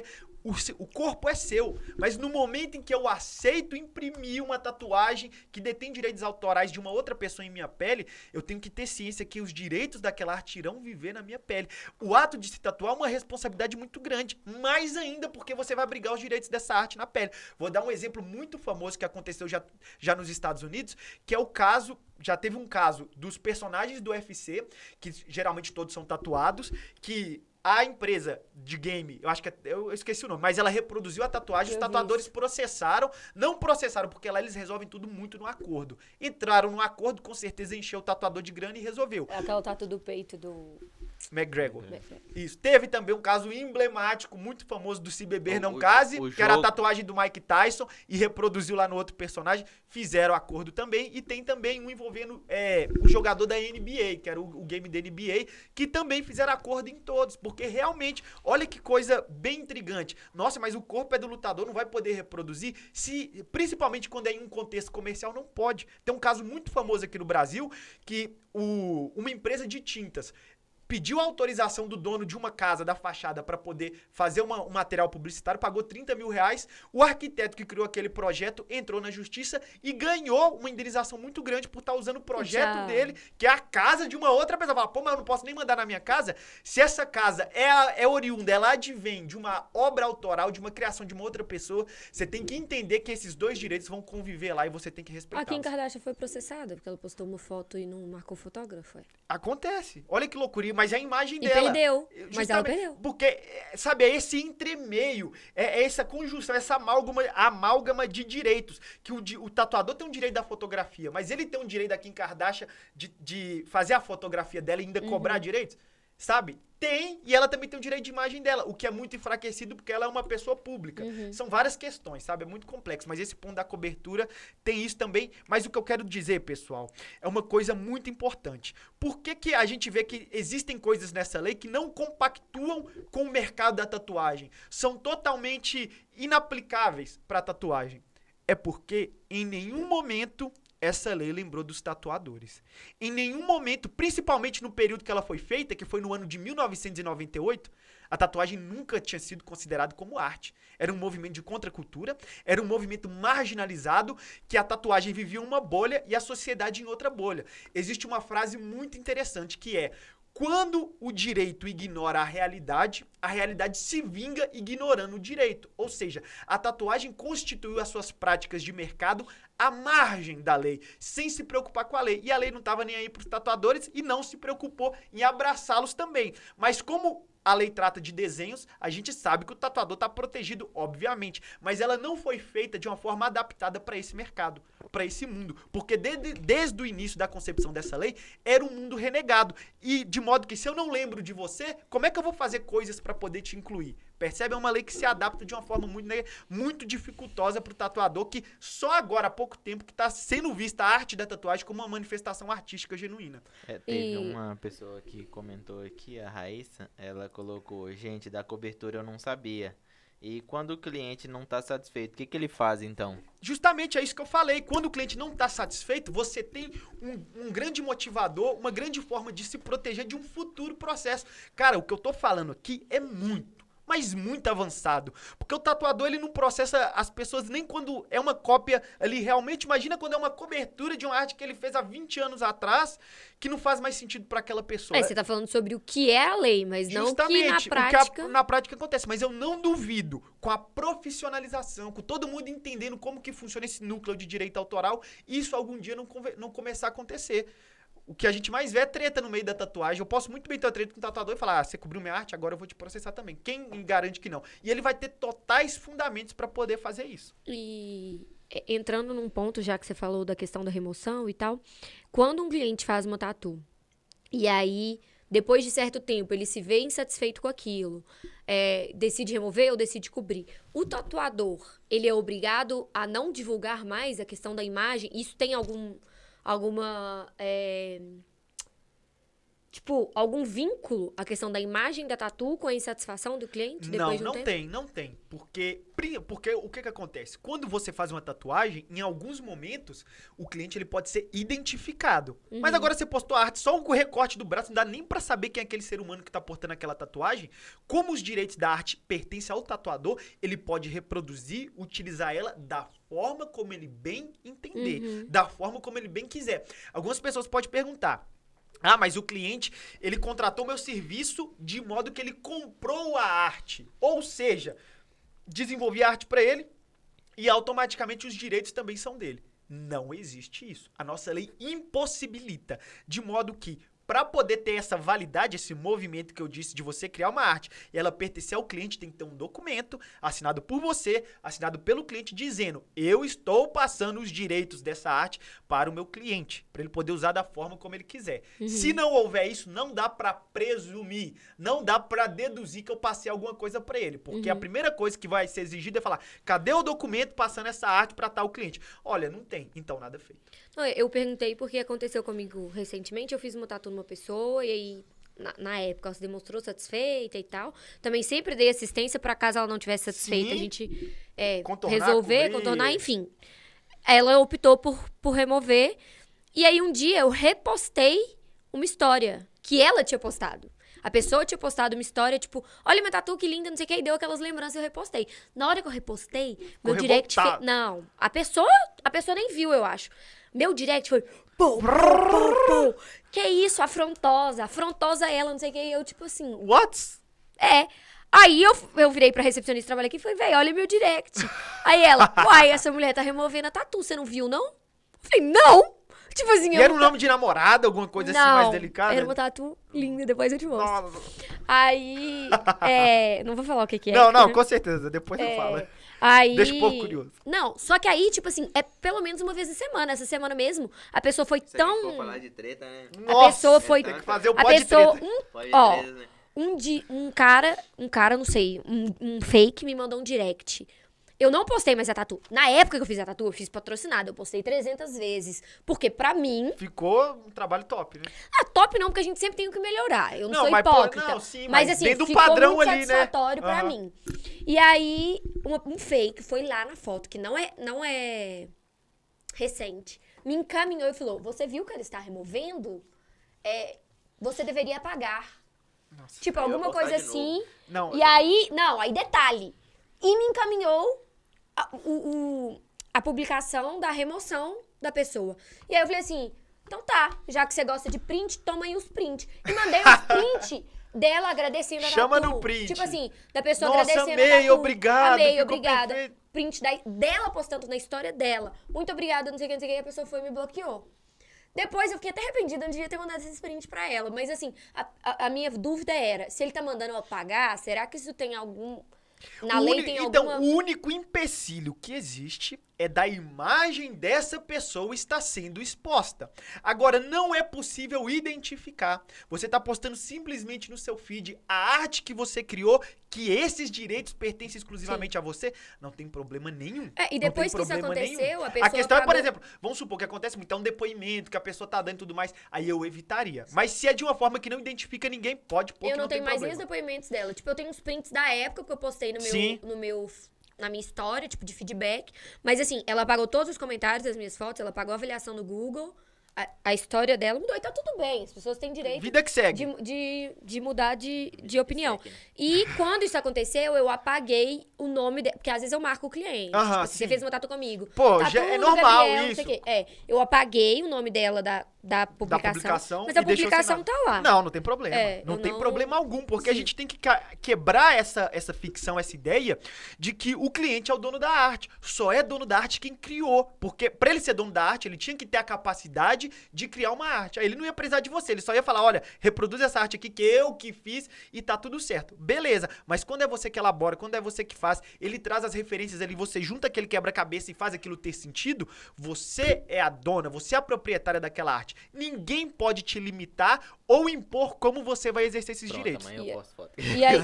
[SPEAKER 3] o corpo é seu, mas no momento em que eu aceito imprimir uma tatuagem que detém direitos autorais de uma outra pessoa em minha pele, eu tenho que ter ciência que os direitos daquela arte irão viver na minha pele. O ato de se tatuar é uma responsabilidade muito grande, mais ainda porque você vai abrigar os direitos dessa arte na pele. Vou dar um exemplo muito famoso que aconteceu já nos Estados Unidos, que é o caso... Já teve um caso dos personagens do UFC, que geralmente todos são tatuados, que a empresa de game, eu acho que eu esqueci o nome, mas ela reproduziu a tatuagem, os tatuadores processaram, não processaram, porque lá eles resolvem tudo muito no acordo. Entraram no acordo, com certeza encheu o tatuador de grana e resolveu.
[SPEAKER 2] É aquela tatu do peito do...
[SPEAKER 3] McGregor. Isso. Teve também um caso emblemático, muito famoso do Se Beber Não Case, que era a tatuagem do Mike Tyson e reproduziu lá no outro personagem. Fizeram acordo também. E tem também um envolvendo o jogador da NBA, que era o game da NBA, que também fizeram acordo em todos. Porque realmente, olha que coisa bem intrigante. Nossa, mas o corpo é do lutador, não vai poder reproduzir? Principalmente quando é em um contexto comercial, não pode. Tem um caso muito famoso aqui no Brasil, que uma empresa de tintas pediu a autorização do dono de uma casa da fachada para poder fazer um material publicitário, pagou 30 mil reais. O arquiteto que criou aquele projeto entrou na justiça e ganhou uma indenização muito grande por estar usando o projeto dele, que é a casa de uma outra pessoa. Fala, pô, mas eu não posso nem mandar na minha casa. Se essa casa é oriunda, ela advém de uma obra autoral, de uma criação de uma outra pessoa, você tem que entender que esses dois direitos vão conviver lá e você tem que respeitá-los.
[SPEAKER 2] A Kim Kardashian foi processada porque ela postou uma foto e não marcou o fotógrafo.
[SPEAKER 3] Acontece. Olha que loucura. Mas a imagem
[SPEAKER 2] e
[SPEAKER 3] dela...
[SPEAKER 2] perdeu. Mas ela perdeu.
[SPEAKER 3] Porque, sabe, é esse entremeio, é essa conjunção, essa amálgama de direitos. Que o tatuador tem um direito da fotografia, mas ele tem um direito da Kim Kardashian de fazer a fotografia dela e ainda cobrar direitos. Sabe? Tem, e ela também tem o direito de imagem dela, o que é muito enfraquecido porque ela é uma pessoa pública. São várias questões, sabe? É muito complexo, mas esse ponto da cobertura tem isso também. Mas o que eu quero dizer, pessoal, é uma coisa muito importante. Por que a gente vê que existem coisas nessa lei que não compactuam com o mercado da tatuagem? São totalmente inaplicáveis para a tatuagem. É porque em nenhum momento essa lei lembrou dos tatuadores. Em nenhum momento, principalmente no período que ela foi feita, que foi no ano de 1998, a tatuagem nunca tinha sido considerada como arte. Era um movimento de contracultura, era um movimento marginalizado, que a tatuagem vivia uma bolha e a sociedade em outra bolha. Existe uma frase muito interessante que é: quando o direito ignora a realidade se vinga ignorando o direito. Ou seja, a tatuagem constituiu as suas práticas de mercado à margem da lei, sem se preocupar com a lei. E a lei não estava nem aí para os tatuadores e não se preocupou em abraçá-los também. Mas como a lei trata de desenhos, a gente sabe que o tatuador está protegido, obviamente, mas ela não foi feita de uma forma adaptada para esse mercado, para esse mundo, porque desde o início da concepção dessa lei, era um mundo renegado, e de modo que se eu não lembro de você, como é que eu vou fazer coisas para poder te incluir? Percebe? É uma lei que se adapta de uma forma muito dificultosa para o tatuador, que só agora, há pouco tempo, que está sendo vista a arte da tatuagem como uma manifestação artística genuína.
[SPEAKER 1] Teve uma pessoa que comentou aqui, a Raíssa, ela colocou: gente, da cobertura eu não sabia. E quando o cliente não está satisfeito, o que ele faz então?
[SPEAKER 3] Justamente é isso que eu falei. Quando o cliente não está satisfeito, você tem um grande motivador, uma grande forma de se proteger de um futuro processo. Cara, o que eu tô falando aqui é mas muito avançado. Porque o tatuador, ele não processa as pessoas nem quando é uma cópia ali realmente. Imagina quando é uma cobertura de uma arte que ele fez há 20 anos atrás, que não faz mais sentido para aquela pessoa.
[SPEAKER 2] Você tá falando sobre o que é a lei, mas não que na prática...
[SPEAKER 3] o que na prática acontece. Mas eu não duvido, com a profissionalização, com todo mundo entendendo como que funciona esse núcleo de direito autoral, isso algum dia não começar a acontecer. O que a gente mais vê é treta no meio da tatuagem. Eu posso muito bem ter uma treta com o tatuador e falar, você cobriu minha arte, agora eu vou te processar também. Quem garante que não? E ele vai ter totais fundamentos para poder fazer isso.
[SPEAKER 2] E entrando num ponto, já que você falou da questão da remoção e tal, quando um cliente faz uma tatu, e aí, depois de certo tempo, ele se vê insatisfeito com aquilo, decide remover ou decide cobrir, o tatuador, ele é obrigado a não divulgar mais a questão da imagem? Isso tem alguma algum vínculo a questão da imagem da tatu com a insatisfação do cliente depois de um tempo?
[SPEAKER 3] Não tem. Porque o que acontece? Quando você faz uma tatuagem, em alguns momentos, o cliente ele pode ser identificado. Mas agora você postou a arte, só o recorte do braço, não dá nem pra saber quem é aquele ser humano que tá portando aquela tatuagem. Como os direitos da arte pertencem ao tatuador, ele pode reproduzir, utilizar ela da forma como ele bem entender, da forma como ele bem quiser. Algumas pessoas podem perguntar, mas o cliente, ele contratou meu serviço de modo que ele comprou a arte. Ou seja, desenvolvi a arte para ele e automaticamente os direitos também são dele. Não existe isso. A nossa lei impossibilita, de modo que, para poder ter essa validade, esse movimento que eu disse de você criar uma arte e ela pertencer ao cliente, tem que ter um documento assinado por você, assinado pelo cliente, dizendo, eu estou passando os direitos dessa arte para o meu cliente, para ele poder usar da forma como ele quiser. Se não houver isso, não dá para presumir, não dá para deduzir que eu passei alguma coisa para ele, porque a primeira coisa que vai ser exigida é falar, cadê o documento passando essa arte para tal cliente? Olha, não tem, então nada feito.
[SPEAKER 2] Eu perguntei porque aconteceu comigo recentemente, eu fiz uma tatu numa pessoa e aí, na época, ela se demonstrou satisfeita e tal. Também sempre dei assistência pra caso ela não tivesse satisfeita, a gente resolver, contornar, enfim. Ela optou por remover e aí um dia eu repostei uma história que ela tinha postado. A pessoa tinha postado uma história, tipo, olha minha tatu, que linda, não sei o que, e deu aquelas lembranças e eu repostei. Na hora que eu repostei, meu direct... Não, a pessoa nem viu, eu acho. Meu direct foi... Pô. Que isso, afrontosa ela, não sei o que, e eu, tipo assim...
[SPEAKER 3] What?
[SPEAKER 2] Aí eu virei pra recepcionista que trabalha aqui e falei, véi, olha meu direct. Aí ela, uai, essa mulher tá removendo a tatu, você não viu, não? Eu falei, não! Tipo assim,
[SPEAKER 3] e era um nome de namorada, alguma coisa assim mais delicada?
[SPEAKER 2] Era uma tatu linda, depois eu te mostro. Nossa. Aí, não vou falar o que é.
[SPEAKER 3] Não, com certeza, depois eu falo.
[SPEAKER 2] Aí...
[SPEAKER 3] Deixa um pouco curioso.
[SPEAKER 2] Não, só que aí, tipo assim, é pelo menos uma vez na semana. Essa semana mesmo, a pessoa foi tão...
[SPEAKER 1] Se for falar de treta, né?
[SPEAKER 2] A pessoa foi...
[SPEAKER 3] Tem que fazer o pó de treta.
[SPEAKER 2] Um cara, não sei, um fake me mandou um direct. Eu não postei mais a tatu. Na época que eu fiz a tatu, eu fiz patrocinado. Eu postei 300 vezes. Porque pra mim...
[SPEAKER 3] Ficou um trabalho top, né?
[SPEAKER 2] Top não, porque a gente sempre tem o que melhorar. Eu não sou hipócrita. Mas assim,
[SPEAKER 3] dentro do
[SPEAKER 2] ficou
[SPEAKER 3] padrão
[SPEAKER 2] muito
[SPEAKER 3] ali,
[SPEAKER 2] satisfatório pra mim. E aí, um fake foi lá na foto, que não é recente, me encaminhou e falou, você viu que ela está removendo? Você deveria apagar.
[SPEAKER 3] Nossa,
[SPEAKER 2] tipo, alguma coisa assim.
[SPEAKER 3] Não,
[SPEAKER 2] e aí, aí detalhe. E me encaminhou a publicação da remoção da pessoa. E aí eu falei assim, então tá, já que você gosta de print, toma aí os prints. E mandei os prints dela agradecendo a tatu.
[SPEAKER 3] Chama no print.
[SPEAKER 2] Tipo assim, da pessoa
[SPEAKER 3] Nossa,
[SPEAKER 2] agradecendo
[SPEAKER 3] amei,
[SPEAKER 2] a tatu.
[SPEAKER 3] obrigado.
[SPEAKER 2] Amei, obrigada.
[SPEAKER 3] Perfeito.
[SPEAKER 2] Print dela postando na história dela. Muito obrigada, não sei o que, não sei o que. E a pessoa foi e me bloqueou. Depois eu fiquei até arrependida, eu não devia ter mandado esses prints pra ela. Mas assim, a minha dúvida era, se ele tá mandando eu apagar, será que isso tem algum... Na lei tem alguma...
[SPEAKER 3] Então, o único empecilho que existe é da imagem dessa pessoa estar sendo exposta. Agora, não é possível identificar. Você está postando simplesmente no seu feed a arte que você criou, que esses direitos pertencem exclusivamente a você, não tem problema nenhum.
[SPEAKER 2] E depois que isso aconteceu,
[SPEAKER 3] nenhum.
[SPEAKER 2] A pessoa
[SPEAKER 3] A questão
[SPEAKER 2] pagou...
[SPEAKER 3] é, por exemplo, vamos supor que acontece muito, é um depoimento que a pessoa tá dando e tudo mais, aí eu evitaria. Mas se é de uma forma que não identifica ninguém, pode pôr.
[SPEAKER 2] Eu não tenho mais nem os depoimentos dela. Tipo, eu tenho uns prints da época que eu postei na minha história, tipo, de feedback. Mas assim, ela apagou todos os comentários das minhas fotos, ela apagou a avaliação no Google, a história dela mudou e tá tudo bem. As pessoas têm direito
[SPEAKER 3] Vida que segue.
[SPEAKER 2] de mudar de opinião. E quando isso aconteceu, eu apaguei o nome dela. Porque às vezes eu marco o cliente.
[SPEAKER 3] Aham,
[SPEAKER 2] Tipo, assim,
[SPEAKER 3] sim.
[SPEAKER 2] você fez uma tatu comigo.
[SPEAKER 3] Pô,
[SPEAKER 2] Tatu
[SPEAKER 3] já é
[SPEAKER 2] do
[SPEAKER 3] normal
[SPEAKER 2] Gabriel, não
[SPEAKER 3] isso.
[SPEAKER 2] sei o quê. Eu apaguei o nome dela da publicação. Mas a
[SPEAKER 3] e deixou
[SPEAKER 2] publicação
[SPEAKER 3] sem
[SPEAKER 2] tá
[SPEAKER 3] nada.
[SPEAKER 2] lá.
[SPEAKER 3] Não tem problema. Não
[SPEAKER 2] eu
[SPEAKER 3] tem
[SPEAKER 2] não-
[SPEAKER 3] problema algum, porque a
[SPEAKER 2] Sim.
[SPEAKER 3] gente tem que quebrar essa ficção, essa ideia de que o cliente é o dono da arte. Só é dono da arte quem criou. Porque pra ele ser dono da arte, ele tinha que ter a capacidade de criar uma arte. Aí ele não ia precisar de você, ele só ia falar, olha, reproduz essa arte aqui que eu que fiz e tá tudo certo. Beleza, mas quando é você que elabora, quando é você que faz, ele traz as referências ali, você junta aquele quebra-cabeça e faz aquilo ter sentido, você é a dona, você é a proprietária daquela arte. Ninguém pode te limitar ou impor como você vai exercer esses
[SPEAKER 1] Pronto,
[SPEAKER 3] direitos.
[SPEAKER 1] amanhã eu posto foto.
[SPEAKER 2] E aí,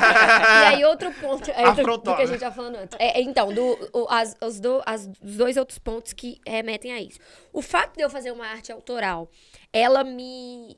[SPEAKER 2] e aí outro ponto do que
[SPEAKER 3] Afrontosa.
[SPEAKER 2] a gente tá falando antes. Então, os dois outros pontos que remetem a isso. O fato de eu fazer uma arte autoral, ela me...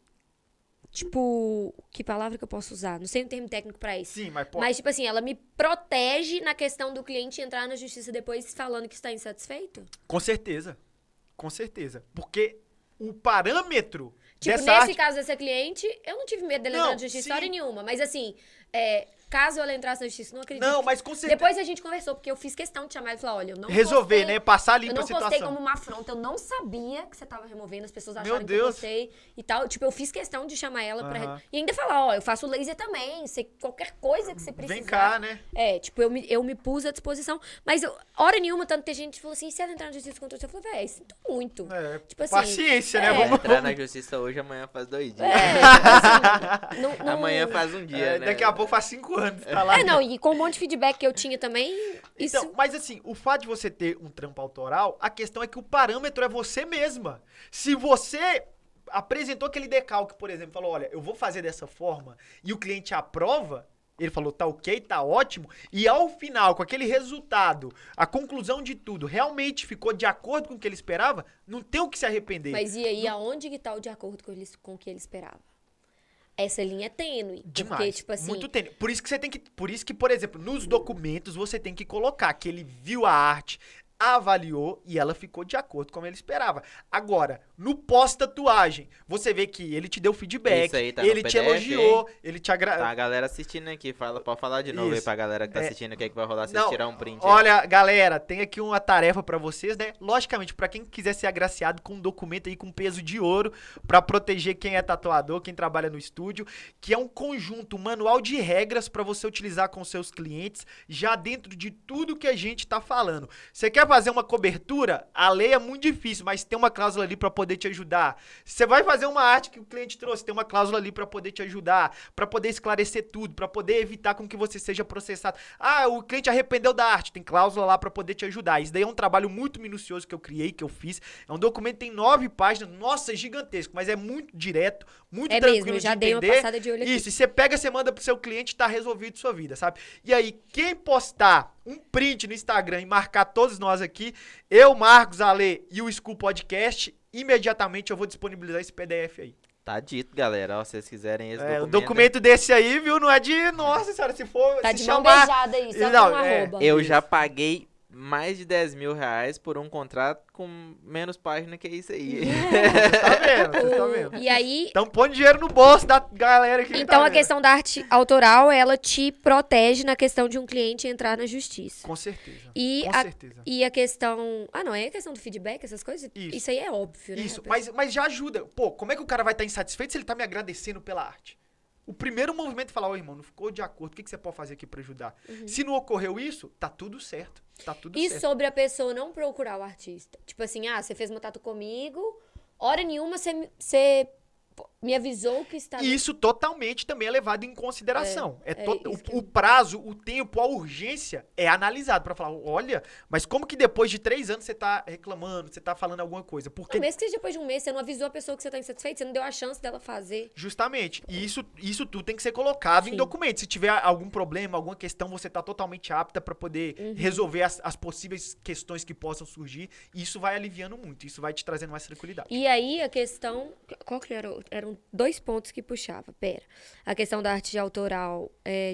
[SPEAKER 2] Tipo, que palavra que eu posso usar? Não sei um termo técnico pra isso.
[SPEAKER 3] Sim, mas pode.
[SPEAKER 2] Mas, tipo assim, ela me protege na questão do cliente entrar na justiça depois falando que está insatisfeito?
[SPEAKER 3] Com certeza. Com certeza. Porque o parâmetro
[SPEAKER 2] Tipo,
[SPEAKER 3] dessa
[SPEAKER 2] nesse
[SPEAKER 3] arte...
[SPEAKER 2] caso dessa cliente, eu não tive medo dela entrar
[SPEAKER 3] Não,
[SPEAKER 2] na justiça
[SPEAKER 3] sim.
[SPEAKER 2] história nenhuma. Mas assim, caso ela entrasse na justiça, não acredito.
[SPEAKER 3] Não,
[SPEAKER 2] que-
[SPEAKER 3] mas com certeza...
[SPEAKER 2] Depois a gente conversou, porque eu fiz questão de chamar ela e falar, olha, eu não
[SPEAKER 3] Resolver,
[SPEAKER 2] postei,
[SPEAKER 3] né? Passar limpo
[SPEAKER 2] eu
[SPEAKER 3] a
[SPEAKER 2] não
[SPEAKER 3] situação.
[SPEAKER 2] postei como uma afronta, eu não sabia que você tava removendo, as pessoas acharam que eu
[SPEAKER 3] Deus.
[SPEAKER 2] postei e tal. Tipo, eu fiz questão de chamar ela pra...
[SPEAKER 3] Aham.
[SPEAKER 2] E ainda falar, ó, eu faço laser também, qualquer coisa que você precisar.
[SPEAKER 3] Vem cá, né?
[SPEAKER 2] Tipo, eu me pus à disposição. Mas, hora nenhuma, tanto tem gente que falou assim, se ela entrar na justiça contra você, eu falei, véi, sinto muito.
[SPEAKER 3] É,
[SPEAKER 2] Tipo assim,
[SPEAKER 3] paciência, né?
[SPEAKER 2] é.
[SPEAKER 3] Vamos...
[SPEAKER 1] Entrar na justiça hoje, amanhã faz 2 dias.
[SPEAKER 2] Assim, não-
[SPEAKER 1] Amanhã faz um dia, né?
[SPEAKER 3] Daqui a pouco faz 5 anos, tá lá.
[SPEAKER 2] não, e com um monte de feedback que eu tinha também, isso...
[SPEAKER 3] Então, mas assim, o fato de você ter um trampo autoral, a questão é que o parâmetro é você mesma. Se você apresentou aquele decalque, por exemplo, falou, olha, eu vou fazer dessa forma, e o cliente aprova, ele falou, tá ok, tá ótimo, e ao final, com aquele resultado, a conclusão de tudo, realmente ficou de acordo com o que ele esperava, não tem o que se arrepender.
[SPEAKER 2] Mas e aí, aonde que tá o de acordo com o que ele esperava? Essa linha é tênue.
[SPEAKER 3] Demais.
[SPEAKER 2] Porque, tipo assim...
[SPEAKER 3] Muito tênue. Por isso que, por exemplo, nos documentos você tem que colocar que ele viu a arte, avaliou e ela ficou de acordo com como ele esperava. Agora, no pós-tatuagem, você vê que ele te deu feedback,
[SPEAKER 1] Isso aí tá no
[SPEAKER 3] ele te
[SPEAKER 1] PDF,
[SPEAKER 3] elogiou, ele te agradou.
[SPEAKER 1] Tá a galera assistindo aqui, pode falar de novo aí
[SPEAKER 3] Isso.
[SPEAKER 1] pra galera que tá assistindo o que vai rolar se
[SPEAKER 3] Não,
[SPEAKER 1] tirar um print aí.
[SPEAKER 3] Olha, galera, tem aqui uma tarefa pra vocês, né? Logicamente, pra quem quiser ser agraciado com um documento aí com peso de ouro pra proteger quem é tatuador, quem trabalha no estúdio, que é um conjunto, um manual de regras pra você utilizar com seus clientes, já dentro de tudo que a gente tá falando. Você quer fazer uma cobertura? A lei é muito difícil, mas tem uma cláusula ali pra poder te ajudar. Você vai fazer uma arte que o cliente trouxe, tem uma cláusula ali pra poder te ajudar, pra poder esclarecer tudo, pra poder evitar com que você seja processado. Ah, o cliente arrependeu da arte, tem cláusula lá pra poder te ajudar. Isso daí é um trabalho muito minucioso que eu criei, que eu fiz. É um documento que tem 9 páginas, nossa, é gigantesco, mas é muito direto, muito
[SPEAKER 2] É
[SPEAKER 3] tranquilo
[SPEAKER 2] mesmo, eu já
[SPEAKER 3] de
[SPEAKER 2] dei uma
[SPEAKER 3] entender.
[SPEAKER 2] passada de olho aqui.
[SPEAKER 3] Isso, e você pega, você manda pro seu cliente, tá resolvido sua vida, sabe? E aí, quem postar um print no Instagram e marcar todos nós aqui, eu, Marcos, Ale e o School Podcast, imediatamente eu vou disponibilizar esse PDF aí.
[SPEAKER 1] Tá dito, galera. Ó, se vocês quiserem esse
[SPEAKER 3] O
[SPEAKER 1] documento.
[SPEAKER 3] documento desse aí, viu, não é de... Nossa senhora, se for...
[SPEAKER 2] Tá
[SPEAKER 3] se
[SPEAKER 2] de mão
[SPEAKER 3] chamar...
[SPEAKER 2] beijada aí, só
[SPEAKER 3] Não,
[SPEAKER 2] com um arroba.
[SPEAKER 1] Eu já paguei mais de 10 mil reais por um contrato com menos página que isso aí.
[SPEAKER 3] Você tá vendo, você tá vendo.
[SPEAKER 2] E aí,
[SPEAKER 3] Estão pondo dinheiro no bolso da galera aqui.
[SPEAKER 2] então
[SPEAKER 3] tá
[SPEAKER 2] a
[SPEAKER 3] vendo?
[SPEAKER 2] questão da arte autoral, ela te protege na questão de um cliente entrar na justiça.
[SPEAKER 3] Com certeza,
[SPEAKER 2] E
[SPEAKER 3] com
[SPEAKER 2] a,
[SPEAKER 3] certeza.
[SPEAKER 2] e a questão... Ah, não, é a questão do feedback, essas coisas?
[SPEAKER 3] Isso.
[SPEAKER 2] Aí é óbvio, né?
[SPEAKER 3] Isso, mas já ajuda. Pô, como é que o cara vai estar insatisfeito se ele tá me agradecendo pela arte? O primeiro movimento é falar, ô irmão, não ficou de acordo, o que você pode fazer aqui pra ajudar? Se não ocorreu isso, tá tudo certo. Tá tudo
[SPEAKER 2] E
[SPEAKER 3] certo.
[SPEAKER 2] sobre a pessoa não procurar o artista? Tipo assim, você fez uma tatu comigo, hora nenhuma você me avisou que está...
[SPEAKER 3] E isso totalmente também é levado em consideração.
[SPEAKER 2] isso que
[SPEAKER 3] O prazo, o tempo, a urgência é analisado pra falar, olha, mas como que depois de 3 anos você tá reclamando, você tá falando alguma coisa? Porque
[SPEAKER 2] Mesmo que seja depois de um mês, você não avisou a pessoa que você tá insatisfeito, você não deu a chance dela fazer.
[SPEAKER 3] justamente, e isso tudo tem que ser colocado em
[SPEAKER 2] Sim.
[SPEAKER 3] documento. Se tiver algum problema, alguma questão, você tá totalmente apta pra poder resolver as possíveis questões que possam surgir. E isso vai aliviando muito, isso vai te trazendo mais tranquilidade.
[SPEAKER 2] E aí a questão... Qual que era? Eram 2 pontos que puxava. Pera. A questão da arte autoral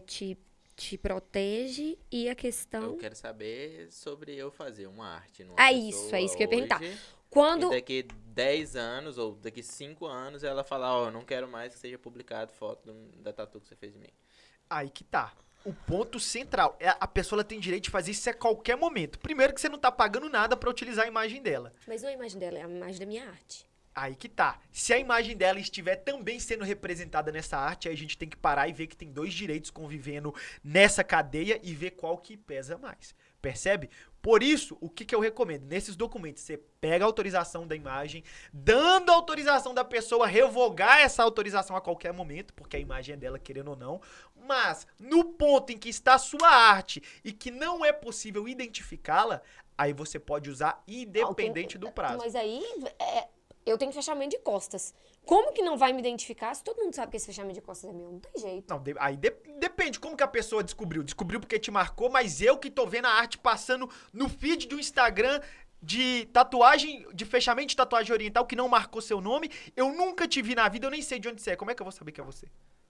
[SPEAKER 2] te protege e a questão...
[SPEAKER 1] Eu quero saber sobre eu fazer uma arte. Numa
[SPEAKER 2] Isso, é
[SPEAKER 1] pessoa
[SPEAKER 2] isso que eu ia perguntar.
[SPEAKER 1] hoje.
[SPEAKER 2] Quando...
[SPEAKER 1] E daqui 10 anos ou daqui 5 anos ela falar, ó, não quero mais que seja publicado foto da tatu que você fez em mim.
[SPEAKER 3] Aí que tá. O ponto central é a pessoa ela tem direito de fazer isso a qualquer momento. Primeiro que você não tá pagando nada pra utilizar a imagem dela.
[SPEAKER 2] Mas não é a imagem dela, é a imagem da minha arte.
[SPEAKER 3] Aí que tá. Se a imagem dela estiver também sendo representada nessa arte, aí a gente tem que parar e ver que tem dois direitos convivendo nessa cadeia e ver qual que pesa mais. Percebe? Por isso, o que eu recomendo? Nesses documentos, você pega a autorização da imagem, dando a autorização da pessoa revogar essa autorização a qualquer momento, porque a imagem é dela, querendo ou não. Mas, no ponto em que está a sua arte e que não é possível identificá-la, aí você pode usar independente do prazo.
[SPEAKER 2] Mas aí, eu tenho fechamento de costas. Como que não vai me identificar se todo mundo sabe que esse fechamento de costas é meu? Não tem jeito.
[SPEAKER 3] Não, aí depende como que a pessoa descobriu. Descobriu porque te marcou, mas eu que tô vendo a arte passando no feed do Instagram de tatuagem, de fechamento de tatuagem oriental que não marcou seu nome, eu nunca te vi na vida, eu nem sei de onde você é. Como é que eu vou saber que é você?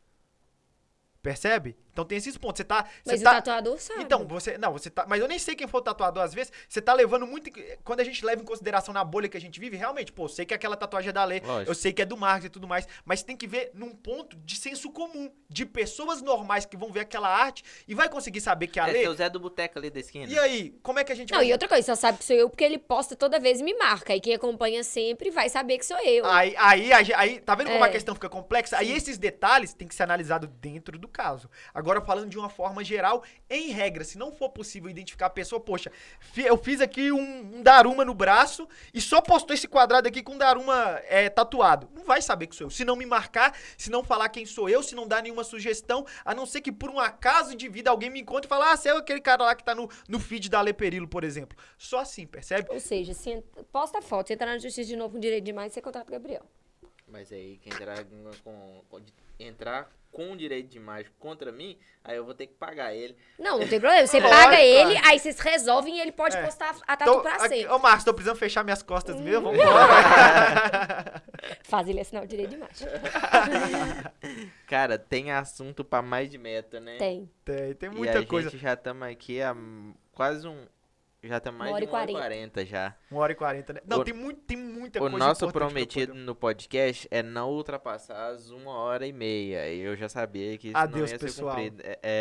[SPEAKER 3] Percebe? Então tem esses pontos.
[SPEAKER 2] Mas o tatuador sabe.
[SPEAKER 3] Então, você tá... Mas eu nem sei quem foi o tatuador às vezes. Você tá levando muito... Quando a gente leva em consideração na bolha que a gente vive, realmente, pô, eu sei que aquela tatuagem é da Lê, eu sei que é do Marcos e tudo mais, mas tem que ver num ponto de senso comum, de pessoas normais que vão ver aquela arte e vai conseguir saber que a Lê...
[SPEAKER 1] É o Zé do Boteco ali da esquina.
[SPEAKER 3] E aí, como é que a gente
[SPEAKER 2] Não, e outra coisa, só sabe que sou eu porque ele posta toda vez e me marca. E quem acompanha sempre vai saber que sou eu.
[SPEAKER 3] Aí tá vendo como a questão fica complexa? Aí esses detalhes têm que ser analisados dentro do caso. Agora, falando de uma forma geral, em regra, se não for possível identificar a pessoa, poxa, eu fiz aqui um Daruma no braço e só postou esse quadrado aqui com Daruma tatuado. Não vai saber que sou eu. Se não me marcar, se não falar quem sou eu, se não dar nenhuma sugestão, a não ser que por um acaso de vida alguém me encontre e fale, você é aquele cara lá que tá no feed da Ale Perillo, por exemplo. Só assim, percebe?
[SPEAKER 2] Ou seja, se posta a foto, se entrar na justiça de novo com direito demais, você contrata o Gabriel.
[SPEAKER 1] Mas aí, quem entrar com direito de imagem contra mim, aí eu vou ter que pagar ele.
[SPEAKER 2] Não tem problema. Você paga ele, aí vocês resolvem e ele pode postar a tatu pra sempre.
[SPEAKER 3] Ô, Marcos, tô precisando fechar minhas costas mesmo, vambora.
[SPEAKER 2] Faz ele assinar o direito de imagem.
[SPEAKER 1] Cara, tem assunto pra mais de meta, né?
[SPEAKER 2] Tem
[SPEAKER 3] muita coisa.
[SPEAKER 1] A gente já estamos aqui há quase já tá mais de 1h40 já.
[SPEAKER 3] 1h40, né? Não, tem muita coisa.
[SPEAKER 1] O nosso prometido no podcast é não ultrapassar as 1h30. E eu já sabia que isso não ia ser cumprido.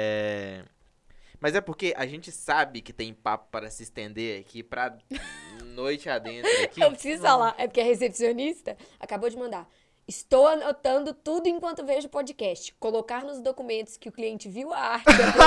[SPEAKER 1] Mas é porque a gente sabe que tem papo para se estender aqui pra noite adentro aqui.
[SPEAKER 2] Eu preciso falar, é porque a recepcionista acabou de mandar. Estou anotando tudo enquanto vejo o podcast. Colocar nos documentos que o cliente viu a arte,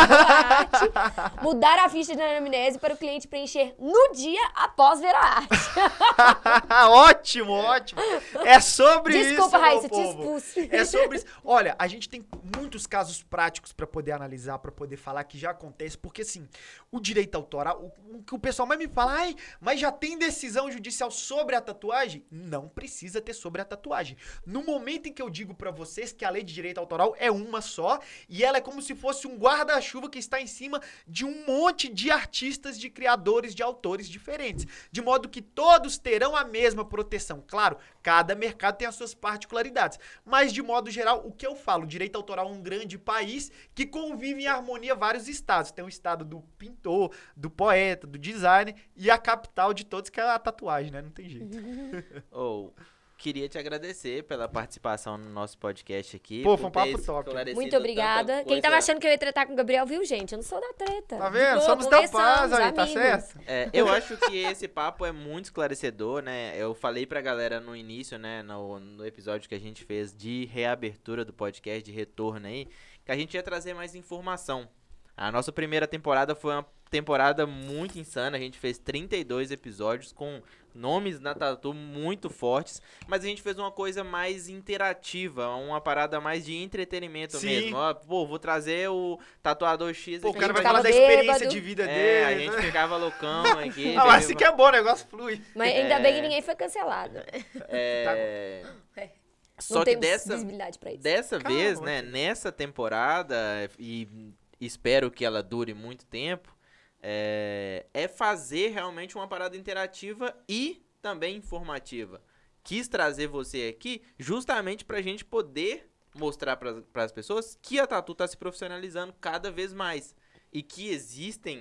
[SPEAKER 2] mudar a ficha de anamnese para o cliente preencher no dia após ver a arte.
[SPEAKER 3] Ótimo. É sobre isso,
[SPEAKER 2] Desculpa, Raíssa,
[SPEAKER 3] meu
[SPEAKER 2] te
[SPEAKER 3] povo.
[SPEAKER 2] expulso.
[SPEAKER 3] É sobre isso. Olha, a gente tem muitos casos práticos para poder analisar, para poder falar que já acontece, porque assim, o direito autoral, o que o pessoal mais me fala, mas já tem decisão judicial sobre a tatuagem? Não precisa ter sobre a tatuagem. No momento em que eu digo pra vocês que a lei de direito autoral é uma só, e ela é como se fosse um guarda-chuva que está em cima de um monte de artistas, de criadores, de autores diferentes. De modo que todos terão a mesma proteção. Claro, cada mercado tem as suas particularidades. Mas, de modo geral, o que eu falo? O direito autoral é um grande país que convive em harmonia vários estados. Tem o estado do pintor, do poeta, do designer e a capital de todos, que é a tatuagem, né? Não tem jeito.
[SPEAKER 1] Queria te agradecer pela participação no nosso podcast aqui.
[SPEAKER 3] Pô, foi um papo top.
[SPEAKER 2] Muito obrigada. Quem tava achando que eu ia tretar com o Gabriel, viu, gente? Eu não sou da treta.
[SPEAKER 3] Tá vendo? Somos da paz aí, tá certo?
[SPEAKER 1] Eu acho que esse papo é muito esclarecedor, né? Eu falei pra galera no início, né, no episódio que a gente fez de reabertura do podcast, de retorno aí, que a gente ia trazer mais informação. A nossa primeira temporada foi uma temporada muito insana, a gente fez 32 episódios com nomes na tatu muito fortes, mas a gente fez uma coisa mais interativa, uma parada mais de entretenimento mesmo. Ó, vou trazer o tatuador X aqui.
[SPEAKER 3] O cara vai falar da experiência de vida dele.
[SPEAKER 1] A gente ficava loucão aqui.
[SPEAKER 3] Mas assim que é bom, o negócio flui.
[SPEAKER 2] Mas ainda bem que ninguém foi cancelado.
[SPEAKER 1] Só que dessa vez,
[SPEAKER 3] Calma,
[SPEAKER 1] né, nessa temporada, e espero que ela dure muito tempo, é fazer realmente uma parada interativa e também informativa. Quis trazer você aqui justamente pra gente poder mostrar para as pessoas que a tatu tá se profissionalizando cada vez mais e que existem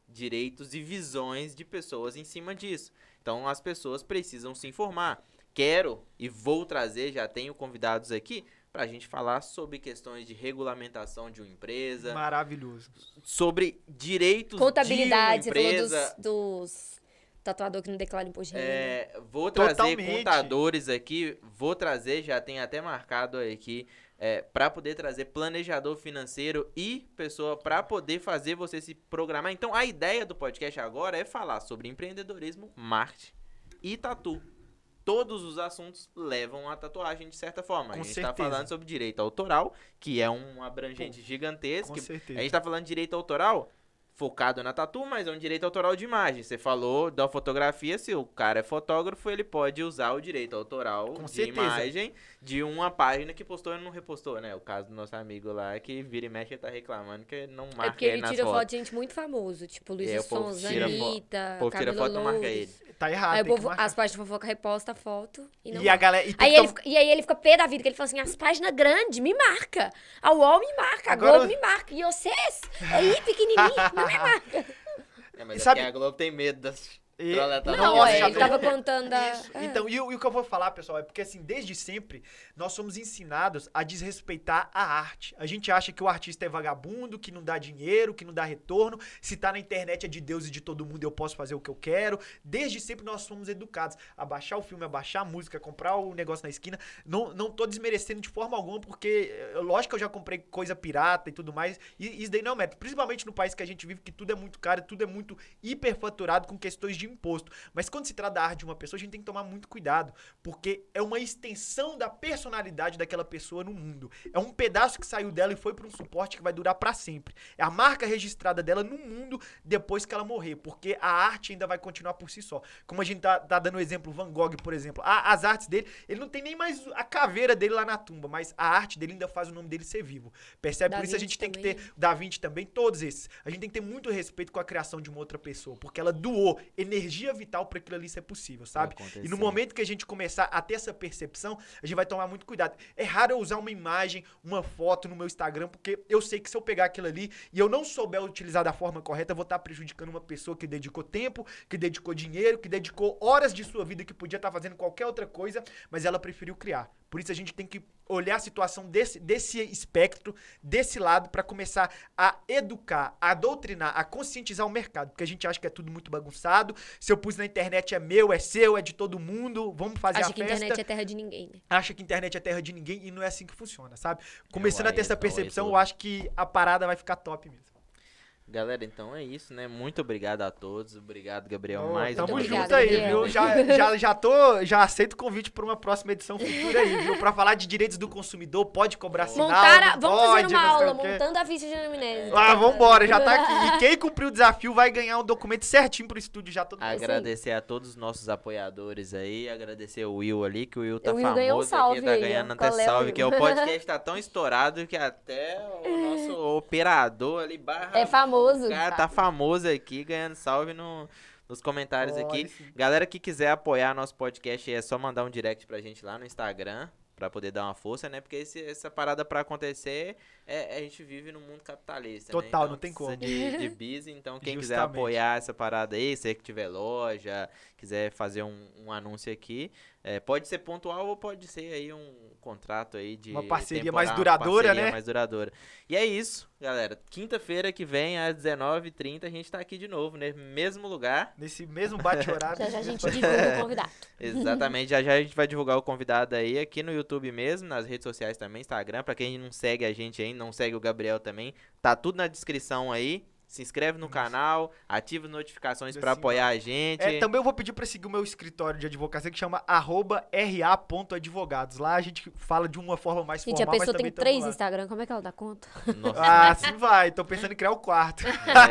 [SPEAKER 1] direitos e visões de pessoas em cima disso. Então as pessoas precisam se informar. Quero e vou trazer, já tenho convidados aqui, para a gente falar sobre questões de regulamentação de uma empresa.
[SPEAKER 3] Maravilhoso.
[SPEAKER 1] Sobre direitos
[SPEAKER 2] Contabilidade,
[SPEAKER 1] de uma
[SPEAKER 2] você
[SPEAKER 1] empresa.
[SPEAKER 2] falou dos tatuador que não declara imposto de renda.
[SPEAKER 1] Vou trazer
[SPEAKER 3] Totalmente.
[SPEAKER 1] contadores aqui, vou trazer, já tem até marcado aqui, para poder trazer planejador financeiro e pessoa para poder fazer você se programar. Então a ideia do podcast agora é falar sobre empreendedorismo, marketing e tatu. Todos os assuntos levam à tatuagem de certa forma.
[SPEAKER 3] Com
[SPEAKER 1] a gente está
[SPEAKER 3] certeza.
[SPEAKER 1] falando sobre direito autoral, que é um abrangente gigantesco.
[SPEAKER 3] Com certeza.
[SPEAKER 1] A gente tá falando de direito autoral focado na tatu, mas é um direito autoral de imagem. Você falou da fotografia, se o cara é fotógrafo, ele pode usar o direito autoral
[SPEAKER 3] Com
[SPEAKER 1] de
[SPEAKER 3] certeza.
[SPEAKER 1] imagem de uma página que postou e não repostou, né? O caso do nosso amigo lá, que vira e mexe, ele tá reclamando que não marca
[SPEAKER 2] É porque
[SPEAKER 1] ele
[SPEAKER 2] ele
[SPEAKER 1] nas
[SPEAKER 2] tira
[SPEAKER 1] fotos.
[SPEAKER 2] foto de gente muito famoso, tipo Luiz
[SPEAKER 1] o povo
[SPEAKER 2] Sonza,
[SPEAKER 1] tira
[SPEAKER 2] Anitta,
[SPEAKER 1] O povo tira
[SPEAKER 2] Camila
[SPEAKER 1] foto e não marca
[SPEAKER 2] Loures.
[SPEAKER 1] ele.
[SPEAKER 3] Tá errado.
[SPEAKER 2] Aí o
[SPEAKER 3] tem que
[SPEAKER 2] povo,
[SPEAKER 3] marcar.
[SPEAKER 2] as páginas de fofoca reposta a foto e não
[SPEAKER 3] E a galera. E tem
[SPEAKER 2] Aí
[SPEAKER 3] que
[SPEAKER 2] ele, e aí ele fica pé da vida, que ele fala assim, as páginas grandes me marca, a UOL me marca, a
[SPEAKER 3] Agora-
[SPEAKER 2] Globo me marca, e vocês, aí pequenininho, não me marca.
[SPEAKER 1] Mas
[SPEAKER 3] E
[SPEAKER 1] é
[SPEAKER 3] sabe-
[SPEAKER 1] porque a Globo tem medo das
[SPEAKER 3] E-
[SPEAKER 1] troletadas.
[SPEAKER 2] Não,
[SPEAKER 3] Nossa,
[SPEAKER 2] ele
[SPEAKER 3] já tô-
[SPEAKER 2] tava contando a...
[SPEAKER 3] Isso. Então, e o que eu vou falar, pessoal, é porque assim, desde sempre, nós somos ensinados a desrespeitar a arte. A gente acha que o artista é vagabundo, que não dá dinheiro, que não dá retorno. Se tá na internet é de Deus e de todo mundo, eu posso fazer o que eu quero. Desde sempre nós somos educados a baixar o filme, a baixar a música, a comprar o negócio na esquina. Não tô desmerecendo de forma alguma, porque lógico que eu já comprei coisa pirata e tudo mais, e isso daí não é mérito. Principalmente no país que a gente vive, que tudo é muito caro, tudo é muito hiperfaturado com questões de imposto. Mas quando se trata da arte de uma pessoa, a gente tem que tomar muito cuidado, porque é uma extensão da personalidade daquela pessoa no mundo. É um pedaço que saiu dela e foi para um suporte que vai durar para sempre. É a marca registrada dela no mundo depois que ela morrer, porque a arte ainda vai continuar por si só. Como a gente tá dando o exemplo, Van Gogh, por exemplo. As artes dele, ele não tem nem mais a caveira dele lá na tumba, mas a arte dele ainda faz o nome dele ser vivo. Percebe?
[SPEAKER 2] Da
[SPEAKER 3] Por isso a
[SPEAKER 2] Vinci
[SPEAKER 3] gente tem que
[SPEAKER 2] também.
[SPEAKER 3] ter, Da Vinci também, todos esses. A gente tem que ter muito respeito com a criação de uma outra pessoa, porque ela doou energia vital para aquilo ali ser possível, sabe?
[SPEAKER 1] acontecer.
[SPEAKER 3] E no momento que a gente começar a ter essa percepção, a gente vai tomar muito cuidado. É raro eu usar uma imagem, uma foto no meu Instagram, porque eu sei que se eu pegar aquilo ali e eu não souber utilizar da forma correta, eu vou estar prejudicando uma pessoa que dedicou tempo, que dedicou dinheiro, que dedicou horas de sua vida, que podia estar fazendo qualquer outra coisa, mas ela preferiu criar. Por isso a gente tem que olhar a situação desse espectro, desse lado, para começar a educar, a doutrinar, a conscientizar o mercado, porque a gente acha que é tudo muito bagunçado. Se eu pus na internet é meu, é seu, é de todo mundo, vamos fazer
[SPEAKER 2] Acha
[SPEAKER 3] a
[SPEAKER 2] que a
[SPEAKER 3] festa.
[SPEAKER 2] internet é terra de ninguém, né?
[SPEAKER 3] Acha que internet é terra de ninguém e não é assim que funciona, sabe? Começando a ter essa
[SPEAKER 1] Ayrton,
[SPEAKER 3] percepção,
[SPEAKER 1] Ayrton.
[SPEAKER 3] eu acho que a parada vai ficar top mesmo.
[SPEAKER 1] Galera, então é isso, né? Muito obrigado a todos. Obrigado, Gabriel.
[SPEAKER 3] Ô,
[SPEAKER 1] mais
[SPEAKER 3] tamo
[SPEAKER 1] uma
[SPEAKER 2] Muito
[SPEAKER 1] vez.
[SPEAKER 3] junto
[SPEAKER 2] obrigada,
[SPEAKER 3] aí,
[SPEAKER 2] Gabriel.
[SPEAKER 3] viu? Já aceito o convite para uma próxima edição futura aí, viu? Pra falar de direitos do consumidor, pode cobrar sinal, não
[SPEAKER 2] Vamos
[SPEAKER 3] pode,
[SPEAKER 2] fazer uma
[SPEAKER 3] não sei
[SPEAKER 2] aula
[SPEAKER 3] o quê.
[SPEAKER 2] montando a ficha de anamnese.
[SPEAKER 3] Ah, vambora, já tá aqui. E quem cumprir o desafio vai ganhar um documento certinho pro estúdio já todo mundo.
[SPEAKER 1] Agradecer a todos os nossos apoiadores aí, agradecer o Will ali, que o Will tá
[SPEAKER 2] O Will
[SPEAKER 1] famoso
[SPEAKER 2] ganhou um salve
[SPEAKER 1] aqui, tá
[SPEAKER 2] aí, ó.
[SPEAKER 1] ganhando
[SPEAKER 2] Qual
[SPEAKER 1] até
[SPEAKER 2] é,
[SPEAKER 1] salve,
[SPEAKER 2] Will?
[SPEAKER 1] que o podcast tá tão estourado que até o nosso operador ali,
[SPEAKER 2] É famoso.
[SPEAKER 1] o cara tá famoso aqui, ganhando salve nos comentários
[SPEAKER 3] Olha,
[SPEAKER 1] aqui.
[SPEAKER 3] sim.
[SPEAKER 1] Galera que quiser apoiar nosso podcast, é só mandar um direct pra gente lá no Instagram, pra poder dar uma força, né? Porque essa parada pra acontecer, a gente vive num mundo capitalista, né?
[SPEAKER 3] Total,
[SPEAKER 1] Então,
[SPEAKER 3] não tem
[SPEAKER 1] precisa
[SPEAKER 3] como.
[SPEAKER 1] de bis, então quem quiser
[SPEAKER 3] Justamente.
[SPEAKER 1] apoiar essa parada aí, você que tiver loja, quiser fazer um anúncio aqui, pode ser pontual ou pode ser aí um contrato aí de
[SPEAKER 3] Uma parceria
[SPEAKER 1] temporário,
[SPEAKER 3] mais duradoura,
[SPEAKER 1] parceria
[SPEAKER 3] né?
[SPEAKER 1] mais duradoura. E é isso, galera. Quinta-feira que vem, às 19h30, a gente tá aqui de novo, né? Mesmo lugar.
[SPEAKER 3] Nesse mesmo bate-horário.
[SPEAKER 2] Já já a gente divulga o convidado.
[SPEAKER 1] Exatamente, já já a gente vai divulgar o convidado aí aqui no YouTube mesmo, nas redes sociais também, Instagram, pra quem não segue a gente aí, não segue o Gabriel também, tá tudo na descrição aí. Se inscreve no canal, ativa as notificações pra
[SPEAKER 3] Assim,
[SPEAKER 1] apoiar a gente.
[SPEAKER 3] Também eu vou pedir pra seguir o meu escritório de advocacia que chama @ra.advogados. Lá a gente fala de uma forma mais
[SPEAKER 2] Gente,
[SPEAKER 3] formal,
[SPEAKER 2] a pessoa
[SPEAKER 3] mas também
[SPEAKER 2] tem 3
[SPEAKER 3] tamo lá.
[SPEAKER 2] Instagram, como é que ela dá conta?
[SPEAKER 1] Nossa,
[SPEAKER 3] Ah, sim vai. Tô pensando em criar o quarto.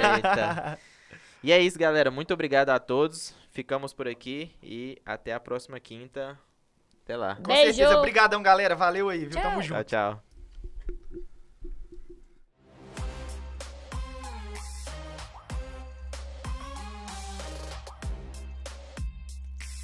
[SPEAKER 1] eita. E é isso, galera. Muito obrigado a todos. Ficamos por aqui e até a próxima quinta. Até lá.
[SPEAKER 3] Com
[SPEAKER 2] Beijo!
[SPEAKER 3] certeza. Obrigadão, galera. Valeu aí, viu?
[SPEAKER 2] Tchau.
[SPEAKER 3] Tamo junto.
[SPEAKER 1] Tchau, tchau.